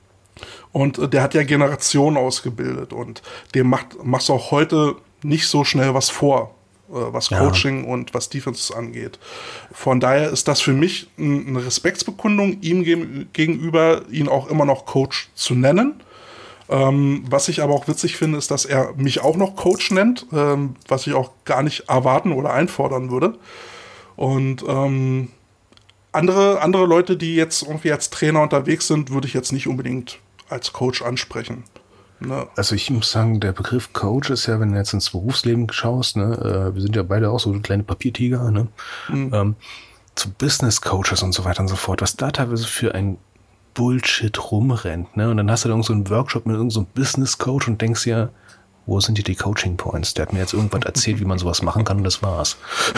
Und äh, der hat ja Generationen ausgebildet und dem macht, machst du auch heute nicht so schnell was vor, äh, was ja. Coaching und was Defense angeht. Von daher ist das für mich eine Respektsbekundung ihm ge- gegenüber, ihn auch immer noch Coach zu nennen. Ähm, was ich aber auch witzig finde, ist, dass er mich auch noch Coach nennt, ähm, was ich auch gar nicht erwarten oder einfordern würde. Und ähm, andere, andere Leute, die jetzt irgendwie als Trainer unterwegs sind, würde ich jetzt nicht unbedingt als Coach ansprechen. Ne? Also ich muss sagen, der Begriff Coach ist ja, wenn du jetzt ins Berufsleben schaust, ne, äh, wir sind ja beide auch so kleine Papiertiger, ne? Mhm. Ähm, zu Business Coaches und so weiter und so fort, was da teilweise für ein Bullshit rumrennt, ne? Und dann hast du da irgend so einen Workshop mit irgendeinem so Business Coach und denkst ja, wo sind hier die Coaching Points? Der hat mir jetzt irgendwas erzählt, wie man sowas machen kann und das war's.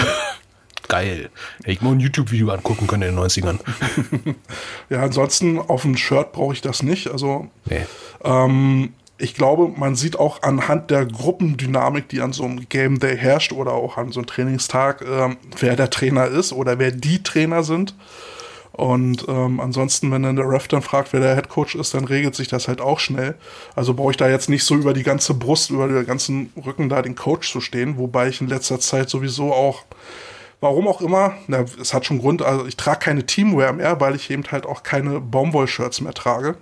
Geil. Hätte ich mal ein YouTube-Video angucken können in den neunzigern. Ja, ansonsten auf dem Shirt brauche ich das nicht. Also nee. ähm, ich glaube, man sieht auch anhand der Gruppendynamik, die an so einem Game Day herrscht oder auch an so einem Trainingstag, ähm, wer der Trainer ist oder wer die Trainer sind. Und ähm, ansonsten, wenn dann der Ref dann fragt, wer der Headcoach ist, dann regelt sich das halt auch schnell. Also brauche ich da jetzt nicht so über die ganze Brust, über den ganzen Rücken da den Coach zu stehen, wobei ich in letzter Zeit sowieso auch, warum auch immer, na, es hat schon Grund, also ich trage keine Teamwear mehr, weil ich eben halt auch keine Baumwoll-Shirts mehr trage.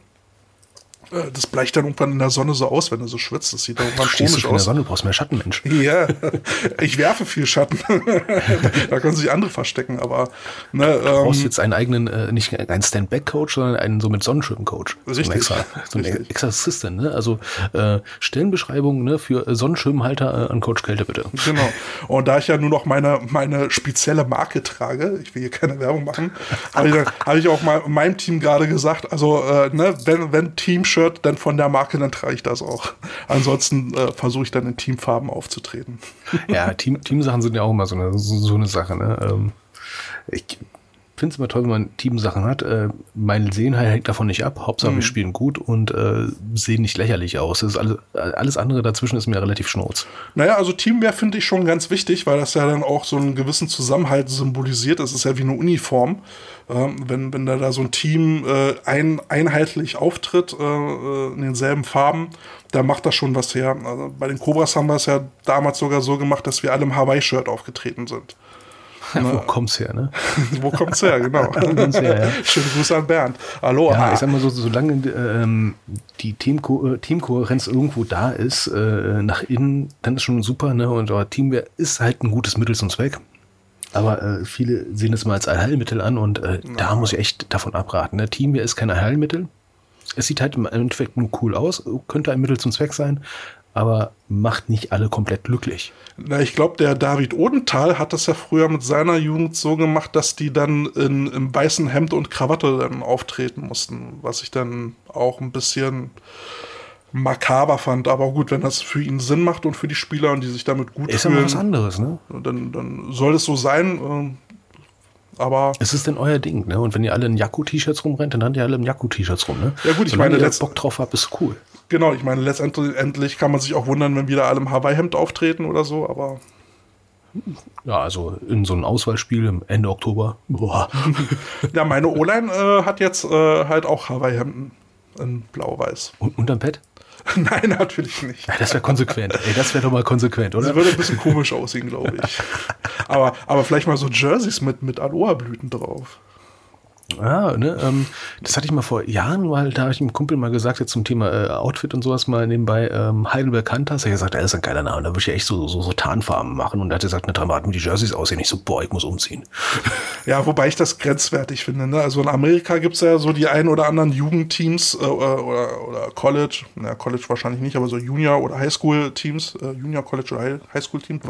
Das bleicht dann irgendwann in der Sonne so aus, wenn du so schwitzt. Das sieht dann irgendwann Stehst komisch du in der aus. Sonne, du brauchst mehr Schatten, Mensch. Ja, ich werfe viel Schatten. Da können sich andere verstecken, aber ne, Du brauchst ähm, jetzt einen eigenen, äh, nicht einen Stand-Back-Coach, sondern einen so mit Sonnenschirm-Coach. Richtig. So ein extra, so ein Richtig. extra Assistant, ne? Also äh, Stellenbeschreibung, ne, für äh, Sonnenschirmhalter äh, an Coach Kälte, bitte. Genau. Und da ich ja nur noch meine, meine spezielle Marke trage, ich will hier keine Werbung machen, habe ich, dann- habe ich auch mal meinem Team gerade gesagt, also äh, ne, wenn, wenn Team-Shirt, dann von der Marke, dann trage ich das auch. Ansonsten äh, versuche ich dann in Teamfarben aufzutreten. Ja, Team, Teamsachen sind ja auch immer so eine, so, so eine Sache, ne? Ähm, ich finde es immer toll, wenn man Teamsachen hat. Äh, mein Sehen hängt davon nicht ab. Hauptsache, wir spielen gut und äh, sehen nicht lächerlich aus. Das ist alles, alles andere dazwischen ist mir relativ schnurz. Naja, also Teamwear finde ich schon ganz wichtig, weil das ja dann auch so einen gewissen Zusammenhalt symbolisiert. Das ist ja wie eine Uniform. Ähm, wenn, wenn da, da so ein Team äh, ein, einheitlich auftritt äh, in denselben Farben, da macht das schon was her. Also bei den Cobras haben wir es ja damals sogar so gemacht, dass wir alle im Hawaii-Shirt aufgetreten sind. Ja, wo kommt's her, ne? Wo kommt's her, genau. kommt's her, ja. Schöne Grüße an Bernd. Aloha. Ja, ich sag mal so, solange ähm, die Teamko äh, Teamkohärenz irgendwo da ist, äh, nach innen, dann ist schon super, ne? Und aber Teamwear ist halt ein gutes Mittel zum Zweck. Aber äh, viele sehen es mal als Allheilmittel an und äh, da muss ich echt davon abraten. Ne? Teamwear ist kein Allheilmittel. Es sieht halt im Endeffekt nur cool aus, könnte ein Mittel zum Zweck sein, aber macht nicht alle komplett glücklich. Na, ich glaube, der David Odenthal hat das ja früher mit seiner Jugend so gemacht, dass die dann in, im weißen Hemd und Krawatte dann auftreten mussten, was ich dann auch ein bisschen makaber fand. Aber gut, wenn das für ihn Sinn macht und für die Spieler und die sich damit gut Ist ja fühlen, mal was anderes, ne? dann, dann soll es so sein. ähm, Aber Es ist denn euer Ding, ne? Und wenn ihr alle in Jakku-T-Shirts rumrennt, dann rennt ihr alle in Jakku-T-Shirts rum, ne? Ja gut, ich Solange meine, ihr letzt- Bock drauf habt, ist cool. genau, ich meine, letztendlich kann man sich auch wundern, wenn wir da alle im Hawaii-Hemd auftreten oder so, aber Ja, also in so einem Auswahlspiel im Ende Oktober. Boah. ja, meine O-Line äh, hat jetzt äh, halt auch Hawaii-Hemden in blau-weiß. Und unterm Bett? Nein, natürlich nicht. Ja, das wäre konsequent. Ey, das wäre doch mal konsequent, Das oder? würde ein bisschen komisch aussehen, glaube ich. Aber, aber vielleicht mal so Jerseys mit, mit Aloha-Blüten drauf. Ja, ne, ähm, das hatte ich mal vor Jahren, weil da habe ich einem Kumpel mal gesagt, jetzt zum Thema äh, Outfit und sowas mal nebenbei, ähm, Heidelberg Kantas, er hat gesagt, das ist ein geiler Name, da würde ich ja echt so, so, so Tarnfarben machen und er hat gesagt, na, Dramaten, wie die Jerseys aussehen. Ich so, boah, ich muss umziehen. Ja, wobei ich das grenzwertig finde. Ne? Also in Amerika gibt es ja so die ein oder anderen Jugendteams äh, oder, oder College, na College wahrscheinlich nicht, aber so Junior- oder Highschool-Teams, äh, Junior, College oder High- Highschool-Teams,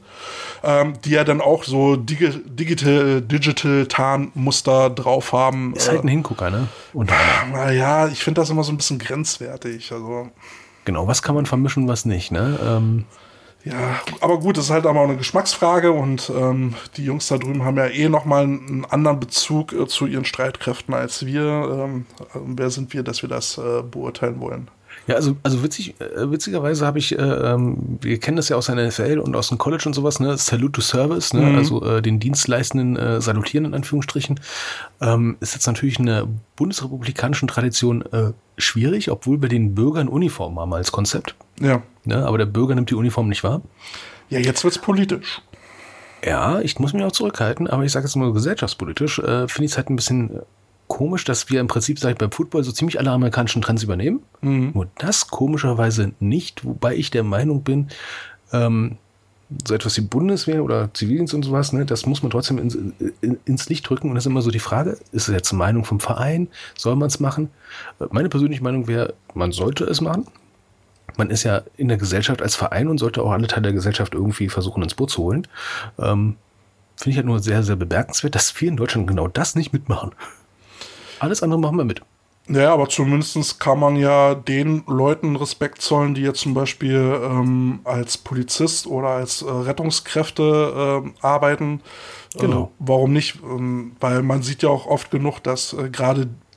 ähm, die ja dann auch so Digi- Digital, Digital Tarnmuster drauf haben. Ist halt ein Hingucker, ne? Und Naja, ich finde das immer so ein bisschen grenzwertig. Also, genau, was kann man vermischen, was nicht, ne? Ähm, ja, aber gut, das ist halt aber auch eine Geschmacksfrage und ähm, die Jungs da drüben haben ja eh nochmal einen anderen Bezug äh, zu ihren Streitkräften als wir. Ähm, also wer sind wir, dass wir das äh, beurteilen wollen? Ja, also, also witzig, äh, witzigerweise habe ich, äh, ähm, wir kennen das ja aus der N F L und aus dem College und sowas, ne, Salute to Service, ne, Mhm. also äh, den Dienstleistenden äh, salutieren in Anführungsstrichen, ähm, ist jetzt natürlich in der bundesrepublikanischen Tradition äh, schwierig, obwohl bei den Bürgern Uniform haben als Konzept, Ja. ne, aber der Bürger nimmt die Uniform nicht wahr. Ja, jetzt wird's politisch. Ja, ich muss mich auch zurückhalten, aber ich sage jetzt mal gesellschaftspolitisch, äh, finde ich es halt ein bisschen äh, komisch, dass wir im Prinzip seit beim Football so ziemlich alle amerikanischen Trends übernehmen. Mhm. Nur das komischerweise nicht, wobei ich der Meinung bin, ähm, so etwas wie Bundeswehr oder Zivildienst und sowas, ne, das muss man trotzdem ins, in, ins Licht drücken. Und das ist immer so die Frage, ist es jetzt eine Meinung vom Verein? Soll man es machen? Meine persönliche Meinung wäre, man sollte es machen. Man ist ja in der Gesellschaft als Verein und sollte auch alle Teile der Gesellschaft irgendwie versuchen, ins Boot zu holen. Ähm, Finde ich halt nur sehr, sehr bemerkenswert, dass wir in Deutschland genau das nicht mitmachen. Alles andere machen wir mit. Ja, aber zumindest kann man ja den Leuten Respekt zollen, die jetzt zum Beispiel ähm, als Polizist oder als äh, Rettungskräfte äh, arbeiten. Genau. Äh, warum nicht? Ähm, weil man sieht ja auch oft genug, dass äh, gerade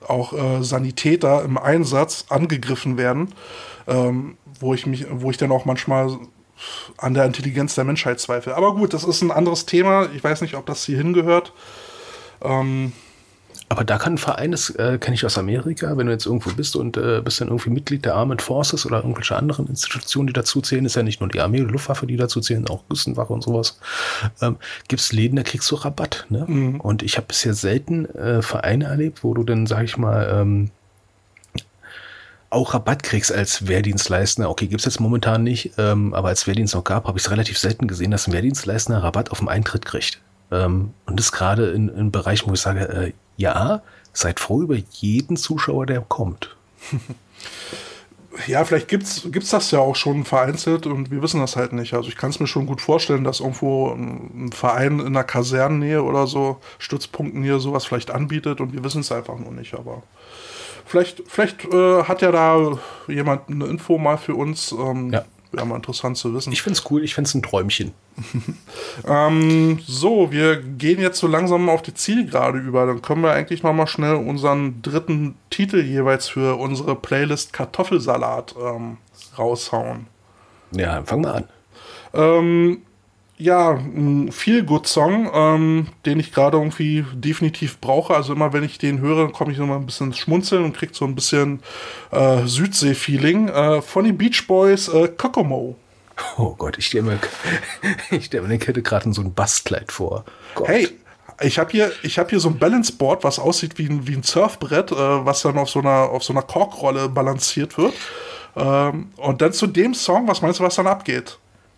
auch äh, Sanitäter im Einsatz angegriffen werden, ähm, wo ich mich, wo ich dann auch manchmal an der Intelligenz der Menschheit zweifle. Aber gut, das ist ein anderes Thema. Ich weiß nicht, ob das hier hingehört. Ähm, Aber da kann ein Verein, das äh, kenne ich aus Amerika, wenn du jetzt irgendwo bist und äh, bist dann irgendwie Mitglied der Armed Forces oder irgendwelche anderen Institutionen, die dazu zählen, ist ja nicht nur die Armee oder Luftwaffe, die dazu zählen, auch Küstenwache und sowas, ähm, gibt es Läden, da kriegst du Rabatt. Ne? Mhm. Und ich habe bisher selten äh, Vereine erlebt, wo du dann, sag ich mal, ähm, auch Rabatt kriegst als Wehrdienstleister. Okay, gibt es jetzt momentan nicht, ähm, aber als Wehrdienst noch gab, habe ich es relativ selten gesehen, dass ein Wehrdienstleister Rabatt auf den Eintritt kriegt. Ähm, und das gerade in, in Bereichen, wo ich sage, äh, ja, seid froh über jeden Zuschauer, der kommt. Ja, vielleicht gibt's gibt's das ja auch schon vereinzelt und wir wissen das halt nicht. Also ich kann es mir schon gut vorstellen, dass irgendwo ein Verein in der Kasernennähe oder so, Stützpunktennähe sowas vielleicht anbietet und wir wissen es einfach nur nicht. Aber vielleicht, vielleicht äh, hat ja da jemand eine Info mal für uns. Ähm, ja. Wäre mal interessant zu wissen. Ich finde es cool, ich finde es ein Träumchen. ähm, so, wir gehen jetzt so langsam auf die Zielgerade über. Dann können wir eigentlich noch mal schnell unseren dritten Titel jeweils für unsere Playlist Kartoffelsalat ähm, raushauen. Ja, fangen wir an. Ähm, ja, ein Feel-Good-Song, ähm, den ich gerade irgendwie definitiv brauche. Also immer, wenn ich den höre, komme ich immer ein bisschen ins Schmunzeln und kriege so ein bisschen äh, Südsee-Feeling. Äh, von den Beach Boys, äh, Kokomo. Oh Gott, ich stelle mir, ich stell mir den Kette gerade in so ein Bastkleid vor. Gott. Hey, ich habe hier, ich hab hier so ein Balanceboard, was aussieht wie ein, wie ein Surfbrett, äh, was dann auf so einer, auf so einer Korkrolle balanciert wird. Ähm, und dann zu dem Song, was meinst du, was dann abgeht?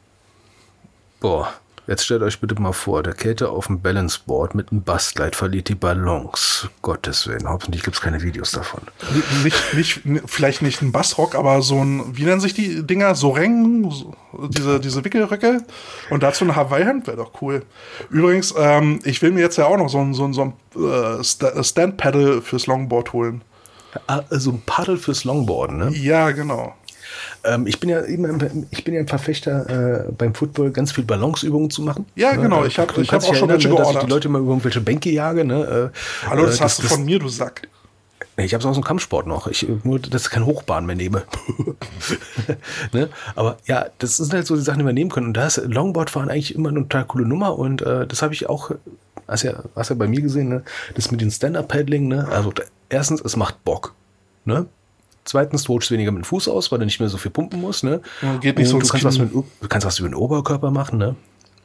Boah, jetzt stellt euch bitte mal vor, der Kälte auf dem Balanceboard mit einem Bastkleid verliert die Ballons. Gottes Willen, hoffentlich gibt es keine Videos davon. Nicht, nicht, vielleicht nicht ein Bassrock, aber so ein, wie nennen sich die Dinger? Soreng, so, diese, diese Wickelröcke. Und dazu ein Hawaii-Hemd wäre doch cool. Übrigens, ähm, ich will mir jetzt ja auch noch so ein, so ein, so ein äh, Stand-Paddle fürs Longboard holen. Also ein Paddel fürs Longboarden, ne? Ja, genau. Ähm, ich bin ja eben, ich bin ja ein Verfechter, äh, beim Football ganz viel Balanceübungen zu machen. Ja, genau. Ne? Ich habe ich hab auch schon welche ne, geordert. dass ich die Leute immer über irgendwelche Bänke jage. Ne? Äh, Hallo, das, äh, das hast du von das, mir, du Sack. Ich habe es aus dem Kampfsport noch. Ich, nur, dass ich keine Hochbahn mehr nehme. Ne? Aber ja, das sind halt so die Sachen, die wir nehmen können. Und da ist Longboardfahren eigentlich immer eine total coole Nummer. Und äh, das habe ich auch, hast ja, hast ja bei mir gesehen, ne? Das mit dem Stand-Up-Paddling. Ne? Also erstens, es macht Bock. Ne? Zweitens, du rutschst weniger mit dem Fuß aus, weil du nicht mehr so viel pumpen musst. Ne? Ja, geht nicht so du, kannst was mit, du kannst was über den Oberkörper machen. Ne?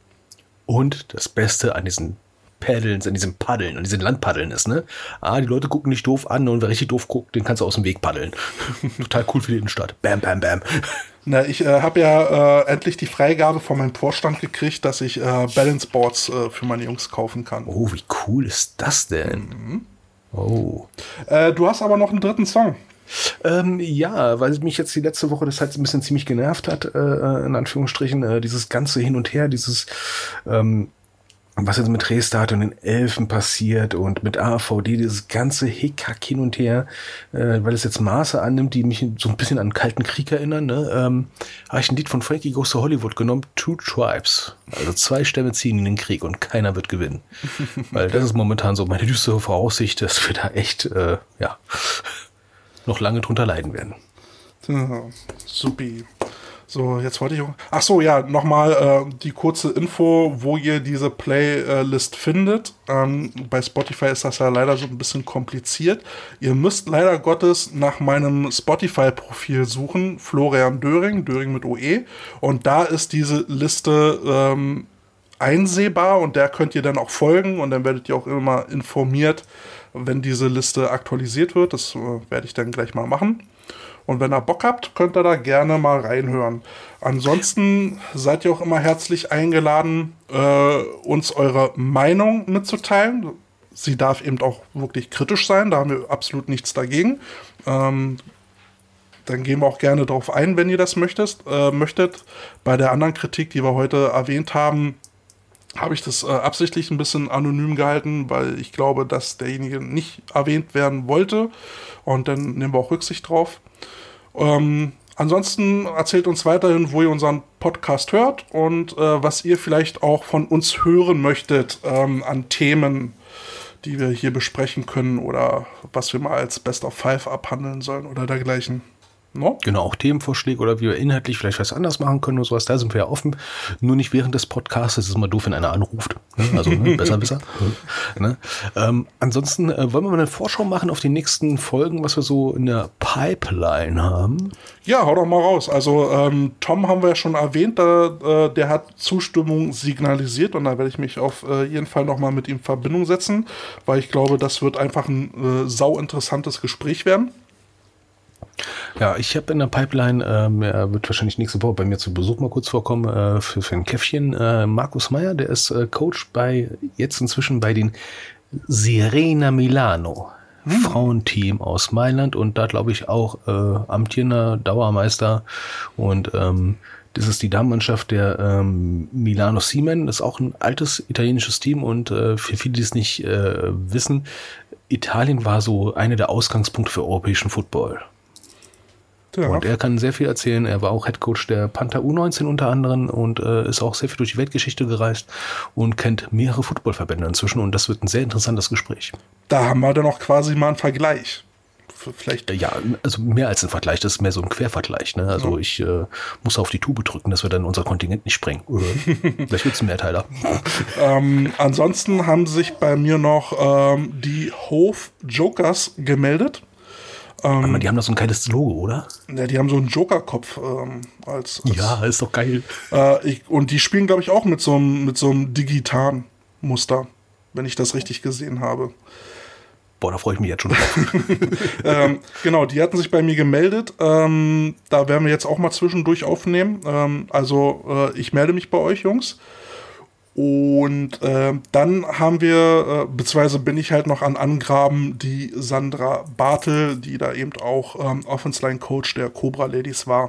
Und das Beste an diesen Paddeln, an diesem Paddeln, an diesen Landpaddeln ist, ne? Ah, die Leute gucken dich doof an und wer richtig doof guckt, den kannst du aus dem Weg paddeln. Total cool für die Innenstadt. Bam, bam, bam. Na, ich äh, habe ja äh, endlich die Freigabe von meinem Vorstand gekriegt, dass ich äh, Balanceboards äh, für meine Jungs kaufen kann. Oh, wie cool ist das denn? Mhm. Oh. Äh, du hast aber noch einen dritten Song. Ähm, ja, weil mich jetzt die letzte Woche das halt ein bisschen ziemlich genervt hat, äh, in Anführungsstrichen, äh, dieses ganze Hin und Her, dieses, ähm, was jetzt mit Restart und den Elfen passiert und mit A V D, dieses ganze Hickhack hin und her, äh, weil es jetzt Maße annimmt, die mich so ein bisschen an den Kalten Krieg erinnern, ne, ähm, habe ich ein Lied von Frankie Goes to Hollywood genommen, Two Tribes. Also zwei Stämme ziehen in den Krieg und keiner wird gewinnen. Weil das ist momentan so meine düstere Voraussicht, dass wir da echt, äh, ja, noch lange drunter leiden werden. Ja, supi. So, jetzt wollte ich auch... Ach so, ja, nochmal äh, die kurze Info, wo ihr diese Playlist findet. Ähm, bei Spotify ist das ja leider so ein bisschen kompliziert. Ihr müsst leider Gottes nach meinem Spotify-Profil suchen. Florian Döring, Döring mit O E. Und da ist diese Liste ähm, einsehbar und der könnt ihr dann auch folgen und dann werdet ihr auch immer informiert, wenn diese Liste aktualisiert wird. Das äh, werde ich dann gleich mal machen. Und wenn ihr Bock habt, könnt ihr da gerne mal reinhören. Ansonsten seid ihr auch immer herzlich eingeladen, äh, uns eure Meinung mitzuteilen. Sie darf eben auch wirklich kritisch sein, da haben wir absolut nichts dagegen. Ähm, dann gehen wir auch gerne drauf ein, wenn ihr das möchtet. Äh, möchtet. Bei der anderen Kritik, die wir heute erwähnt haben, habe ich das äh, absichtlich ein bisschen anonym gehalten, weil ich glaube, dass derjenige nicht erwähnt werden wollte. Und dann nehmen wir auch Rücksicht drauf. Ähm, ansonsten erzählt uns weiterhin, wo ihr unseren Podcast hört und äh, was ihr vielleicht auch von uns hören möchtet ähm, an Themen, die wir hier besprechen können oder was wir mal als Best of Five abhandeln sollen oder dergleichen. No? Genau, auch Themenvorschläge oder wie wir inhaltlich vielleicht was anders machen können oder sowas, da sind wir ja offen. Nur nicht während des Podcasts, es ist immer doof, wenn einer anruft. Also ne, besser, besser. Ne? Ähm, ansonsten äh, wollen wir mal eine Vorschau machen auf die nächsten Folgen, was wir so in der Pipeline haben. Ja, hau doch mal raus. Also ähm, Tom haben wir ja schon erwähnt, da, äh, der hat Zustimmung signalisiert und da werde ich mich auf äh, jeden Fall nochmal mit ihm in Verbindung setzen, weil ich glaube, das wird einfach ein äh, sau interessantes Gespräch werden. Ja, ich habe in der Pipeline, ähm, er wird wahrscheinlich nächste Woche bei mir zu Besuch mal kurz vorkommen, äh, für, für ein Käffchen, äh, Markus Meyer, der ist äh, Coach bei, jetzt inzwischen bei den Sirena Milano, hm. Frauenteam aus Mailand und da glaube ich auch äh, amtierender Dauermeister und ähm, das ist die Damenmannschaft der ähm, Milano Seamen, das ist auch ein altes italienisches Team und äh, für viele, die es nicht äh, wissen, Italien war so einer der Ausgangspunkte für europäischen Football. Ja. Und er kann sehr viel erzählen. Er war auch Headcoach der Panther U neunzehn unter anderem und äh, ist auch sehr viel durch die Weltgeschichte gereist und kennt mehrere Footballverbände inzwischen. Und das wird ein sehr interessantes Gespräch. Da haben wir dann auch quasi mal einen Vergleich. Vielleicht. Ja, also mehr als ein Vergleich. Das ist mehr so ein Quervergleich. Ne? Also ja. ich äh, muss auf die Tube drücken, dass wir dann unser Kontingent nicht sprengen. Vielleicht wird es ein Mehrteiler. ähm, ansonsten haben sich bei mir noch ähm, die Hof Jokers gemeldet. Ähm, die haben doch so ein geiles Logo, oder? Ja, die haben so einen Joker-Kopf ähm, als, als. Ja, ist doch geil. Äh, ich, und die spielen, glaube ich, auch mit so einem mit so einem digitalen Muster, wenn ich das richtig gesehen habe. Boah, da freue ich mich jetzt schon drauf. ähm, genau, die hatten sich bei mir gemeldet. Ähm, da werden wir jetzt auch mal zwischendurch aufnehmen. Ähm, also äh, ich melde mich bei euch, Jungs. Und äh, dann haben wir, äh, beziehungsweise bin ich halt noch an Angraben, die Sandra Bartel, die da eben auch ähm, Offense-Line-Coach der Cobra Ladies war.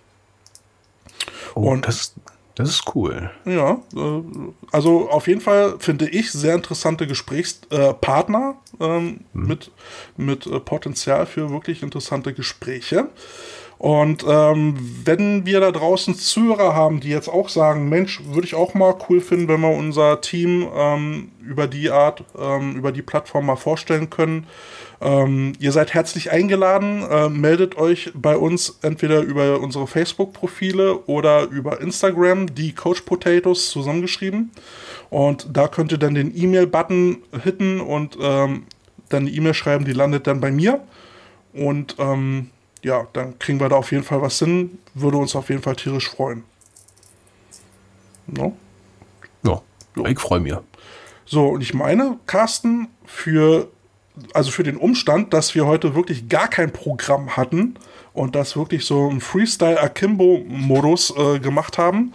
Oh, und das, das ist cool. Ja, äh, also auf jeden Fall finde ich sehr interessante Gesprächspartner äh, ähm, hm. mit, mit äh, Potenzial für wirklich interessante Gespräche. Und ähm, wenn wir da draußen Zuhörer haben, die jetzt auch sagen, Mensch, würde ich auch mal cool finden, wenn wir unser Team ähm, über die Art, ähm, über die Plattform mal vorstellen können. Ähm, ihr seid herzlich eingeladen, äh, meldet euch bei uns entweder über unsere Facebook-Profile oder über Instagram, die Coach Potatoes zusammengeschrieben. Und da könnt ihr dann den E-Mail-Button hitten und ähm, dann eine E-Mail schreiben, die landet dann bei mir. Und ähm, ja, dann kriegen wir da auf jeden Fall was hin. Würde uns auf jeden Fall tierisch freuen. No? Ja, so. Ich freue mich. So, und ich meine, Carsten, für, also für den Umstand, dass wir heute wirklich gar kein Programm hatten und das wirklich so im Freestyle-Akimbo-Modus äh, gemacht haben.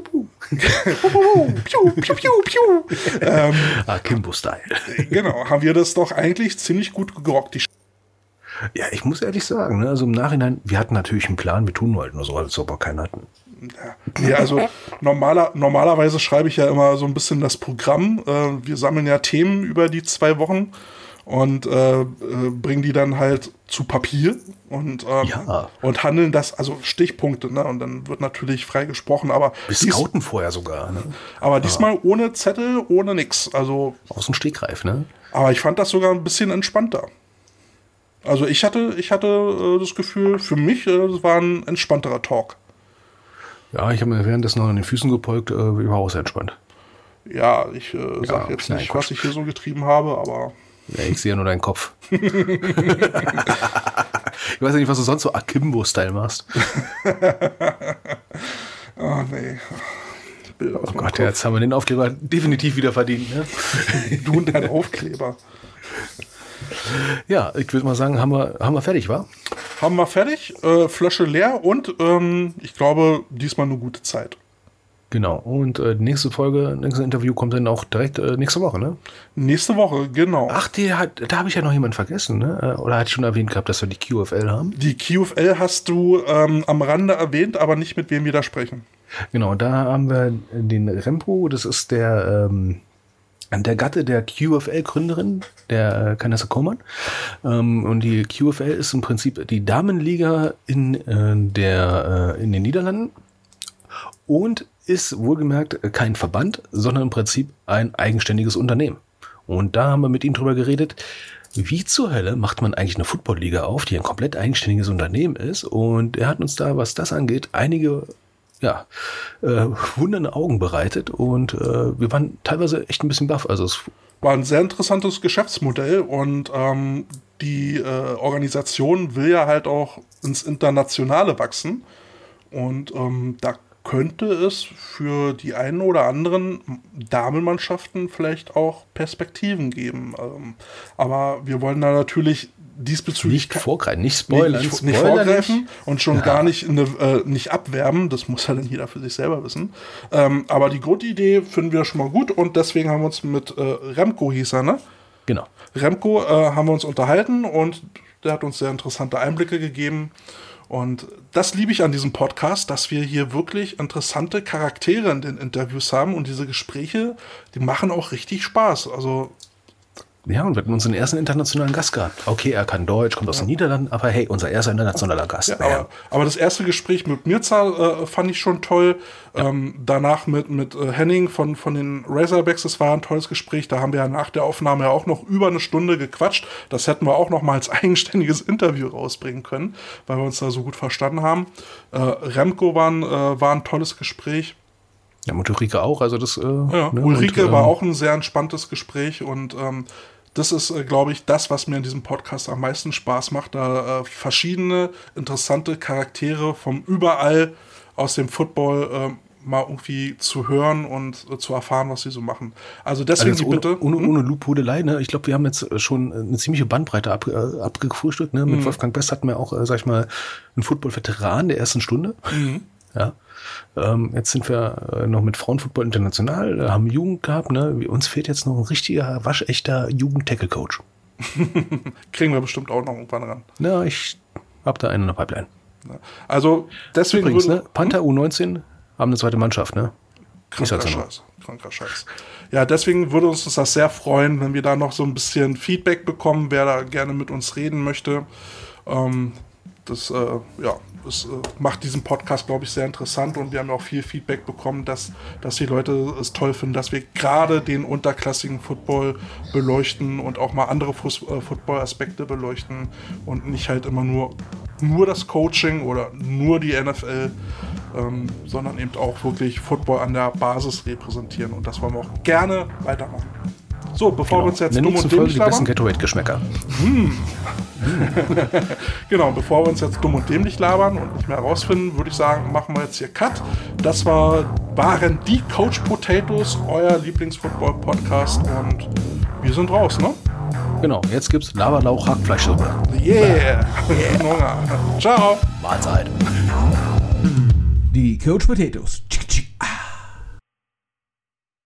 piu, piu, piu, piu. ähm, Akimbo-Style. Genau, haben wir das doch eigentlich ziemlich gut gerockt, die Ja, ich muss ehrlich sagen, ne, also im Nachhinein, wir hatten natürlich einen Plan, wir tun wollten nur so, als ob wir keinen hatten. Ja, also normaler, normalerweise schreibe ich ja immer so ein bisschen das Programm. Äh, wir sammeln ja Themen über die zwei Wochen und äh, äh, bringen die dann halt zu Papier und, ähm, ja. und handeln das, also Stichpunkte, ne? Und dann wird natürlich frei gesprochen, aber wir scouten vorher sogar, ne? Aber diesmal ah. ohne Zettel, ohne nix. Also aus dem Stegreif, ne? Aber ich fand das sogar ein bisschen entspannter. Also ich hatte, ich hatte äh, das Gefühl, für mich, äh, das war ein entspannterer Talk. Ja, ich habe mir währenddessen noch an den Füßen gepolkt, äh, überaus entspannt. Ja, ich äh, ja, sag jetzt nicht, was ich hier so getrieben habe, aber... Ja, ich sehe ja nur deinen Kopf. Ich weiß ja nicht, was du sonst so Akimbo-Style machst. Oh, nee. Bilder oh Gott, jetzt haben wir den Aufkleber definitiv wieder verdient, ne? Du und dein Aufkleber. Ja, ich würde mal sagen, haben wir, haben wir fertig, wa? Haben wir fertig, äh, Flasche leer und ähm, ich glaube, diesmal eine gute Zeit. Genau, und äh, die nächste Folge, nächstes Interview kommt dann auch direkt äh, nächste Woche, ne? Nächste Woche, genau. Ach, die hat, da habe ich ja noch jemanden vergessen, ne? Oder hatte ich schon erwähnt gehabt, dass wir die Q F L haben? Die Q F L hast du ähm, am Rande erwähnt, aber nicht mit wem wir da sprechen. Genau, da haben wir den Rempo, das ist der... Ähm, Der Gatte der Q F L-Gründerin, der Canessa Coleman. Ähm, und die Q F L ist im Prinzip die Damenliga in, äh, der, äh, in den Niederlanden und ist wohlgemerkt kein Verband, sondern im Prinzip ein eigenständiges Unternehmen. Und da haben wir mit ihm drüber geredet, wie zur Hölle macht man eigentlich eine Football-Liga auf, die ein komplett eigenständiges Unternehmen ist. Und er hat uns da, was das angeht, einige ja, äh, wundernde Augen bereitet. Und äh, wir waren teilweise echt ein bisschen baff. Also es war ein sehr interessantes Geschäftsmodell und ähm, die äh, Organisation will ja halt auch ins Internationale wachsen. Und ähm, da könnte es für die einen oder anderen Damenmannschaften vielleicht auch Perspektiven geben. Ähm, aber wir wollen da natürlich diesbezüglich nicht vorgreifen, nicht spoilern, nicht, Spoiler nicht vorgreifen nicht. Und schon ja. gar nicht, eine, äh, nicht abwerben. Das muss ja dann jeder für sich selber wissen. Ähm, aber die Grundidee finden wir schon mal gut und deswegen haben wir uns mit äh, Remco hieß er, ne? Genau. Remco äh, haben wir uns unterhalten und der hat uns sehr interessante Einblicke gegeben. Und das liebe ich an diesem Podcast, dass wir hier wirklich interessante Charaktere in den Interviews haben und diese Gespräche, die machen auch richtig Spaß. Also ja, und wir hatten unseren ersten internationalen Gast gehabt. Okay, er kann Deutsch, kommt aus ja. den Niederlanden, aber hey, unser erster internationaler Gast. Ja, aber, aber das erste Gespräch mit Mirza äh, fand ich schon toll. Ja. Ähm, danach mit, mit äh, Henning von, von den Razorbacks, das war ein tolles Gespräch. Da haben wir ja nach der Aufnahme ja auch noch über eine Stunde gequatscht. Das hätten wir auch noch mal als eigenständiges Interview rausbringen können, weil wir uns da so gut verstanden haben. Äh, Remco war ein, äh, war ein tolles Gespräch. Ja, und Ulrike auch. Also das, äh, ja, ne, Ulrike und, war ähm, auch ein sehr entspanntes Gespräch und ähm, das ist, äh, glaube ich, das, was mir in diesem Podcast am meisten Spaß macht, da äh, verschiedene interessante Charaktere vom überall aus dem Football äh, mal irgendwie zu hören und äh, zu erfahren, was sie so machen. Also deswegen also die ohne, Bitte. Ohne, ohne Lobhudelei, ne? Ich glaube, wir haben jetzt schon eine ziemliche Bandbreite ab, äh, abgefrühstückt. Ne? Mit mhm. Wolfgang Best hatten wir auch, äh, sag ich mal, einen Football-Veteran der ersten Stunde. Mhm. Ja. Ähm, jetzt sind wir äh, noch mit Frauenfootball international, äh, haben Jugend gehabt, ne? Uns fehlt jetzt noch ein richtiger, waschechter Jugend-Tackle-Coach. Kriegen wir bestimmt auch noch irgendwann ran. Na, ich hab da einen in der Pipeline. Also deswegen übrigens, würde, ne? Panther U neunzehn haben eine zweite Mannschaft, ne? Kranker Scheiß. Kranker Scheiß. Ja, deswegen würde uns das sehr freuen, wenn wir da noch so ein bisschen Feedback bekommen, wer da gerne mit uns reden möchte. Ähm, das, äh, ja, das äh, macht diesen Podcast, glaube ich, sehr interessant und wir haben auch viel Feedback bekommen, dass, dass die Leute es toll finden, dass wir gerade den unterklassigen Football beleuchten und auch mal andere Fuß- äh, Football-Aspekte beleuchten und nicht halt immer nur, nur das Coaching oder nur die N F L, ähm, sondern eben auch wirklich Football an der Basis repräsentieren und das wollen wir auch gerne weitermachen. So, bevor genau. wir uns jetzt dumm und Folge dämlich die besten Gatorade-Geschmäcker. Hm. Genau, bevor wir uns jetzt dumm und dämlich labern und nicht mehr herausfinden, würde ich sagen, machen wir jetzt hier Cut. Das war, waren die Coach Potatoes, euer Lieblings-Football-Podcast und wir sind raus, ne? Genau, jetzt gibt's Laberlauch Hackfleischsuppe. Yeah! yeah. Ciao! Mahlzeit. Die Coach Potatoes.